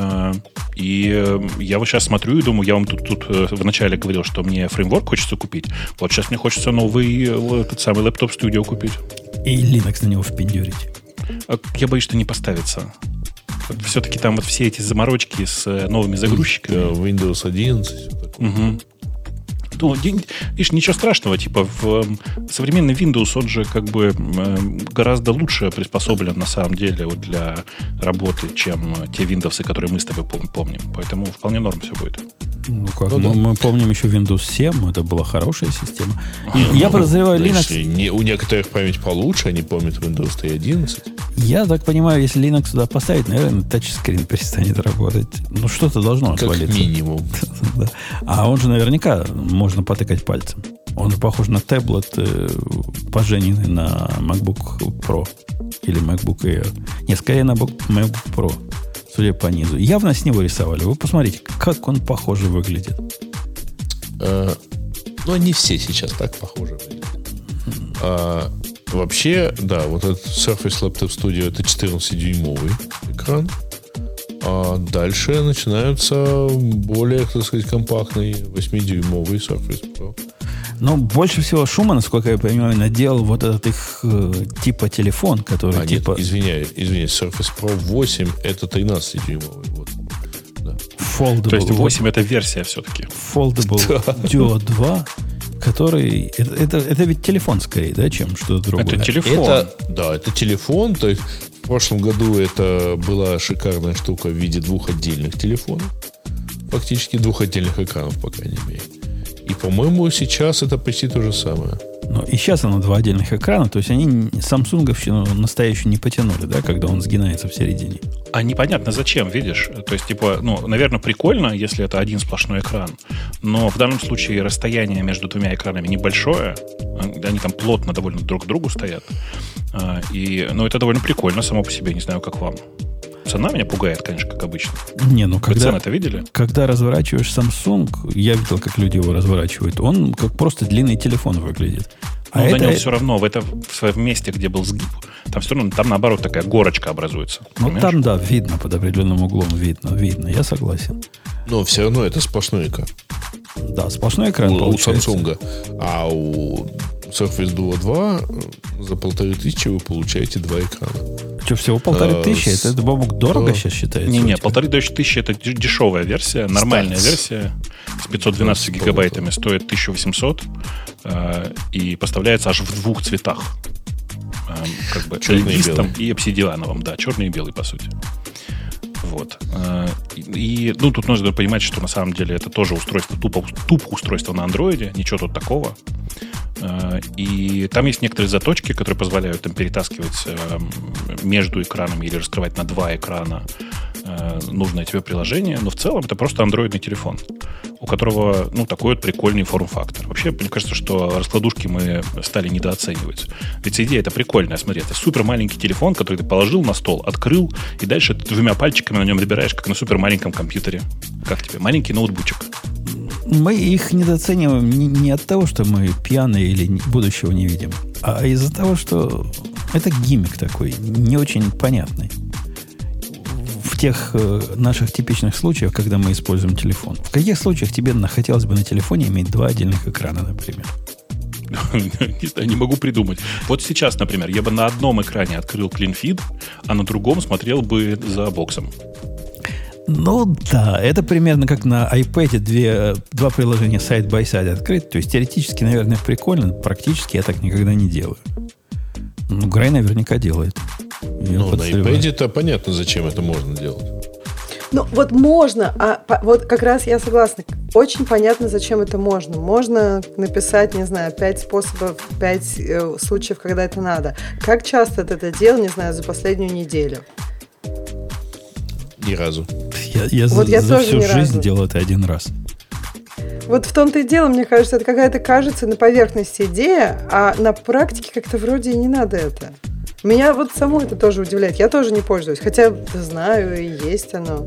И я вот сейчас смотрю и думаю, я вам тут, тут вначале говорил, что мне фреймворк хочется купить. Вот сейчас мне хочется новый этот самый Laptop Studio купить. И Linux на него впендюрить. Я боюсь, что не поставится. Все-таки там вот все эти заморочки с новыми загрузчиками. Windows одиннадцать. Угу. Ну, видишь, ничего страшного, типа в современный Windows, он же как бы гораздо лучше приспособлен на самом деле вот для работы, чем те Windows, которые мы с тобой помним. Поэтому вполне норм все будет. Ну как, ну, мы, да. мы помним еще Windows семь, это была хорошая система. И я подозреваю, Linux... Не, у некоторых память получше, они помнят Windows одиннадцать. Я так понимаю, если Linux туда поставить, наверное, тачскрин перестанет работать. Ну, что-то должно отвалиться. Как минимум. А он же наверняка можно потыкать пальцем. Он же похож на таблет, э, пожененный на MacBook Pro или MacBook Air. Не, скорее на MacBook Pro, судя по низу. Явно с него рисовали. Вы посмотрите, как он похоже выглядит. А, ну, они все сейчас так похожи выглядят. А, вообще, да, вот этот Surface Laptop Studio это четырнадцатидюймовый экран. А дальше начинаются более, так сказать, компактные восьмидюймовые Surface Pro. Но больше всего шума, насколько я понимаю, наделал вот этот их э, типа телефон, который а, типа... Нет, извиняюсь, извиняюсь, Surface Pro восемь это тринадцатидюймовый. Вот. Да. Foldable. То есть восемь это версия все-таки. Foldable Duo два, который... Это, это, это ведь телефон скорее, да, чем что-то другое. Это телефон. Это, да, это телефон. То есть в прошлом году это была шикарная штука в виде двух отдельных телефонов. Фактически двух отдельных экранов, по крайней мере. И, по-моему, сейчас это почти то же самое. Ну, и сейчас оно два отдельных экрана, то есть они самсунговщину настоящую не потянули, да, когда он сгинается в середине. А непонятно зачем, видишь? То есть, типа, ну, наверное, прикольно, если это один сплошной экран, но в данном случае расстояние между двумя экранами небольшое, они там плотно довольно друг к другу стоят, и, ну, это довольно прикольно само по себе, не знаю, как вам. Цена меня пугает, конечно, как обычно. Не, ну Вы когда, цены-то видели? Когда разворачиваешь Samsung, я видел, как люди его разворачивают, он как просто длинный телефон выглядит. А Но это... на нем все равно, в, это, в своем месте, где был сгиб, там все равно, там наоборот такая горочка образуется. Ну понимаешь? там, да, видно, под определенным углом видно, видно, я согласен. Но все равно это сплошной экран. Да, сплошной экран у, получается. У Samsung. А у Surface Duo два за полторы тысячи вы получаете два экрана. Что, всего полторы а, тысячи? Это, это, бабук, дорого да. сейчас считается? Не-не, полторы тысячи это дешевая версия, нормальная Старт. версия с пятьсот двенадцать гигабайтами стоит тысяча восемьсот э, и поставляется аж в двух цветах. Э, как бы льдистом и обсидиановым, да, черный и белый, по сути. Вот. И, ну, тут нужно понимать, что на самом деле это тоже устройство, тупо, тупо устройство на андроиде, ничего тут такого. И там есть некоторые заточки, которые позволяют там перетаскивать между экранами или раскрывать на два экрана нужное тебе приложение. Но в целом это просто андроидный телефон, у которого, ну, такой вот прикольный форм-фактор. Вообще, мне кажется, что раскладушки мы стали недооценивать. Ведь идея это прикольная. Смотри, это супер маленький телефон, который ты положил на стол, открыл, и дальше ты двумя пальчиками на нем набираешь, как на супер маленьком компьютере. Как тебе? Маленький ноутбучек. Мы их недооцениваем не, не от того, что мы пьяные или будущего не видим, а из-за того, что это гиммик такой, не очень понятный. В тех э, наших типичных случаях, когда мы используем телефон. В каких случаях тебе хотелось бы на телефоне иметь два отдельных экрана, например? Не знаю, не могу придумать. Вот сейчас, например, я бы на одном экране открыл CleanFeed, а на другом смотрел бы за боксом. Ну да, это примерно как на iPad две, два приложения side-by-side открыть. То есть теоретически, наверное, прикольно, практически я так никогда не делаю. Ну, Грей наверняка делает. Я ну, на iPad-то понятно, зачем это можно делать. Ну, вот можно, а по, вот как раз я согласна. Очень понятно, зачем это можно. Можно написать, не знаю, пять способов, пять э, случаев, когда это надо. Как часто ты это делал, не знаю, за последнюю неделю? Ни разу. Я, я вот за, я за всю жизнь разу. делал это один раз. Вот в том-то и дело, мне кажется, это какая-то, кажется, на поверхности идея, а на практике как-то вроде и не надо это. Меня вот само это тоже удивляет. Я тоже не пользуюсь, хотя знаю, и есть оно.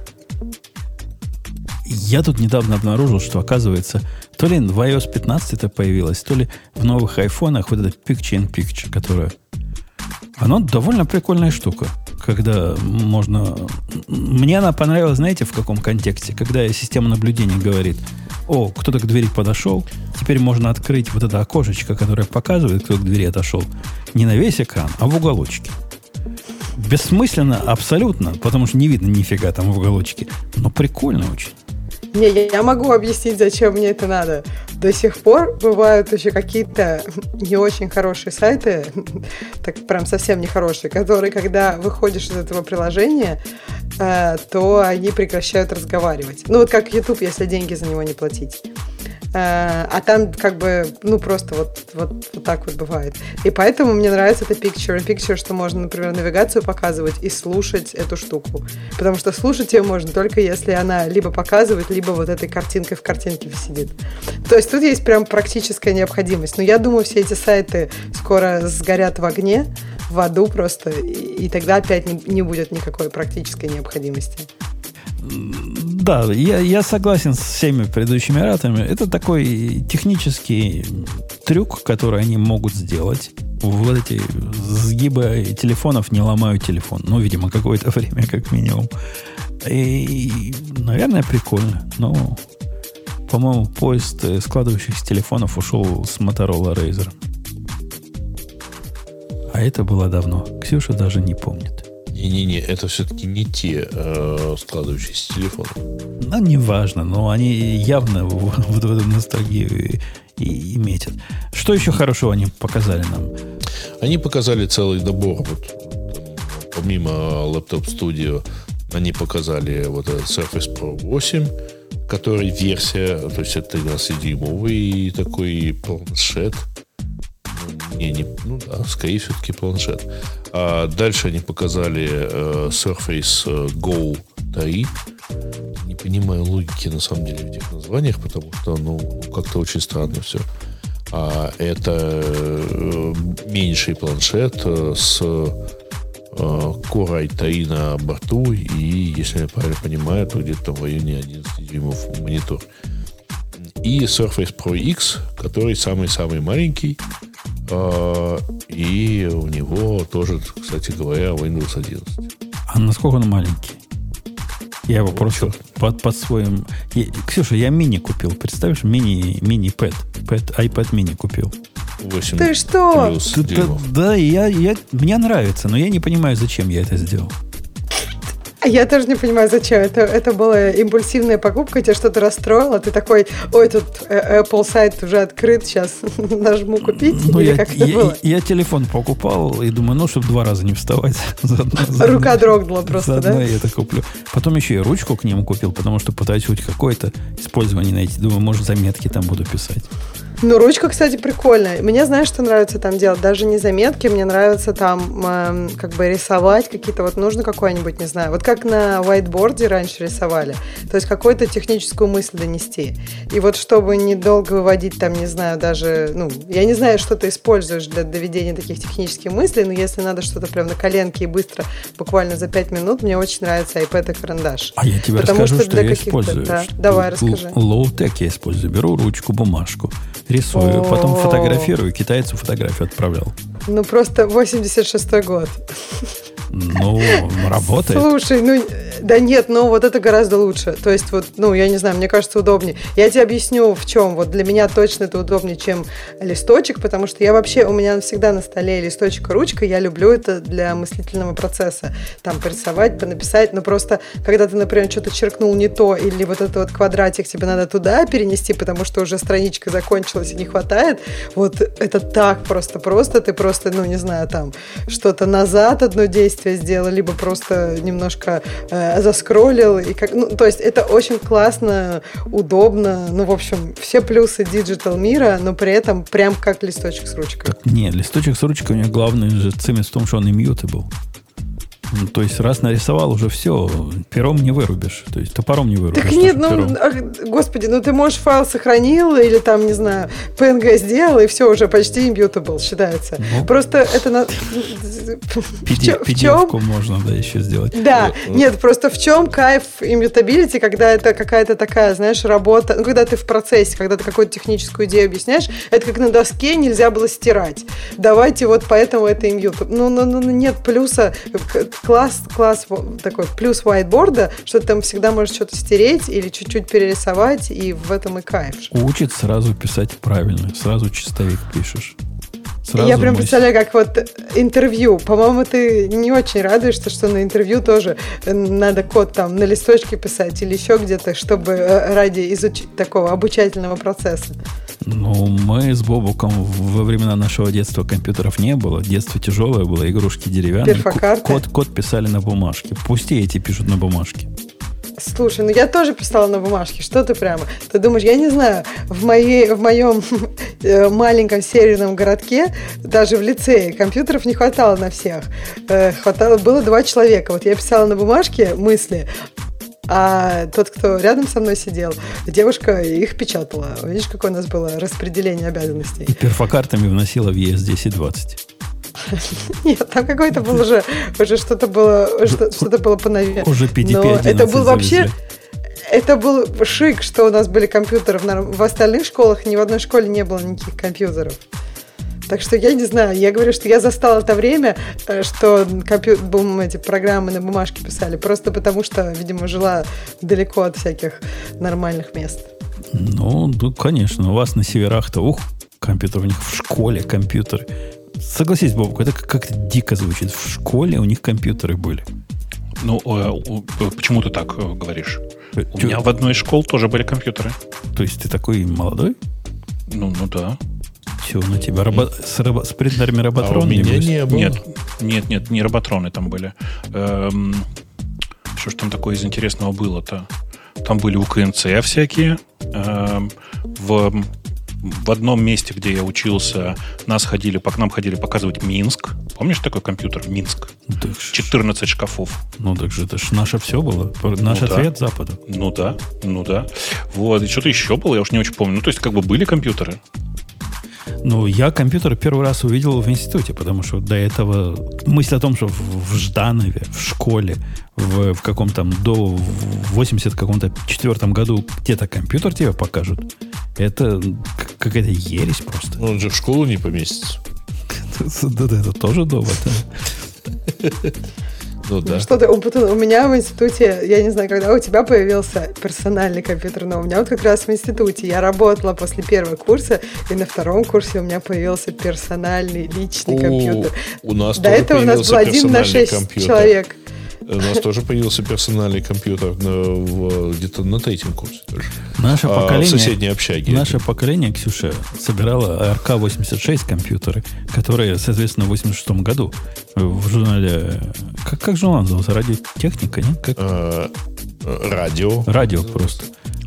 Я тут недавно обнаружил, что, оказывается, то ли в ай о эс пятнадцать это появилось, то ли в новых айфонах вот это Picture-in-Picture, которое... Оно довольно прикольная штука, когда можно... Мне она понравилась, знаете, в каком контексте? Когда система наблюдения говорит: о, кто-то к двери подошел, теперь можно открыть вот это окошечко, которое показывает, кто к двери отошел, не на весь экран, а в уголочке. Бессмысленно абсолютно, потому что не видно нифига там в уголочке, но прикольно очень. Не, я, я могу объяснить, зачем мне это надо. До сих пор бывают еще какие-то не очень хорошие сайты, так прям совсем нехорошие, которые, когда выходишь из этого приложения, э, то они прекращают разговаривать. Ну, вот как YouTube, если деньги за него не платить. Э, а там как бы, ну, просто вот, вот, вот так вот бывает. И поэтому мне нравится это Picture-in-Picture, что можно, например, навигацию показывать и слушать эту штуку. Потому что слушать ее можно только если она либо показывает, либо вот этой картинкой в картинке сидит. То есть тут есть прям практическая необходимость. Но я думаю, все эти сайты скоро сгорят в огне, в аду просто, и, и тогда опять не, не будет никакой практической необходимости. Да, я, я согласен с всеми предыдущими ораторами. Это такой технический трюк, который они могут сделать. Вот эти сгибы телефонов не ломают телефон. Ну, видимо, какое-то время, как минимум. И, наверное, прикольно. Но, по-моему, поезд складывающихся телефонов ушел с Motorola Razr. А это было давно. Ксюша даже не помнит. Не-не-не, это все-таки не те э, складывающиеся телефоны. Ну, неважно, но они явно в, в, в эту ностальгию и, и метят. Что еще хорошего они показали нам? Они показали целый набор. Вот, помимо Laptop Studio, они показали вот этот Surface Pro восемь, который версия, то есть это тринадцатидюймовый такой планшет. Не, не, ну да, скорее все-таки планшет. А дальше они показали э, Surface Go три. Не понимаю логики на самом деле в этих названиях, потому что, ну, как-то очень странно все. А это э, меньший планшет э, с э, Core ай три на борту и, если я правильно понимаю, то где-то в районе одиннадцать дюймов монитор. И Surface Pro X, который самый-самый маленький. Uh, и у него тоже, кстати говоря, Windows одиннадцать. А насколько он маленький? Я его ну, просто под, под своим... Я, Ксюша, я мини купил. Представляешь, мини, мини-пэд. Пэд, iPad мини купил. восемь Ты что? Ты, да, да, я, я, мне нравится, но я не понимаю, зачем я это сделал. Я тоже не понимаю, зачем. Это, это была импульсивная покупка, тебя что-то расстроило. Ты такой: ой, тут Apple сайт уже открыт, сейчас нажму купить. Ну, Или я, как это я, было? я телефон покупал и думаю, ну, чтобы два раза не вставать. Заодно, Рука дрогнула просто, заодно да? я это куплю. Потом еще и ручку к нему купил, потому что пытаюсь хоть какое-то использование найти. Думаю, может, заметки там буду писать. Ну, ручка, кстати, прикольная. Мне, знаешь, что нравится там делать? Даже не заметки, мне нравится там э, как бы рисовать какие-то, вот нужно какой-нибудь, не знаю, вот как на whiteboard раньше рисовали, то есть какую-то техническую мысль донести. И вот чтобы недолго выводить там, не знаю, даже, ну, я не знаю, что ты используешь для доведения таких технических мыслей, но если надо что-то прям на коленке и быстро, буквально за пять минут, мне очень нравится iPad и карандаш. А я тебе Потому расскажу, что, что я каких-то, использую. да, давай, расскажи. Лоу-тек я использую. Беру ручку, бумажку, рисую, О. потом фотографирую, китайцу фотографию отправлял. Ну, просто восемьдесят шестой год. Ну, работает. Слушай, ну, да нет, но вот это гораздо лучше. То есть, вот, ну, я не знаю, мне кажется, удобнее. Я тебе объясню, в чем. Вот для меня точно это удобнее, чем листочек, потому что я вообще, у меня всегда на столе листочек и ручка, я люблю это для мыслительного процесса. Там, порисовать, понаписать, но просто, когда ты, например, что-то черкнул не то, или вот этот вот квадратик тебе надо туда перенести, потому что уже страничка закончилась и не хватает, вот это так просто-просто, ты просто, ну, не знаю, там, что-то назад одно действие сделал, либо просто немножко э, заскроллил. И как, ну, то есть это очень классно, удобно. Ну, в общем, все плюсы диджитал мира, но при этом прям как листочек с ручкой. Так, нет, листочек с ручкой у него главный же цимис в том, что он immutable. Ну, то есть, раз нарисовал, уже все, пером не вырубишь. То есть, топором не вырубишь. Так нет, ну, ах, господи, ну ты можешь файл сохранил или там, не знаю, пи эн джи сделал, и все, уже почти immutable считается. Ну, просто это на... пи ди эф-ку можно, да, еще сделать. Да, нет, просто в чем кайф immutability, когда это какая-то такая, знаешь, работа, ну, когда ты в процессе, когда ты какую-то техническую идею объясняешь, это как на доске нельзя было стирать. Давайте вот поэтому это immutable. Ну, ну, ну, нет плюса... Класс, класс такой, плюс whiteboard, что ты там всегда можешь что-то стереть или чуть-чуть перерисовать, и в этом и кайф. Учит сразу писать правильно, сразу чистовик пишешь. Сразу я прям мысль. представляю, как вот интервью. По-моему, ты не очень радуешься, что на интервью тоже надо код там на листочке писать или еще где-то, чтобы ради изучить такого обучательного процесса. Ну, мы с Бобуком во времена нашего детства компьютеров не было. Детство тяжелое было, игрушки деревянные. Перфокарты. Код, код писали на бумажке. Пусть и эти пишут на бумажке. Слушай, ну я тоже писала на бумажке. Что ты прямо? Ты думаешь, я не знаю, в, моей, в моем маленьком северном городке, даже в лицее, компьютеров не хватало на всех. Хватало, было два человека. Вот я писала на бумажке мысли, а тот, кто рядом со мной сидел, девушка их печатала. Видишь, какое у нас было распределение обязанностей. И перфокартами вносила в и эс десять двадцать. Нет, там какой-то был уже, уже что-то было, что, что-то было поновее. Уже пи ди пи одиннадцать это был вообще, завезли. это был шик, что у нас были компьютеры. В остальных школах ни в одной школе не было никаких компьютеров. Так что я не знаю, я говорю, что я застала это время, что компью... эти программы на бумажке писали, просто потому что, видимо, жила далеко от всяких нормальных мест. Ну, ну конечно, у вас на северах-то, ух, компьютер у них в школе, компьютеры. Согласись, Бобок, это как-то дико звучит. В школе у них компьютеры были. Ну, почему ты так говоришь? У меня в одной из школ тоже были компьютеры. То есть ты такой молодой? Ну, ну да. Все, на тебя робо... с, робо... с принтерами роботронами. А у меня не было. Нет, нет, нет, не роботроны там были. Эм, что ж там такое из интересного было-то? Там были у ка эн цэ всякие. Эм, в, в одном месте, где я учился, нас ходили, к нам ходили показывать Минск. Помнишь такой компьютер Минск? Так четырнадцать шкафов. Ну так же, это ж наше все было. Наш ну, ответ да. Западу. Ну да, ну да. Вот, и что-то еще было, я уж не очень помню. Ну, то есть, как бы были компьютеры. Ну, я компьютер первый раз увидел в институте, потому что до этого мысль о том, что в, в Жданове, в школе, в, в каком там до восемьдесят каком-то четвертом году где-то компьютер тебе покажут, это какая-то ересь просто. Он же в школу не поместится. Это тоже довод. Ну да. Что ты, у меня в институте, я не знаю, когда у тебя появился персональный компьютер, но у меня вот как раз в институте я работала после первого курса, и на втором курсе у меня появился персональный личный О, компьютер. У нас До этого у нас был один на шесть компьютер. человек. У нас тоже появился персональный компьютер на, где-то на третьем курсе тоже. Наше а, поколение, в соседней общаге. Наше поколение, Ксюша, собирало эй ар ка восемьдесят шесть компьютеры, которые, соответственно, в восемьдесят шестом году в журнале... Как, как журнал назывался? Радиотехника, нет? Как? А, радио. Радио просто.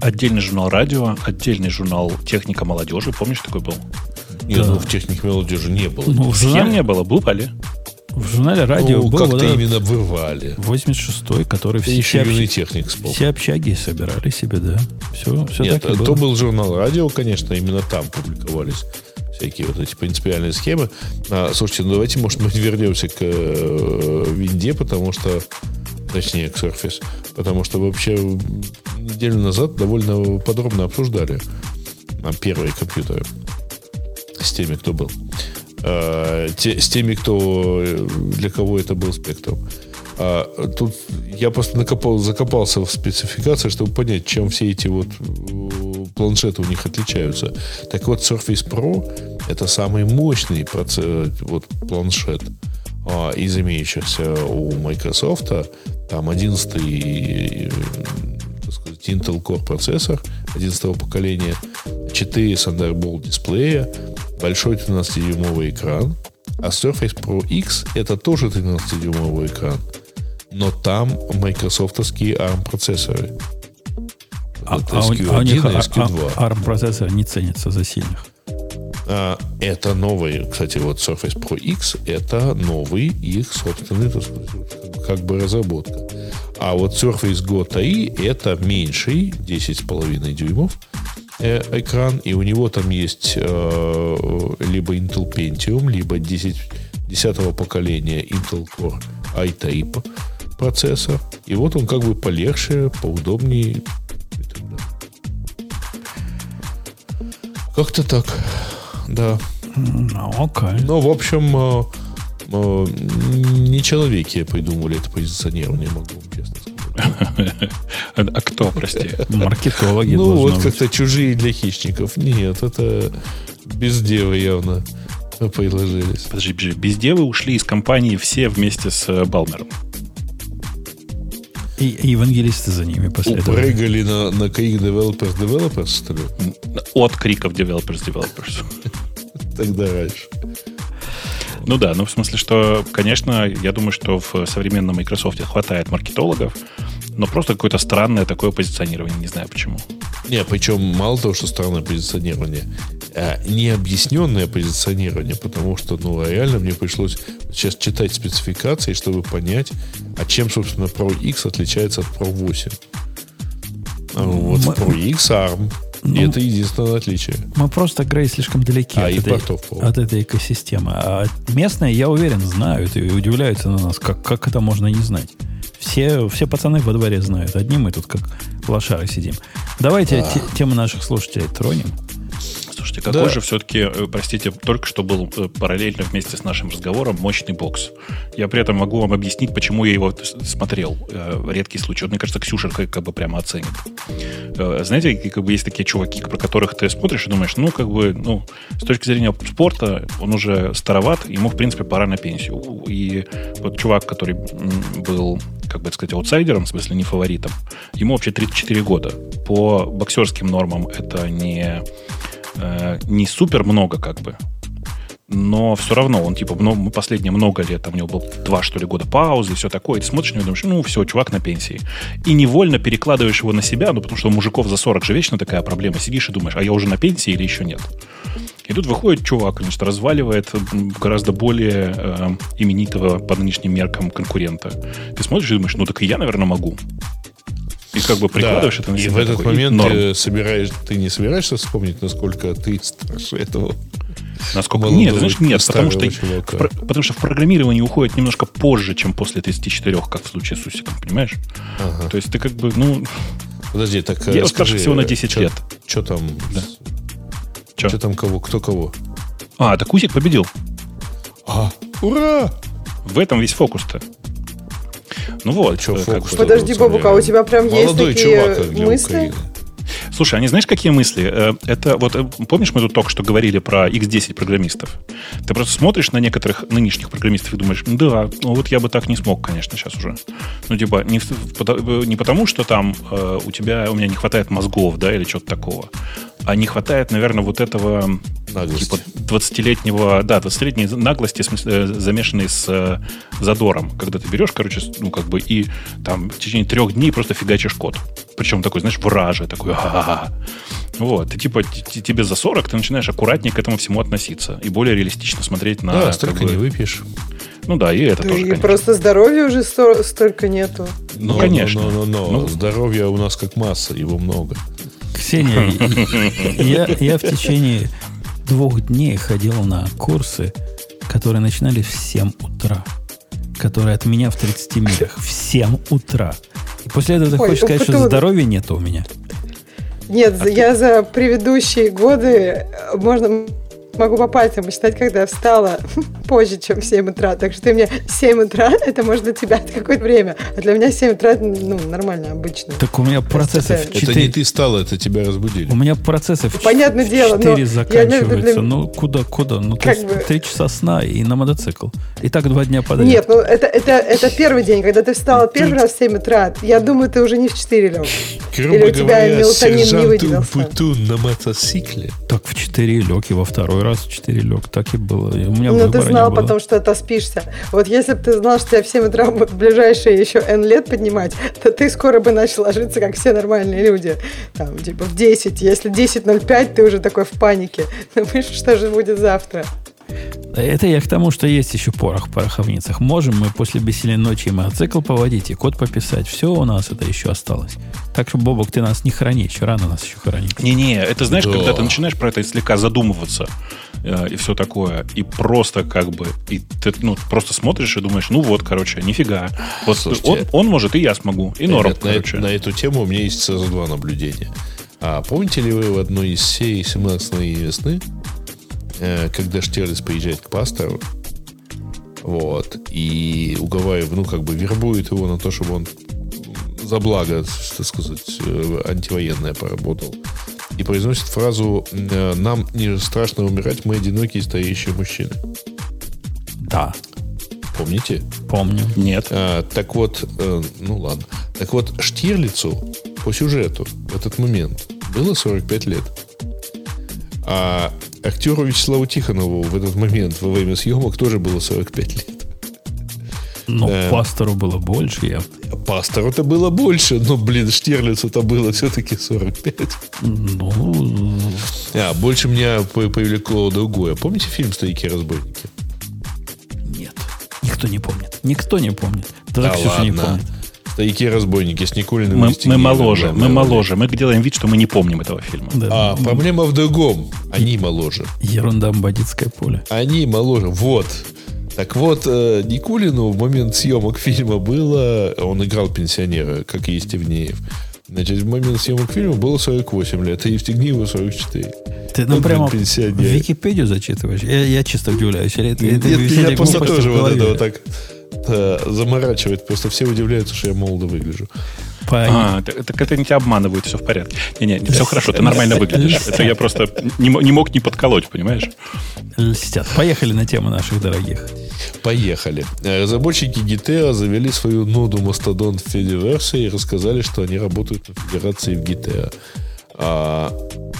Отдельный журнал «Радио», отдельный журнал «Техника молодежи». Помнишь, такой был? Нет, Да. ну в «Технике молодежи» не было. Ну, в Всем журнале, не было, был Али. в журнале радио Ну, был как-то вот этот именно вырвали. восемьдесят шестой, который все, Еще все, юный общ- техник вспомнил. все общаги собирали себе, да. Все, все Нет, так и было. то был журнал «Радио», конечно, именно там публиковались всякие вот эти принципиальные схемы. А, слушайте, ну давайте, может быть, вернемся к э, винде, потому что, точнее, к Surface, потому что вообще неделю назад довольно подробно обсуждали а, первые компьютеры с теми, кто был. А, те, с теми, кто, для кого это был Spectrum. А, тут я просто накопал, закопался в спецификации, чтобы понять, чем все эти вот э, планшеты у них отличаются. Так вот, Surface Pro — это самый мощный процесс, вот, планшет а, из имеющихся у Microsoft. Там одиннадцатый, э, так сказать, Intel Core процессор одиннадцатого поколения, четыре Thunderbolt дисплея, большой тринадцатидюймовый экран. А Surface Pro X — это тоже тринадцатидюймовый экран, но там майкрософтовские арм процессоры. А, Это а у, эс кью а у один них и эс кью два. а- ARM-процессор не ценится за сильных. А, это новый, кстати, вот Surface Pro X — это новый их собственный, так сказать, как бы разработка. А вот Surface Go три — это меньший, десять с половиной дюймов э, экран, и у него там есть э, либо Intel Pentium, либо десять, десятого поколения Intel Core i-Type процессор. И вот он как бы полегче, поудобнее и так далее. Как-то так. Да. Ну, окей. Ну, в общем, э, э, не человеки придумали это позиционирование, могу вам честно сказать. А кто, прости? Маркетологи Ну, должны вот быть. как-то чужие для хищников. Нет, это без девы явно предложились. Подожди, подожди. Без девы ушли из компании все вместе с э, Балмером. И, и евангелисты за ними последовали. Упрыгали на, на крик Developers Developers, что ли? От криков Developers Developers. Тогда раньше. Ну да, ну в смысле, что, конечно, я думаю, что в современном Microsoft хватает маркетологов, но просто какое-то странное такое позиционирование, не знаю почему. Не, причем мало того, что странное позиционирование, а необъясненное позиционирование, потому что, ну, реально мне пришлось сейчас читать спецификации, чтобы понять, а чем, собственно, Pro X отличается от Pro восемь. А вот Мы- Pro X арм. Ну, И это единственное отличие. Мы просто, Грей, слишком далеки А, от, и этой, портов полно. от этой экосистемы. А местные, я уверен, знают и удивляются на нас, как, как это можно не знать. Все, все пацаны во дворе знают. Одни мы тут как лошары сидим. Давайте те- тему наших слушателей тронем. Слушайте, какой Да. же все-таки, э, простите, только что был э, параллельно вместе с нашим разговором мощный бокс. Я при этом могу вам объяснить, почему я его с- смотрел. Э, Редкий случай. Вот, мне кажется, Ксюша как, как бы прямо оценит. Э, Знаете, как бы есть такие чуваки, про которых ты смотришь и думаешь, ну, как бы, ну, с точки зрения спорта, он уже староват, ему, в принципе, пора на пенсию. И вот чувак, который м, был, как бы это сказать, аутсайдером, в смысле, не фаворитом, ему вообще тридцать четыре года. По боксерским нормам это не... не супер много, как бы. Но все равно он, типа, ну, последние много лет, там у него было два, что ли, года паузы и все такое. И ты смотришь на него и думаешь, ну, все, чувак на пенсии. И невольно перекладываешь его на себя, ну, потому что у мужиков за сорок же вечно такая проблема. Сидишь и думаешь, а я уже на пенсии или еще нет? И тут выходит чувак, значит, разваливает гораздо более э, именитого по нынешним меркам конкурента. Ты смотришь и думаешь, ну, так и я, наверное, могу. И как бы прикладываешь Да, это на и себя. в этот такой, момент норм. ты, собираешь, ты не собираешься вспомнить, насколько ты старше этого. Насколько? молодого, Нет, знаешь, нет, потому что, старого чувака. в, про- потому что в программировании уходит немножко позже, чем после тридцати четырёх, как в случае с Усиком, понимаешь? Ага. То есть ты как бы, ну, Подожди, так Я его старше всего на десять лет. Что там? Да. Чё? Что там кого? Кто кого? А, так Усик победил. А, ура! В этом весь фокус-то. Ну вот. Чё э, как фокус? бы. Подожди, Бобук, а у тебя прям есть Молодой такие чувак как для мысли? Украины. Слушай, они знаешь, какие мысли? Э, Это вот, э, помнишь, мы тут только что говорили про икс десять программистов? Ты просто смотришь на некоторых нынешних программистов и думаешь, да, ну вот я бы так не смог, конечно, сейчас уже. Ну, типа, не, в- пото- не потому, что там э, у тебя, у меня не хватает мозгов, да, или чего-то такого, а не хватает, наверное, вот этого Наглости. Типа двадцатилетнего, да, двадцатилетней наглости, в смысле, замешанной с э, задором. Когда ты берешь, короче, ну, как бы, и там в течение трех дней просто фигачишь код. Причем такой, знаешь, враже, такой, ага. Вот, ты типа, т- тебе за сорок, ты начинаешь аккуратнее к этому всему относиться. И более реалистично смотреть на... Да, столько как бы, не выпьешь. Ну да, и это Да тоже, и конечно. просто здоровья уже сто- столько нету. Ну, Но, конечно. Но, но, но, но. Ну. Здоровья у нас как масса, его много. Ксения, я, я в течение двух дней ходил на курсы, которые начинались в семь утра, которые от меня в тридцати милях. В семь утра. И после этого ты Ой, хочешь сказать, что потом- здоровья нет у меня? Нет, за- я за предыдущие годы э, можно могу по пальцам посчитать, когда я встала позже, чем в семь утра. Так что ты мне семь утра, это может для тебя какое-то время. А для меня семь утра, это ну, нормально, обычно. Так у меня процессы в это Это не четыре... ты стала, это тебя разбудили. У меня процессы в Понятное дело, но четыре я заканчиваются. имею в виду для- Ну, куда, куда? Ну, то Как есть бы- три часа сна и на мотоцикл. И так два дня подряд. Нет, ну это, это, это первый день, когда ты встала первый раз в семь утра. Я думаю, ты уже не в четыре лег. Грубо Или у тебя говоря, мелатонин не сержант выделился? Умпутун на мотоцикле. Так в четыре лег, и во второй раз в четыре лег. Так и было. И у меня Ну, выбора ты не знал было. потом, что отоспишься. Вот если бы ты знал, что тебя в семь утра будут в ближайшие еще N лет поднимать, то ты скоро бы начал ложиться, как все нормальные люди. Там, типа, в десять. Если десять ноль пять, ты уже такой в панике. Думаешь, что же будет завтра? Это я к тому, что есть еще порох в пороховницах. Можем мы после бессильной ночи и мотоцикл поводить, и код пописать. Все у нас это еще осталось. Так что, Бобок, ты нас не храни. Еще рано нас еще хранить. Не-не, это знаешь, Да. когда ты начинаешь про это слегка задумываться э, и все такое, и просто как бы, и ты ну, просто смотришь и думаешь, ну вот, короче, нифига. Вот Слушайте, он, он может, и я смогу, и норм, Ребят, на, короче. на эту тему у меня есть сразу два наблюдения. А помните ли вы в одной из серий семнадцатой весны, э, когда Штирлиц приезжает к пастору, вот, и уговаривает, ну, как бы вербует его на то, чтобы он за благо, так сказать, э, антивоенное поработал, и произносит фразу э, «Нам не страшно умирать, мы одинокие стареющие мужчины». Да, Помните? помню. Нет. А, так вот, э, ну ладно. Так вот, Штирлицу по сюжету в этот момент было сорок пять лет. А актеру Вячеславу Тихонову в этот момент во время съемок тоже было сорок пять лет. Но Да. пастору было больше. Я... Пастору-то было больше, но, блин, Штирлицу-то было все-таки сорок пять. Ну, А, больше меня по- привлекло другое. Помните фильм «Старики-разбойники»? нет. Никто не помнит. Никто не помнит. Даже Да Ксюша не ладно. помнит. «Старики-разбойники» с Никулиным. Мы, и мы Стигнеевым моложе, в мы главной роли. моложе. Мы делаем вид, что мы не помним этого фильма. Да. А проблема в другом. Они моложе. Ерунда, бандитское поле. Они моложе. Вот. Так вот, э, Никулину в момент съемок фильма было... Он играл пенсионера, как и Евстигнеев. Значит, в момент съемок фильма было сорок восемь лет, а Евстигнееву сорок четыре. Ты нам Вот, прямо блин, пенсионер. Википедию зачитываешь? Я, я чисто удивляюсь. Или это, это Нет, веселье меня просто глупости тоже в вот голове? это вот так э, заморачивает. Просто все удивляются, что я молодо выгляжу. По- А, так, так это не тебя обманывают, все в порядке. Не-не, все хорошо, ты нормально выглядишь. Это я просто не, мо- не мог не подколоть, понимаешь? Льстят. Поехали на тему наших дорогих. Поехали. Э, Разработчики джи ти эй завели свою ноду Mastodon в Fediverse и рассказали, что они работают на федерации в джи ти эй. А,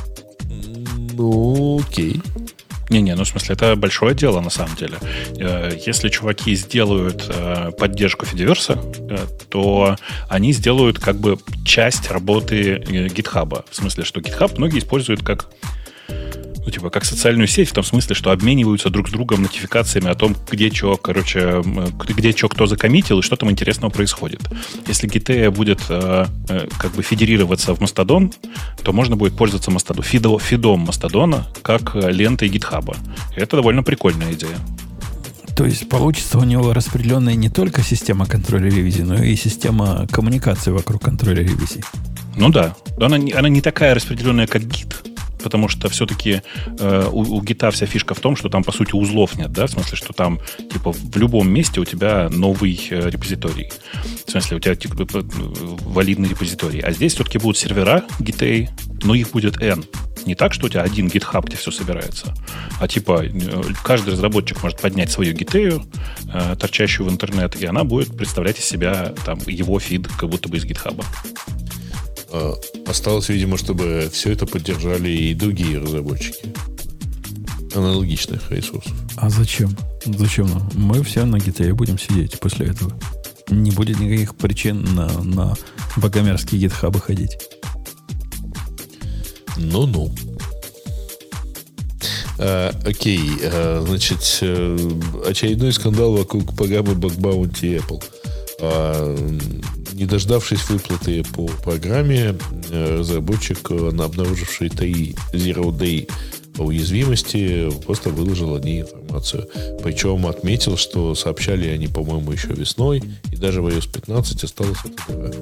ну, окей. Не-не, ну в смысле, это большое дело на самом деле. Э, Если чуваки сделают э, поддержку Fediverse, э, то они сделают как бы часть работы э, GitHub. В смысле, что GitHub многие используют как ну, типа, как социальную сеть, в том смысле, что обмениваются друг с другом нотификациями о том, где что, короче, м, где что кто закоммитил и что там интересного происходит. Если джи ти эй будет э, э, как бы федерироваться в Mastodon, то можно будет пользоваться Mastodon, фидо, фидом Mastodon как э, лентой GitHub. И это довольно прикольная идея. То есть получится у него распределенная не только система контроля ревизии, но и система коммуникации вокруг контроля ревизии. Ну да, она, не- она не такая распределенная, как Git, потому что все-таки э, у, у гита вся фишка в том, что там, по сути, узлов нет, да, в смысле, что там, типа, в любом месте у тебя новый э, репозиторий. В смысле, у тебя типа, э, валидный репозиторий. А здесь все-таки будут сервера джи ти эй, но их будет N. Не так, что у тебя один GitHub, где все собирается, а типа э, каждый разработчик может поднять свою джи ти эй, э, торчащую в интернет, и она будет представлять из себя там его фид, как будто бы из GitHub. А, осталось, видимо, чтобы все это поддержали и другие разработчики. аналогичных ресурсов. А зачем? Зачем нам? Мы все на гите будем сидеть после этого. Не будет никаких причин на, на богомерзкие гитхабы ходить. Ну-ну. А, окей, а, значит, очередной скандал вокруг программы Bug Bounty Apple. А, не дождавшись выплаты по программе, разработчик, обнаруживший три Zero Day уязвимости, просто выложил о ней информацию. Причем отметил, что сообщали они, по-моему, еще весной, и даже в ай о эс пятнадцать осталось это дыра.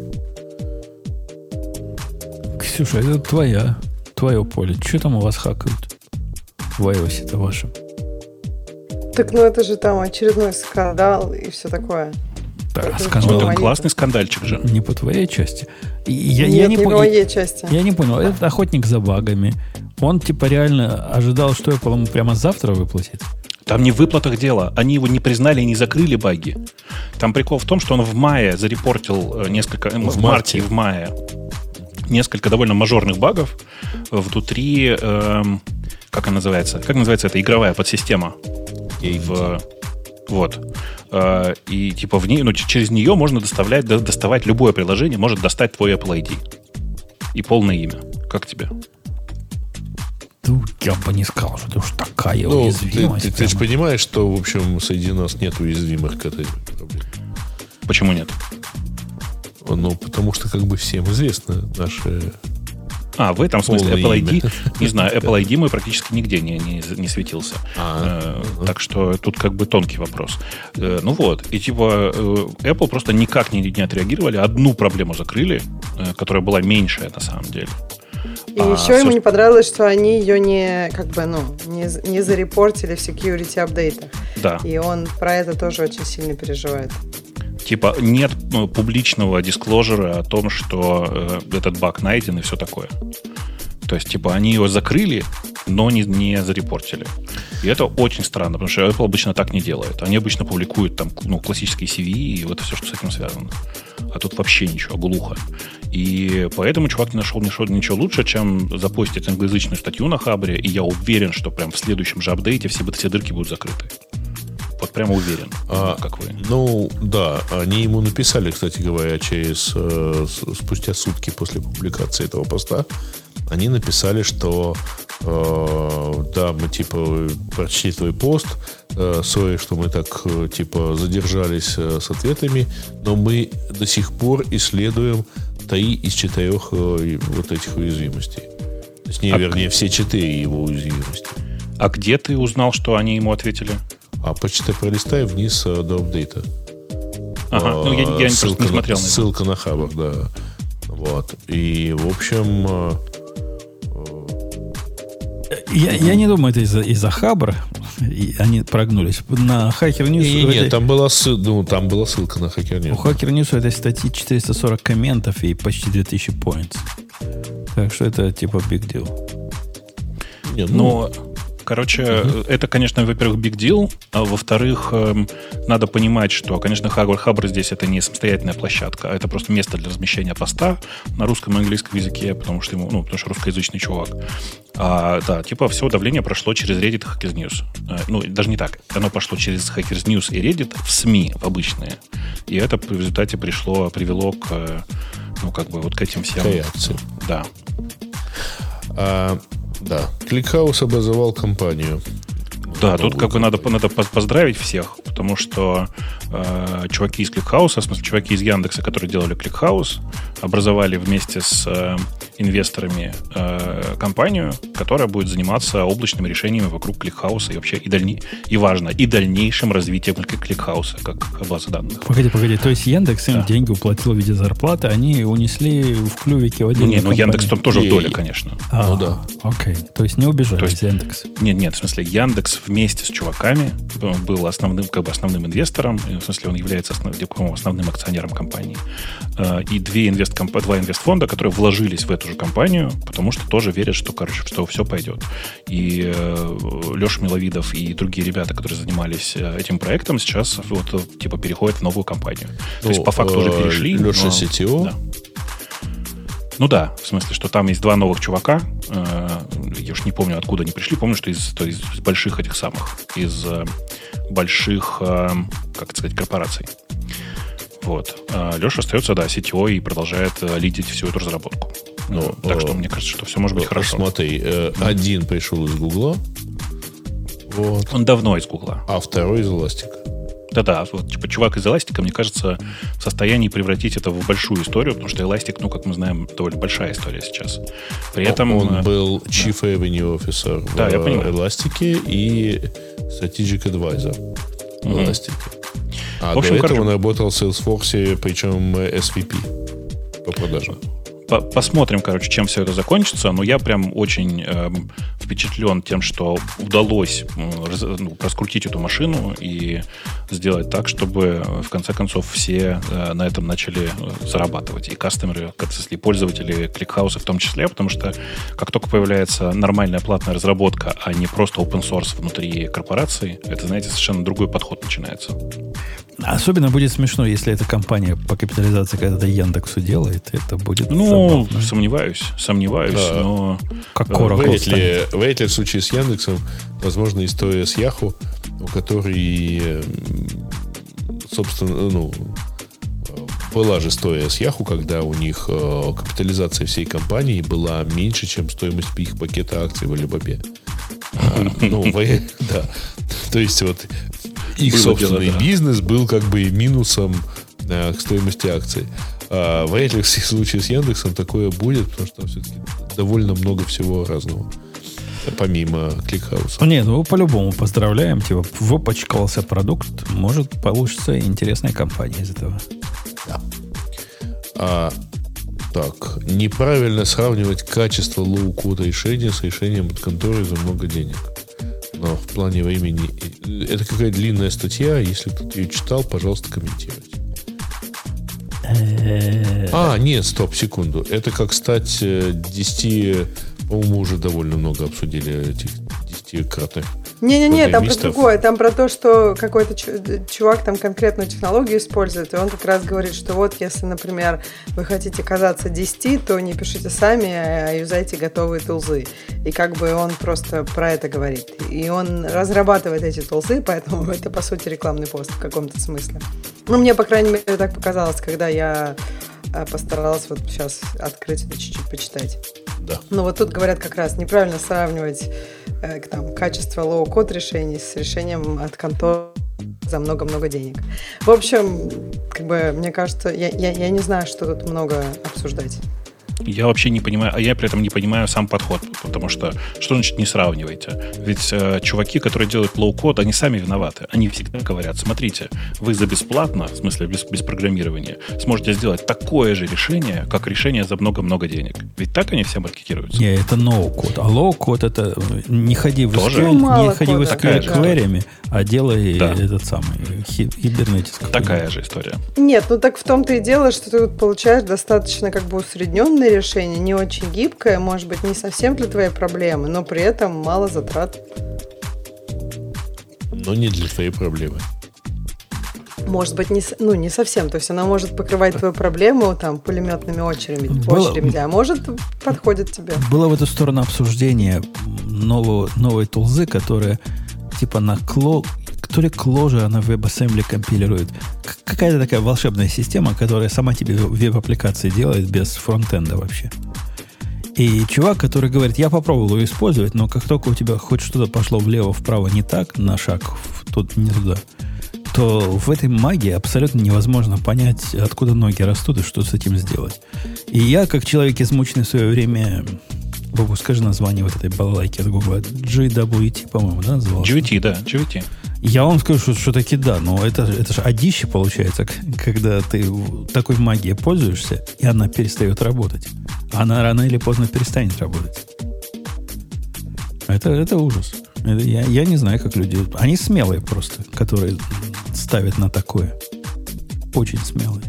Ксюша, это твоя, твое поле. Что там у вас хакают в iOS-то вашем? Так, ну это же там очередной скандал и все такое. Да, это скандал. Это классный скандальчик же. Не по твоей части. Я, Нет, я не, не по по... моей части. Я не понял. Этот охотник за багами. Он типа реально ожидал, что Apple ему прямо завтра выплатит. Там не в выплатах дело. Они его не признали и не закрыли баги. Там прикол в том, что он в мае зарепортил несколько... В, в марте и в мае несколько довольно мажорных багов внутри... Эм, как она называется? Как называется эта игровая подсистема? В, вот. Э, и типа в ней, ну, через нее можно доставлять, доставать любое приложение, может достать твой Apple ай ди. И полное имя. Как тебе? Ну, я бы не сказал, что это уж такая ну, уязвимость. Ты, ты, ты же понимаешь, что, в общем, среди нас нет уязвимых к этой проблеме. Почему нет? Ну, потому что, как бы, всем известно наши... А, в этом смысле Apple ай ди, имя. не знаю, Apple ай ди мой практически нигде не, не, не светился. А, э, так что тут как бы тонкий вопрос. Э, ну вот, и типа э, Apple просто никак не, не отреагировали, одну проблему закрыли, э, которая была меньшая на самом деле. И а еще все... ему не понравилось, что они ее не, как бы, ну, не, не зарепортили в security апдейтах. Да. И он про это тоже очень сильно переживает. Типа нет ну, публичного дисклозера о том, что э, этот баг найден и все такое. То есть, типа, они его закрыли, но не, не зарепортили. И это очень странно, потому что Apple обычно так не делает. Они обычно публикуют там, ну, классические си ви и вот все, что с этим связано. А тут вообще ничего, глухо. И поэтому чувак не нашел ничего, ничего лучше, чем запостить англоязычную статью на Хабре, и я уверен, что прям в следующем же апдейте все, все дырки будут закрыты. Вот прямо уверен, а, как вы. Ну, да, они ему написали, кстати говоря, через э, спустя сутки после публикации этого поста, они написали, что э, да, мы типа прочли твой пост, э, сори, что мы так э, типа задержались э, с ответами, но мы до сих пор исследуем три из четырех э, вот этих уязвимостей. Точнее, а вернее, к... все четыре его уязвимости. А где ты узнал, что они ему ответили? А почти пролистай вниз э, до апдейта. Ага, ну я, я просто не смотрел на, на ссылка на Хабр, да. Вот. И, в общем... Я, я не думаю, это из-за, из-за Хабра. И они прогнулись. На Hacker News... Не, не, этой... там, была ссыл... ну, там была ссылка на Hacker News. У Hacker News у этой статьи четыреста сорок комментов и почти две тысячи points. Так что это типа big deal. Не, ну... Но... Короче, uh-huh. это, конечно, во-первых, big deal, а во-вторых, эм, надо понимать, что, конечно, Хабр, Хабр здесь это не самостоятельная площадка, а это просто место для размещения поста на русском и английском языке, потому что ему, ну, потому что русскоязычный чувак. А, да, типа все давление прошло через Reddit и Hackers News. А, ну, даже не так. Оно пошло через Hackers News и Reddit в СМИ, в обычные. И это в результате пришло, привело к, ну, как бы вот к этим всем... К реакции. Да. А... Да, ClickHouse образовал компанию. Да, тут как бы надо, надо поздравить всех, потому что э, чуваки из ClickHouse, в смысле, чуваки из Яндекса, которые делали ClickHouse, образовали вместе с э, инвесторами э, компанию, которая будет заниматься облачными решениями вокруг ClickHouse и вообще и, дальне, и важно, и дальнейшим развитием ClickHouse как базы данных. Погоди, погоди, то есть Яндекс им да. деньги уплатил в виде зарплаты, они унесли в клювике в отдельную Нет, ну Яндекс там тоже и, в доле, конечно. А, ну да. Окей, то есть не убежали то есть, из Яндекса. Нет, нет, в смысле Яндекс вместе с чуваками был основным, как бы основным инвестором, в смысле он является основ, основным акционером компании. И две инвесткомп, два инвестфонда, которые вложились в эту же компанию, потому что тоже верят, что, короче, что все пойдет. И Леша Миловидов и другие ребята, которые занимались этим проектом, сейчас вот типа переходят в новую компанию. Ну, то есть по факту уже перешли. Леша но, си ти о. Да. Ну да, в смысле, что там есть два новых чувака. я уж не помню, откуда они пришли, помню, что из, то из больших этих самых, из э, больших, э, как сказать, корпораций. Вот. А Леша остается, да, си ти о и продолжает э, лидить всю эту разработку. Ну, так о, что мне кажется, что все может быть хорошо. Смотри, э, один пришел из Гугла. Вот. Он давно из Гугла. А второй из Эластика. Да-да, вот, типа, чувак из Эластика, мне кажется, в состоянии превратить это в большую историю, потому что Эластик, ну, как мы знаем, довольно большая история сейчас. При этом... Он был да. Chief Revenue Officer да, в Эластике и Strategic Advisor в mm-hmm. Эластике. А в общем, до этого короче, он работал в Salesforce, причем эс ви пи по продажам. Посмотрим, короче, чем все это закончится. Но я прям очень э, впечатлен тем, что удалось э, ну, раскрутить эту машину и сделать так, чтобы в конце концов все э, на этом начали зарабатывать. И кастомеры, и пользователи ClickHouse в том числе, потому что как только появляется нормальная платная разработка, а не просто open source внутри корпорации, это, знаете, совершенно другой подход начинается. Особенно будет смешно, если эта компания по капитализации когда-то Яндексу делает. Это будет Ну, забавно. сомневаюсь. Сомневаюсь, да. но... Как Oracle вряд ли, вряд ли в случае с Яндексом, возможно, история с Yahoo, у которой, собственно, ну, была же история с Yahoo, когда у них капитализация всей компании была меньше, чем стоимость их пакета акций в Alibaba. Ну, да. То есть вот их было собственный дело, да. бизнес был как бы минусом э, к стоимости акций. А в этих случаях с Яндексом такое будет, потому что там все-таки довольно много всего разного. Помимо ClickHouse. Ну, нет, ну по-любому поздравляем. Типа, выпачкался продукт. Может, получится интересная компания из этого. Да. А, так, неправильно сравнивать качество лоу-кода решения с решением от конторы за много денег. Но в плане времени... Это какая длинная статья. Если кто-то ее читал, пожалуйста, комментируйте. А, нет, стоп, секунду. Это как стать десять... По-моему, уже довольно много обсудили этих десятикратных. Не-не-не, там про другое. Там про то, что какой-то чувак там конкретную технологию использует, и он как раз говорит, что вот если, например, вы хотите казаться десять, то не пишите сами, а юзайте готовые тулзы. И как бы он просто про это говорит. И он разрабатывает эти тулзы, поэтому это, по сути, рекламный пост в каком-то смысле. Ну, мне, по крайней мере, так показалось, когда я постаралась вот сейчас открыть это чуть-чуть почитать. Да. Ну, вот тут говорят как раз, неправильно сравнивать э, там, качество лоу-код решений с решением от конторы за много-много денег. В общем, как бы, мне кажется, я, я, я не знаю, что тут много обсуждать. Я вообще не понимаю, а я при этом не понимаю сам подход, потому что что значит не сравнивайте? Ведь э, чуваки, которые делают лоу-код, они сами виноваты. Они всегда говорят, смотрите, вы за бесплатно, в смысле без, без программирования, сможете сделать такое же решение, как решение за много-много денег. Ведь так они все маркетируются. Не, это ноу-код. А лоу-код это не ходи в эс кью эль, ну, не ходи в эс кью эль квериями, а делай да. этот самый хибернетис. Такая же история. Нет, ну так в том-то и дело, что ты получаешь достаточно как бы усредненное решение, не очень гибкое, может быть, не совсем для твоей проблемы, но при этом мало затрат. Но не для твоей проблемы. Может быть, не, ну, не совсем. То есть она может покрывать твою проблему там пулеметными очередями, было, очередями а может, подходит тебе. Было в эту сторону обсуждение нового, новой тулзы, которая типа на кло... То ли Clojure она в WebAssembly компилирует. Какая-то такая волшебная система, которая сама тебе веб-аппликации делает без фронтенда вообще. И чувак, который говорит, я попробовал ее использовать, но как только у тебя хоть что-то пошло влево-вправо не так, на шаг тут не туда, то в этой магии абсолютно невозможно понять, откуда ноги растут и что с этим сделать. И я, как человек, измученный в свое время... Богу, скажи название вот этой балалайки от Google. джи дабл ю ти, по-моему, да, назывался? джи ви ти, да, джи ви ти. Я вам скажу, что, что таки да, но это, это же одище получается, когда ты такой магией пользуешься, и она перестает работать. Она рано или поздно перестанет работать. Это, это ужас. Это, я, я не знаю, как люди... Они смелые просто, которые ставят на такое. Очень смелые.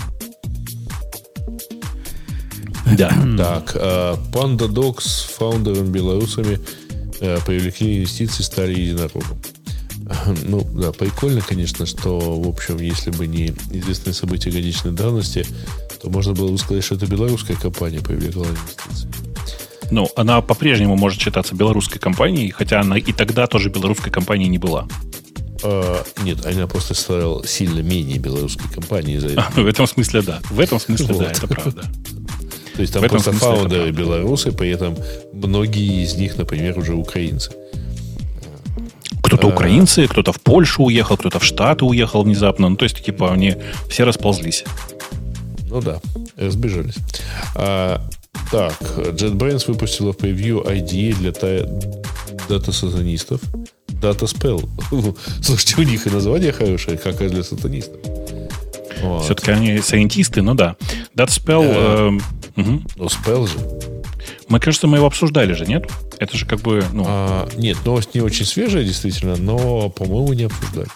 Да. Так, PandaDoc с фаундером белорусами привлекли инвестиции, стали единорогом. Ну, да, прикольно, конечно, что, в общем, если бы не известные события годичной давности, то можно было бы сказать, что это белорусская компания привлекла инвестиции. Ну, она по-прежнему может считаться белорусской компанией, хотя она и тогда тоже белорусской компанией не была. А, нет, она просто стала сильно менее белорусской компанией из-за этого. А, в этом смысле, да. В этом смысле, Вот. да, это правда. То есть там В просто этом смысле это фаундеры правда. белорусы, при этом многие из них, например, уже украинцы. Кто-то А. украинцы, кто-то в Польшу уехал, кто-то в Штаты уехал внезапно. Ну, то есть, типа, они все расползлись. Ну да, разбежались. А, так, JetBrains выпустила в превью ай ди и для та- дата-сатанистов. DataSpell. Слушайте, у них и название хорошее, как и для сатанистов. Вот. Все-таки они сайентисты, ну да. DataSpell... Да. э, угу. Ну, Spell же. Мы, кажется, мы его обсуждали же, нет? Это же как бы... Ну, А, нет, новость не очень свежая, действительно, но, по-моему, не обсуждали.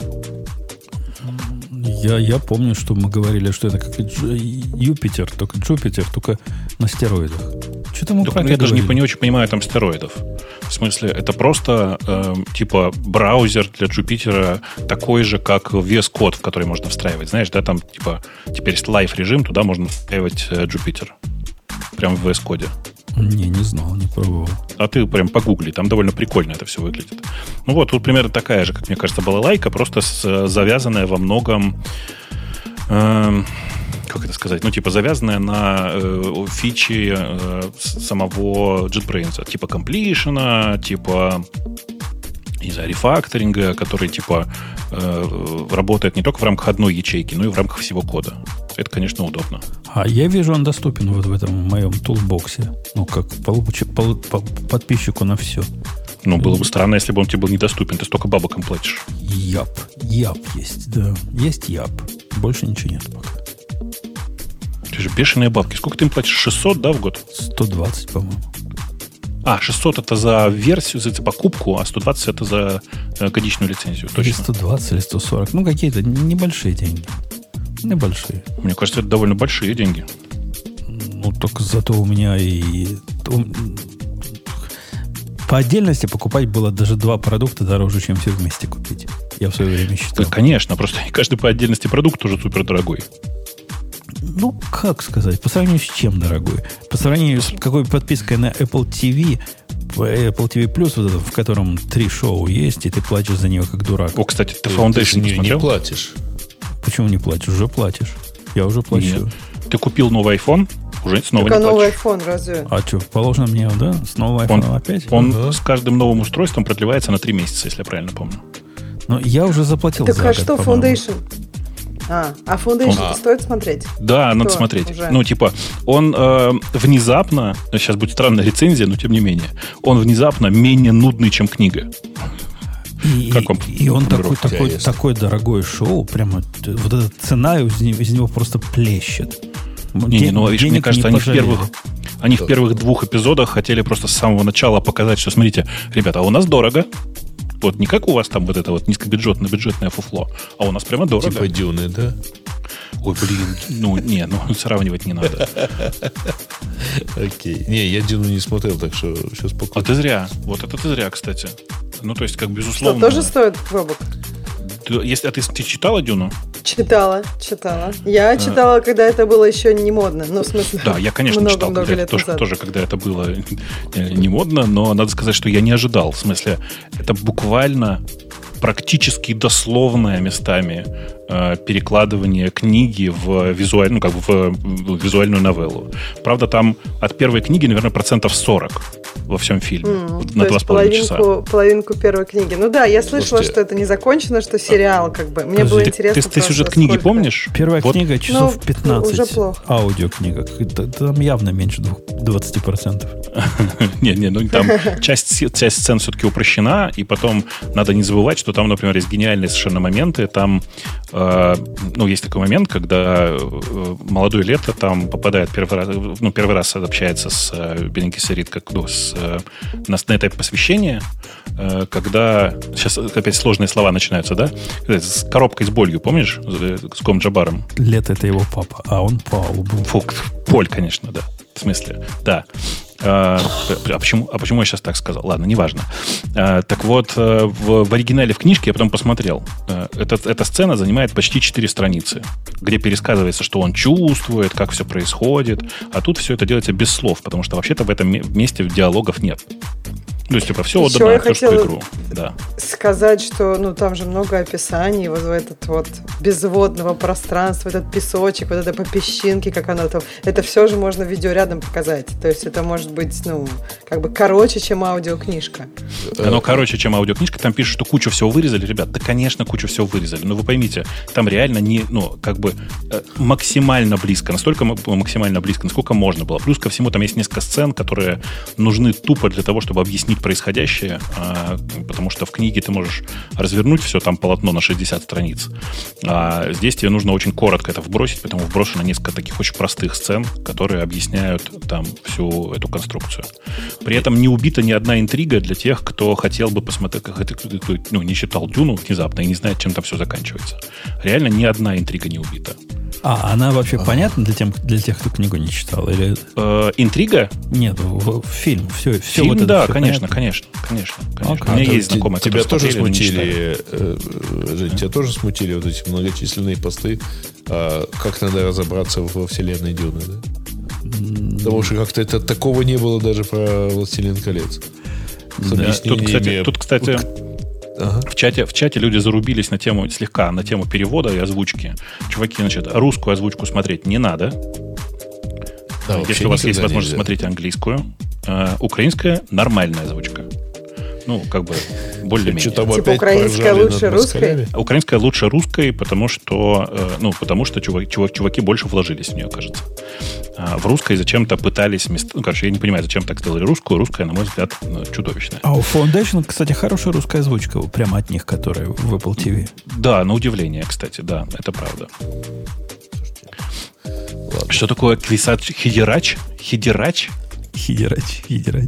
Я, я помню, что мы говорили, что это как Дж- Юпитер, только Джупитер, только на стероидах. Что-то мы так, про ну, это я даже не, говорили. не очень понимаю там стероидов. В смысле, это просто э, типа браузер для Jupyter такой же, как ви эс Code, в который можно встраивать. Знаешь, да, там типа теперь есть лайв режим, туда можно встраивать э, Jupyter. Прямо в ви эс Code. Не, не знал, не пробовал. А ты прям погугли, там довольно прикольно это все выглядит. Ну вот, тут примерно такая же, как мне кажется, балалайка, просто с, завязанная во многом, э, как это сказать, ну типа завязанная на э, фичи э, самого JetBrains, типа комплишена, типа не знаю, рефакторинга, который типа э, работает не только в рамках одной ячейки, но и в рамках всего кода. Это, конечно, удобно. А я вижу, он доступен вот в этом моем тулбоксе. Ну, как получ- пол- по- подписчику на все. Ну, было бы странно, если бы он тебе был недоступен. Ты столько бабок им платишь. Яп. Яп есть, да. Есть яп. Больше ничего нет пока. Ты же бешеные бабки. Сколько ты им платишь? шестьсот, да, в год? сто двадцать, по-моему. А, шестьсот это за версию, за покупку, а сто двадцать это за э, годичную лицензию. Или Точно. сто двадцать, или сто сорок. Ну, какие-то небольшие деньги. Небольшие. Мне кажется, это довольно большие деньги. Ну, только зато у меня и... у- По отдельности покупать было даже два продукта дороже, чем все вместе купить. Я в свое время считал. Да, конечно, просто каждый по отдельности продукт тоже супер дорогой. Ну, как сказать? По сравнению с чем, дорогой? По сравнению с какой подпиской на Apple ти ви, Apple ти ви Plus, вот это, в котором три шоу есть, и ты платишь за него как дурак. О, кстати, ты Ты Foundation же не не, не смотрел? платишь. Почему не платишь? Уже платишь. Я уже плачу. Нет. Ты купил новый iPhone, уже снова Только не новый платишь. iPhone, разве? А что, положено мне, да? С нового Он, iPhone опять? он Ага. с каждым новым устройством продлевается на три месяца, если я правильно помню. Но я уже заплатил Так за а год, что по-моему. Foundation? А, а Foundation А. стоит смотреть? Да, надо Что смотреть. уже? Ну, типа, он э, внезапно, сейчас будет странная рецензия, но тем не менее, он внезапно менее нудный, чем книга. И, Как вам и он такой, формулировка? такой, Интересно. такой дорогой шоу, прямо т- вот эта цена из него, из него просто плещет. Не, не, ну, видишь, мне Денег кажется, не они в пожалели. первых, они в первых двух эпизодах хотели просто с самого начала показать, что, смотрите, ребята, а у нас дорого. Вот не как у вас там вот это вот низкобюджетное бюджетное фуфло, а у нас прямо дорого. Типа Дюны, да? Ой, блин, ну не, ну сравнивать не надо. Окей. Не, я Дюну не смотрел, так что сейчас А покупаю. ты зря. Вот это ты зря, кстати. Ну, то есть, как Что, безусловно. тоже стоит, Бобок? Ты- если, а ты, ты читала Дюну? Читала, читала. Я читала, когда это было еще не модно. Ну, в смысле, Да, я, конечно, много, читал, много когда лет это тоже, назад. тоже, когда это было э, не модно, но надо сказать, что я не ожидал. В смысле, это буквально практически дословное местами э, перекладывание книги в визуальную, ну, как бы в, в визуальную новеллу. Правда, там от первой книги, наверное, процентов сорок во всем фильме. М, Вот то на два есть с половиной часа. половинку, половинку первой книги. Ну да, я слышала, Слушайте, что это не закончено, что сериал как бы. Мне было Ты, интересно ты- ты просто, сюжет книги сколько- помнишь? Первая Вот. книга часов Ну, пятнадцать. уже плохо. Аудиокнига. Т- Там явно меньше двух- двадцать процентов. Не, не, ну там часть, с- часть сцен все-таки упрощена, и потом надо не забывать, что там, например, есть гениальные совершенно моменты. Там, э, ну, есть такой момент, когда э, молодой Лето там попадает первый раз, ну, первый раз общается с э, Бен Гессерит, как, ну, с, э, на, на этапе посвящения, э, когда, сейчас опять сложные слова начинаются, да? С коробкой с болью, помнишь? С Гом Джабаром. Лето это его папа, а он Паул был. Фу, Поль, конечно, да. В смысле, да. А, а, почему, а почему я сейчас так сказал? Ладно, неважно. А, так вот, в, в оригинале в книжке я потом посмотрел. Эта, эта сцена занимает почти четыре страницы, где пересказывается, что он чувствует, как все происходит. А тут все это делается без слов, потому что вообще-то в этом месте диалогов нет. То есть, типа, все отдано актерскую игру. Да. Сказать, что ну там же много описаний, вот в этот вот безводного пространства, этот песочек, вот это по песчинке, как оно там. Это все же можно видеорядом показать. То есть это может быть, ну, как бы короче, чем аудиокнижка. Оно короче, чем аудиокнижка. Там пишут, что кучу всего вырезали. Ребят, да, конечно, кучу всего вырезали. Но вы поймите, там реально не, ну, как бы максимально близко. Настолько максимально близко, насколько можно было. Плюс ко всему там есть несколько сцен, которые нужны тупо для того, чтобы объяснить происходящее, потому что в книге ты можешь развернуть все, там полотно на шестьдесят страниц. А здесь тебе нужно очень коротко это вбросить, поэтому вброшено несколько таких очень простых сцен, которые объясняют там всю эту конструкцию. При этом не убита ни одна интрига для тех, кто хотел бы посмотреть, как это, ну, не читал Дюну внезапно и не знает, чем там все заканчивается. Реально ни одна интрига не убита. А, она вообще а. понятна для, тем, для тех, кто книгу не читал? Или... Э, интрига? Нет, в, в фильм. Все, все фильм, вот это да, все конечно, понятно? конечно, конечно, конечно. А, У меня а есть знакомые, тебя тоже смотрели, смутили, э, Жень, тебя тоже смутили вот эти многочисленные посты, а, как надо разобраться во вселенной Дюны, да? Потому что как-то это такого не было даже про «Властелин колец». Да, тут, кстати, тут, кстати ага. в, чате, в чате люди зарубились на тему, слегка на тему перевода и озвучки. Чуваки, значит, русскую озвучку смотреть не надо. Да, если у вас есть возможность нельзя. смотреть английскую. А, украинская нормальная озвучка. Ну, как бы, более-менее. Типа украинская лучше русской? Украинская лучше русской, потому что, э, ну, потому что чувак, чувак, чуваки больше вложились в нее, кажется. А в русской зачем-то пытались... Мест... Ну, короче, я не понимаю, зачем так сделали русскую. Русская, на мой взгляд, чудовищная. А у Foundation, кстати, хорошая русская озвучка, прямо от них, которая в Apple ти ви. Да, на удивление, кстати, да, это правда. Ладно. Что такое Квисач Хидерач? Хидерач? Хидерач, Хидерач.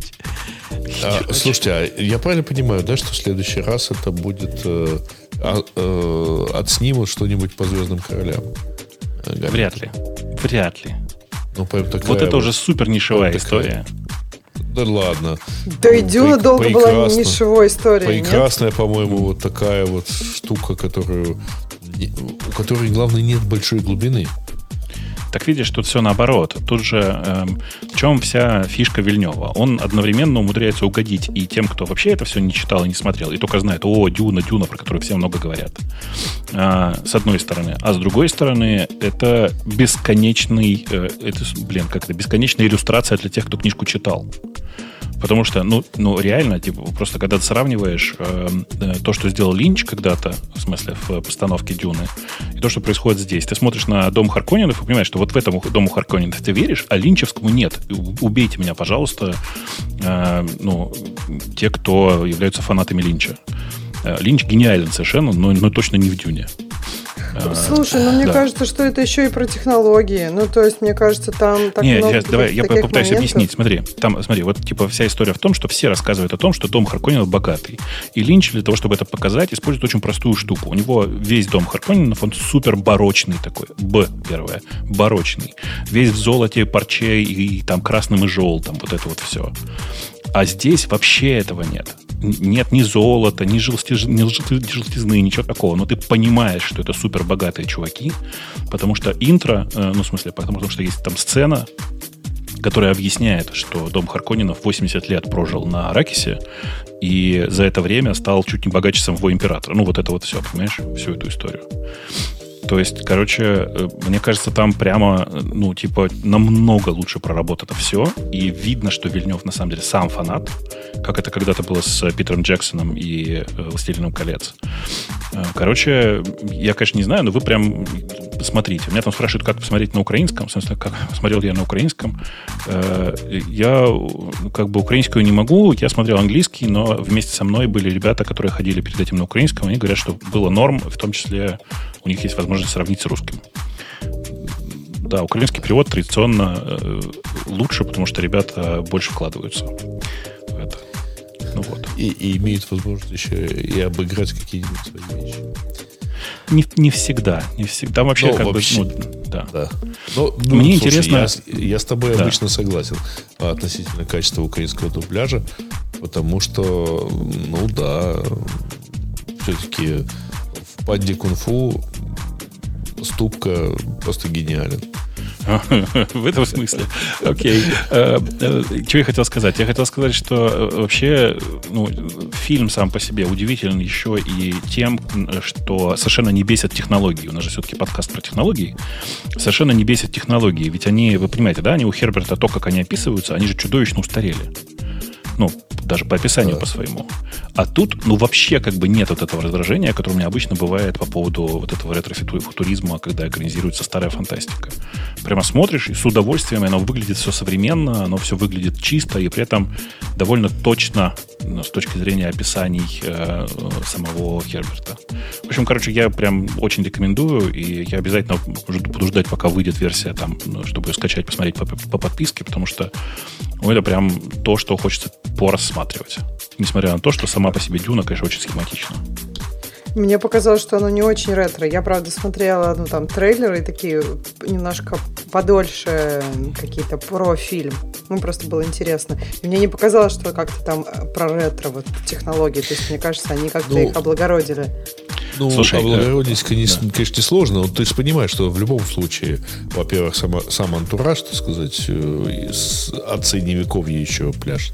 А, слушайте, а я правильно понимаю, да, что в следующий раз это будет э, а, э, отснимут что-нибудь по «Звездным королям»? Ага. Вряд ли. Вряд ли. Ну, прям такая вот это вот, уже супер нишевая вот история. Да ладно. Да и Дюна долго была нишевой историей. Прекрасная, нет? по-моему, вот такая вот штука, которую, у которой, главное, нет большой глубины. Так видишь, тут все наоборот. Тут же эм, в чем вся фишка Вильнева? Он одновременно умудряется угодить и тем, кто вообще это все не читал и не смотрел, и только знает, о, Дюна, Дюна, про которую все много говорят. А, с одной стороны. А с другой стороны, это бесконечный, э, это, блин, как это, бесконечная иллюстрация для тех, кто книжку читал. Потому что, ну, ну реально, типа, просто когда ты сравниваешь э, то, что сделал Линч когда-то, в смысле, в постановке Дюны, и то, что происходит здесь, ты смотришь на Дом Харконненов и понимаешь, что вот в этом Дому Харконненов ты веришь, а Линчевскому нет. Убейте меня, пожалуйста, э, ну, те, кто являются фанатами Линча. Э, Линч гениален совершенно, но, но точно не в Дюне. Слушай, ну мне да. кажется, что это еще и про технологии. Ну, то есть, мне кажется, там так Не, много я, давай, я попытаюсь моментов. объяснить. Смотри, там, смотри, вот типа вся история в том, что все рассказывают о том, что дом Харконненов богатый. И Линч для того, чтобы это показать, использует очень простую штуку. У него весь дом Харконненов, он супер барочный такой. Б первое. Барочный. Весь в золоте, парче и, и там красным и желтым. Вот это вот все. А здесь вообще этого нет. Нет ни золота, ни, желтиз... ни желтизны, ничего такого. Но ты понимаешь, что это супер богатые чуваки, потому что интро, э, ну, в смысле, потому что есть там сцена, которая объясняет, что дом Харконненов восемьдесят лет прожил на Аракисе, и за это время стал чуть не богаче самого императора. Ну, вот это вот все, понимаешь? Всю эту историю. То есть, короче, мне кажется, там прямо, ну, типа, намного лучше проработано все. И видно, что Вильнев, на самом деле, сам фанат. Как это когда-то было с Питером Джексоном и «Властелином колец». Короче, я, конечно, не знаю, но вы прям посмотрите. Меня там спрашивают, как посмотреть на украинском. В смысле, как посмотрел я на украинском. Я, как бы, украинскую не могу. Я смотрел английский, но вместе со мной были ребята, которые ходили перед этим на украинском. Они говорят, что было норм, в том числе у них есть возможность сравнить с русским. Да, украинский перевод традиционно э, лучше, потому что ребята больше вкладываются в это. Ну вот. И, и имеют возможность еще и обыграть какие-нибудь свои вещи. не, не всегда. Не всегда. Там вообще ну, как вообще, бы... Ну, да. да. Но, ну, Мне слушай, интересно... Я, я с тобой да. обычно согласен относительно качества украинского дубляжа, потому что, ну да, все-таки в панде кунг-фу Ступка просто гениален. В этом смысле. Окей. Что я хотел сказать? Я хотел сказать, что вообще ну, фильм сам по себе удивителен еще и тем, что совершенно не бесит технологии. У нас же все-таки подкаст про технологии. Совершенно не бесит технологии. Ведь они, вы понимаете, да, они у Херберта, то, как они описываются, они же чудовищно устарели. Ну, даже по описанию, да. по своему. А тут, ну, вообще как бы нет вот этого раздражения, которое у меня обычно бывает по поводу вот этого ретро-футуризма, когда экранизируется старая фантастика. Прямо смотришь, и с удовольствием оно выглядит все современно, оно все выглядит чисто, и при этом довольно точно ну, с точки зрения описаний э, самого Херберта. В общем, короче, я прям очень рекомендую, и я обязательно буду ждать, пока выйдет версия там, чтобы ее скачать, посмотреть по, по подписке, потому что ну, это прям то, что хочется порассматривать. Несмотря на то, что сама по себе Дюна, конечно, очень схематична. Мне показалось, что оно не очень ретро. Я, правда, смотрела ну, там, трейлеры такие немножко подольше какие-то про фильм. Ну, просто было интересно. И мне не показалось, что как-то там про ретро вот, технологии. То есть, мне кажется, они как-то ну, их облагородили. Ну, Слушай, облагородить, да. конечно, конечно, сложно. Но ты же понимаешь, что в любом случае, во-первых, сам, сам антураж, так сказать, с от средневековья еще пляшет.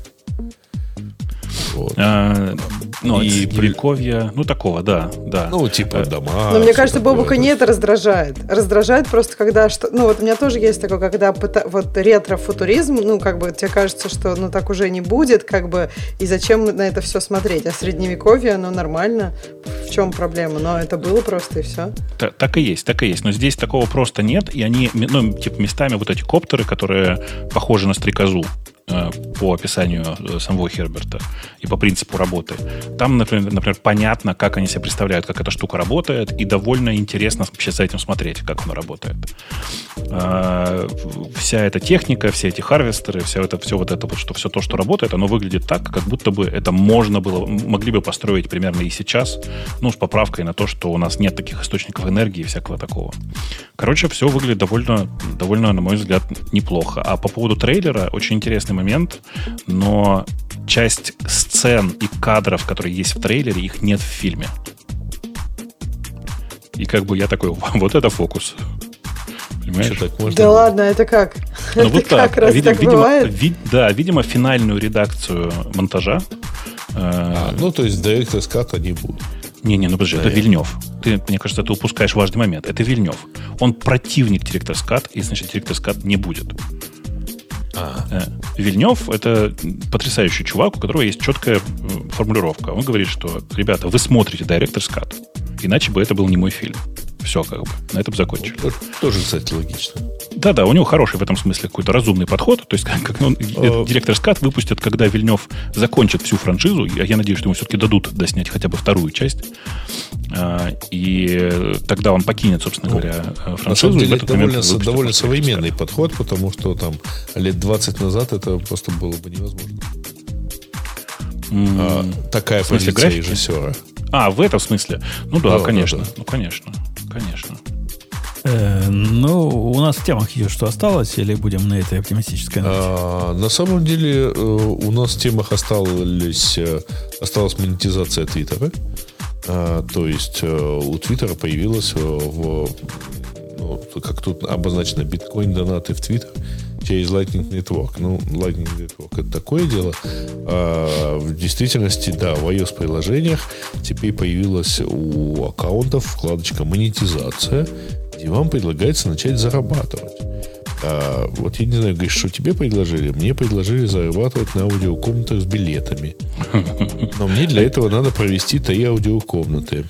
Вот. А, ну, и Средневековья, ну, такого, да, да. Ну, типа дома. Но мне кажется, Бобука не это раздражает. Раздражает просто, когда... что, ну, вот у меня тоже есть такое, когда вот ретро-футуризм, ну, как бы тебе кажется, что ну так уже не будет, как бы, и зачем на это все смотреть? А Средневековье, оно нормально. В чем проблема? Но это было просто, и все. Так, так и есть, так и есть. Но здесь такого просто нет, и они, ну, типа, местами вот эти коптеры, которые похожи на стрекозу, по описанию самого Херберта и по принципу работы. Там, например, например, понятно, как они себе представляют, как эта штука работает, и довольно интересно вообще за этим смотреть, как оно работает. Вся эта техника, все эти харвестеры, все это, все вот это вот, что все то, что работает, оно выглядит так, как будто бы это можно было, могли бы построить примерно и сейчас, ну, с поправкой на то, что у нас нет таких источников энергии и всякого такого. Короче, все выглядит довольно, довольно, на мой взгляд, неплохо. А по поводу трейлера, очень интересный момент, но часть сцен и кадров, которые есть в трейлере, их нет в фильме. И как бы я такой, вот это фокус. Понимаешь? Так можно да было? Ладно, это как? Ну, это вот как, так. раз Видимо, так видимо, бывает? ви, да, видимо, финальную редакцию монтажа. А, ну, то есть Director's Cut они будут. Не-не, ну подожди, да, это Вильнев. Ты, мне кажется, ты упускаешь важный момент. Это Вильнев. Он противник Director's Cut, и, значит, Director's Cut не будет. А. Вильнев — это потрясающий чувак, у которого есть четкая формулировка. Он говорит, что, ребята, вы смотрите Director's Cut, иначе бы это был не мой фильм. Все, как бы. На этом закончили. Ну, тоже, кстати, логично. Да-да, у него хороший в этом смысле какой-то разумный подход. То есть, как, как он, uh, Director's Cut выпустят, когда Вильнев закончит всю франшизу. Я, я надеюсь, что ему все-таки дадут доснять хотя бы вторую часть. А, и тогда он покинет, собственно ну, говоря, франшизу. На самом деле, это довольно, довольно современный подход, потому что там лет двадцать назад это просто было бы невозможно. Mm, а, такая позиция графики? Режиссера. А, в этом смысле? Ну да, да конечно. Да, да. Ну, конечно. Конечно. Э, ну, у нас в темах еще что осталось, или будем на этой оптимистической ноте? А, на самом деле, у нас в темах осталось, осталась монетизация Твиттера. А, то есть у Твиттера появилась, в, ну, как тут обозначено, биткоин-донаты в Твиттер через Lightning Network. Ну, Lightning Network — это такое дело. А в действительности, да, в iOS-приложениях теперь появилась у аккаунтов вкладочка «Монетизация», где вам предлагается начать зарабатывать. А вот я не знаю, говоришь, что тебе предложили? Мне предложили зарабатывать на аудиокомнатах с билетами. Но мне для этого надо провести три аудиокомнаты.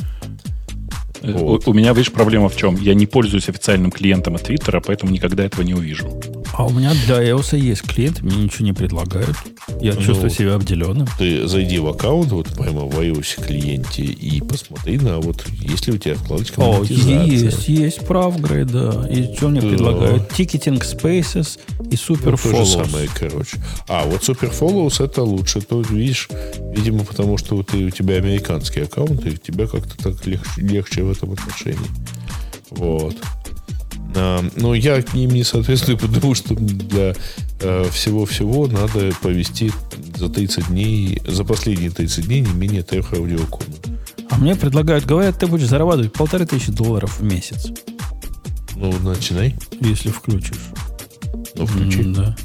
Вот. У, у меня, видишь, проблема в чем? Я не пользуюсь официальным клиентом от Твиттера, поэтому никогда этого не увижу. А у меня для iOS есть клиент, мне ничего не предлагают. Я ну, чувствую себя обделенным. Ты зайди в аккаунт, вот прямо в iOS клиенте и посмотри на вот, есть ли у тебя вкладочка монетизация. О, есть, есть прав-грейд, да. И что мне да. предлагают? Ticketing Spaces и Super Follows. То же самое, короче. А, вот Super Follows это лучше. То, видишь, видимо, потому что ты, у тебя американский аккаунт, и у тебя как-то так легче, легче в этом отношении. Вот. А, но я к ним не соответствую, потому что для э, всего-всего надо повести за тридцать дней, за последние тридцать дней не менее трех аудиокомнат. А мне предлагают, говорят, ты будешь зарабатывать полторы тысячи долларов в месяц. Ну, начинай. Если включишь. Ну, включи. М, да.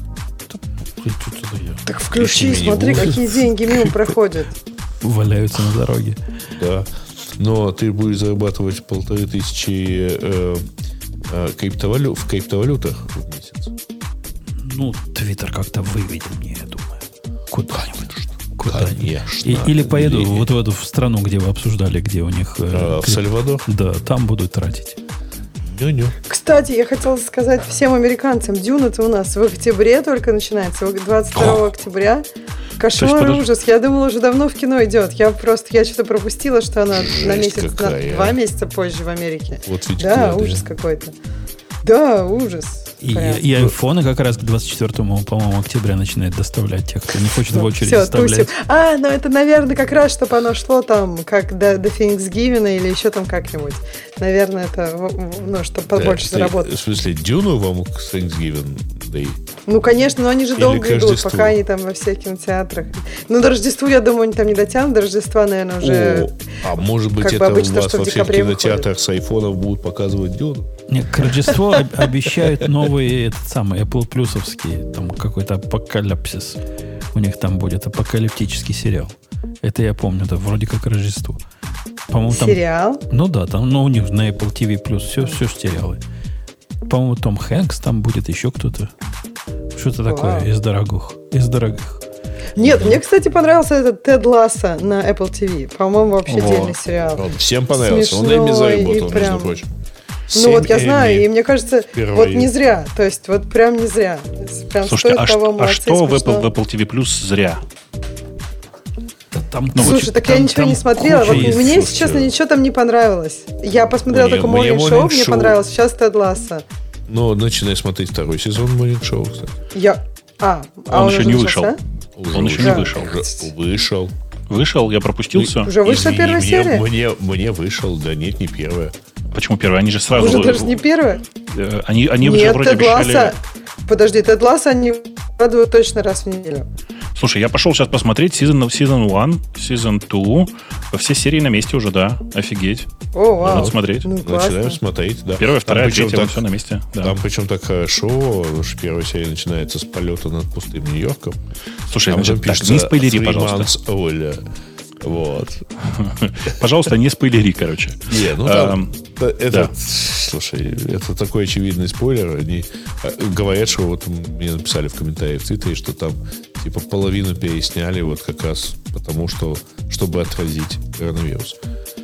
Так включи, смотри, какие деньги мимо проходят. Валяются на дороге. Да. Но ты будешь зарабатывать полторы тысячи э, э, криптовалю, в криптовалютах в месяц. Ну, Твиттер как-то выведет мне, я думаю. Куда-нибудь. Куда-нибудь. Конечно. И, или поеду или... вот в эту в страну, где вы обсуждали, где у них... А, э, в Сальвадор? Да, там буду тратить. Ню-ню. Кстати, я хотела сказать всем американцам, Дюна-то у нас в октябре только начинается, двадцать второго октября. Кошмар, ужас. Я думала, уже давно в кино идет. Я просто, я что-то пропустила, что она Жесть на месяц, какая. на два месяца позже в Америке. Вот ведь да, куда, ужас да. какой-то. Да, ужас. И, и айфоны как раз к двадцать четвёртому, по-моему, октября начинает доставлять тех, кто не хочет в очередь Все, составлять. Тусим. А, ну это, наверное, как раз, чтобы оно шло там, как до, до Thanksgiving или еще там как-нибудь. Наверное, это, ну, чтобы побольше да, заработать. В смысле, Дюну вам к Thanksgiving Day? Ну, конечно, но они же Или долго идут, пока они там во всех кинотеатрах. Ну, до Рождества, я думаю, они там не дотянут. До Рождества, наверное, уже... О, а может быть, это обычно, у вас во всех кинотеатрах с айфонов будут показывать Дюну? Нет, к Рождеству обещают новые, этот самый, Apple Плюсовский, там какой-то апокалипсис. У них там будет апокалиптический сериал. Это я помню, это вроде как Рождество. По-моему, там, сериал? Ну да, там, ну у них на Apple ти ви Plus все, все сериалы. По-моему, Том Хэнкс там будет, еще кто-то. Что-то такое из дорогих. Из дорогих. Нет, мне, кстати, понравился этот Тед Лассо на Apple ти ви. По-моему, вообще отдельный сериал. Он всем понравился. Смешной Он Эми заработал, прям... между прочим. Ну вот я знаю, и мне кажется, Впервые. вот не зря. То есть вот прям не зря. Прям Слушайте, а, того, что, а что в смешно. Apple, в Apple ти ви Plus зря? Там, ну, Слушай, так я ничего не смотрела. Вот мне, если честно, ничего там не понравилось. Я посмотрела мне, только Morning Morning Show, мне Show. понравилось. Сейчас Тед Лассо. Ну, начинай смотреть второй сезон Morning Show, кстати. Я... А, а он, он еще не вышел. Уже, он уже, еще да. не вышел. Уже вышел. Вышел, я пропустил все. Уже вышла Извини, первая мне, серия? Мне, мне вышел, да нет, не первая. Почему первая? Они же сразу... Уже даже не первая? Они, они Нет, уже вроде Тед обещали... Лассо... Подожди, Тед Лассо они радуют точно раз в неделю. Слушай, я пошел сейчас посмотреть сезон один, сезон два. Все серии на месте уже, да. Офигеть. О, вау. Надо смотреть. Ну, Начинаем смотреть, да. Первая, вторая, причем третья, так, все на месте. Да. Там причем так хорошо, потому что первая серия начинается с полета над пустым Нью-Йорком. Слушай, там значит, же так, не спойлери, пожалуйста. Оля. Вот. Пожалуйста, не спойлери, короче. Не, ну там, а, это, да. слушай, это такой очевидный спойлер. Они говорят, что вот мне написали в комментариях в Твиттере, что там типа половину пересняли вот как раз потому, что чтобы отразить коронавирус.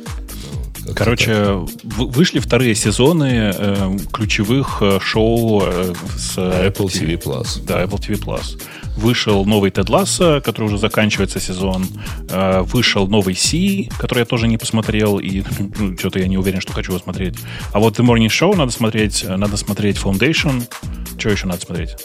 Как Короче, вышли вторые сезоны э, ключевых э, шоу э, с Apple ти ви Plus. Да, Apple ти ви Plus. Вышел новый Тед Лассо, который уже заканчивается сезон. Э, вышел новый Си, который я тоже не посмотрел, и ну, что-то я не уверен, что хочу его смотреть. А вот The Morning Show надо смотреть, надо смотреть Foundation. Что еще надо смотреть?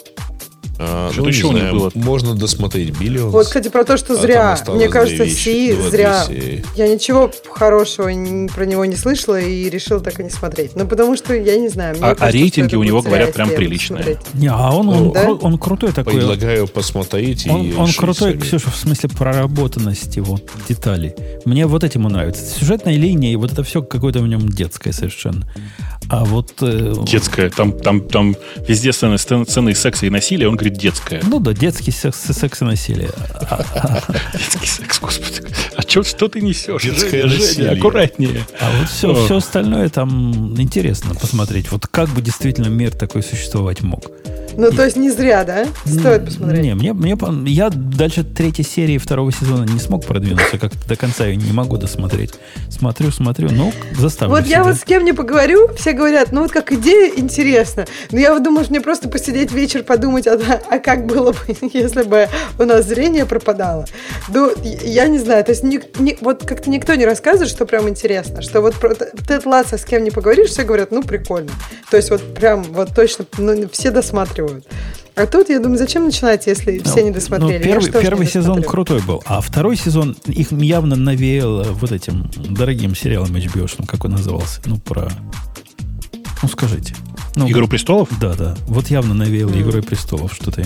А, Что-то ну, еще у них было. Можно досмотреть Billions. Вот, кстати, про то, что зря. Мне кажется, Си зря. Я ничего хорошего не, про него не слышала и решила так и не смотреть. Ну, потому что, я не знаю. Мне А, кажется, а рейтинги у него, зря, говорят, прям я буду приличные. смотреть. Не, а он, он, Да? кру- он крутой такой. Предлагаю посмотреть. Он, и он решить крутой, сами. Ксюша, в смысле проработанности вот, деталей. Мне вот этим он нравится. Сюжетная линия, и вот это все какое-то в нем детское совершенно. А вот... Э, Детская. Там, там, там везде сцены, сцены, сцены секса и насилия. Он говорит детская. ну да, детский секс, секс и насилие. Детский секс, господи. А чё, что ты несешь? Детское Женя, насилие. Женя, аккуратнее. А вот все, О. все остальное там интересно посмотреть. Вот как бы действительно мир такой существовать мог. Ну, то есть не зря, да? Стоит посмотреть. Не, мне, мне, я дальше третьей серии второго сезона не смог продвинуться, как до конца я не могу досмотреть. Смотрю, смотрю, ну, заставлю Вот себя. я вот с кем не поговорю, все говорят, ну вот как идея интересна. Но я вот думаю, что мне просто посидеть вечер, подумать, а, а как было бы, если бы у нас зрение пропадало. Ну, я не знаю, то есть ни, ни, вот как-то никто не рассказывает, что прям интересно, что вот про Тед Лассо с кем не поговоришь, все говорят, ну, прикольно. То есть вот прям вот точно, ну, все досматривают. А тут, я думаю, зачем начинать, если все не досмотрели? Ну, первый первый сезон крутой был, а второй сезон их явно навеял вот этим дорогим сериалом эйч би о-шным, как он назывался. Ну, про... Ну, скажите. Ну, «Игру престолов»? Да, да. Вот явно навеял mm. «Игрой престолов» что-то.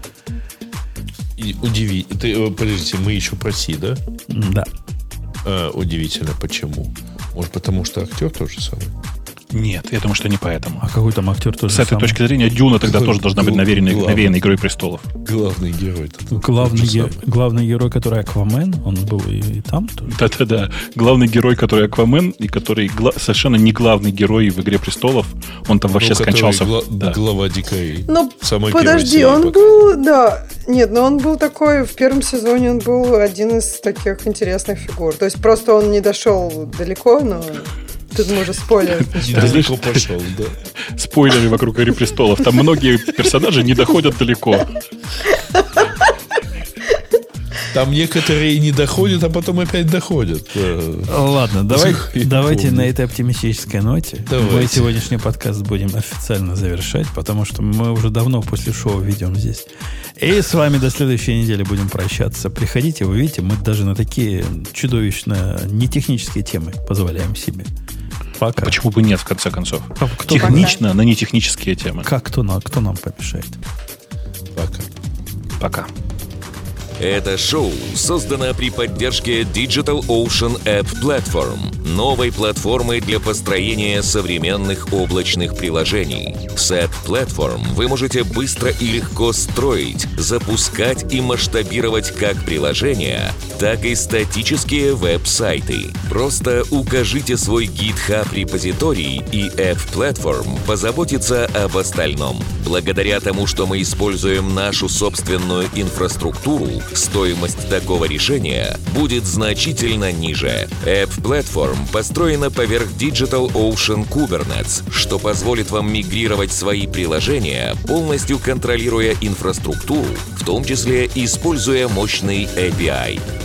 И удиви... Ты, подождите, мы еще про Си, да? Да. А, удивительно, почему? Может, потому что актер тот же самый? Нет, я думаю, что не поэтому. А какой там актер тоже С этой самый? точки зрения Дюна тогда Гл- тоже должна быть навеяна, навеяна «Игрой престолов». Главный герой. Главный, ге- главный герой, который Аквамен, он был и, и там тоже. Да-да-да. Главный герой, который Аквамен, и который гла- совершенно не главный герой в «Игре престолов». Он там вообще ну, скончался. Гла- да. Глава дикарей. Ну, Самый подожди, он был, да, нет, но он был такой, в первом сезоне он был один из таких интересных фигур. То есть просто он не дошел далеко, но... Тут мы уже спойлеры. Далеко пошел, да. Спойлеры вокруг «Игры престолов». Там многие персонажи не доходят далеко. Там некоторые не доходят, а потом опять доходят. Ладно, давай, давайте на этой оптимистической ноте Давайте. мы сегодняшний подкаст будем официально завершать, потому что мы уже давно после шоу ведем здесь. И с вами до следующей недели будем прощаться. Приходите, вы видите, мы даже на такие чудовищно нетехнические темы позволяем себе. Пока. Почему бы нет, в конце концов? А кто Технично, пока? но не технические темы. Как кто нам, кто нам помешает? Пока. Пока. Это шоу создано при поддержке Digital Ocean App Platform, новой платформы для построения современных облачных приложений. С App Platform вы можете быстро и легко строить, запускать и масштабировать как приложения, так и статические веб-сайты. Просто укажите свой GitHub-репозиторий, и App Platform позаботится об остальном. Благодаря тому, что мы используем нашу собственную инфраструктуру, стоимость такого решения будет значительно ниже. App Platform построена поверх Digital Ocean Kubernetes, что позволит вам мигрировать свои приложения, полностью контролируя инфраструктуру, в том числе используя мощный эй пи ай.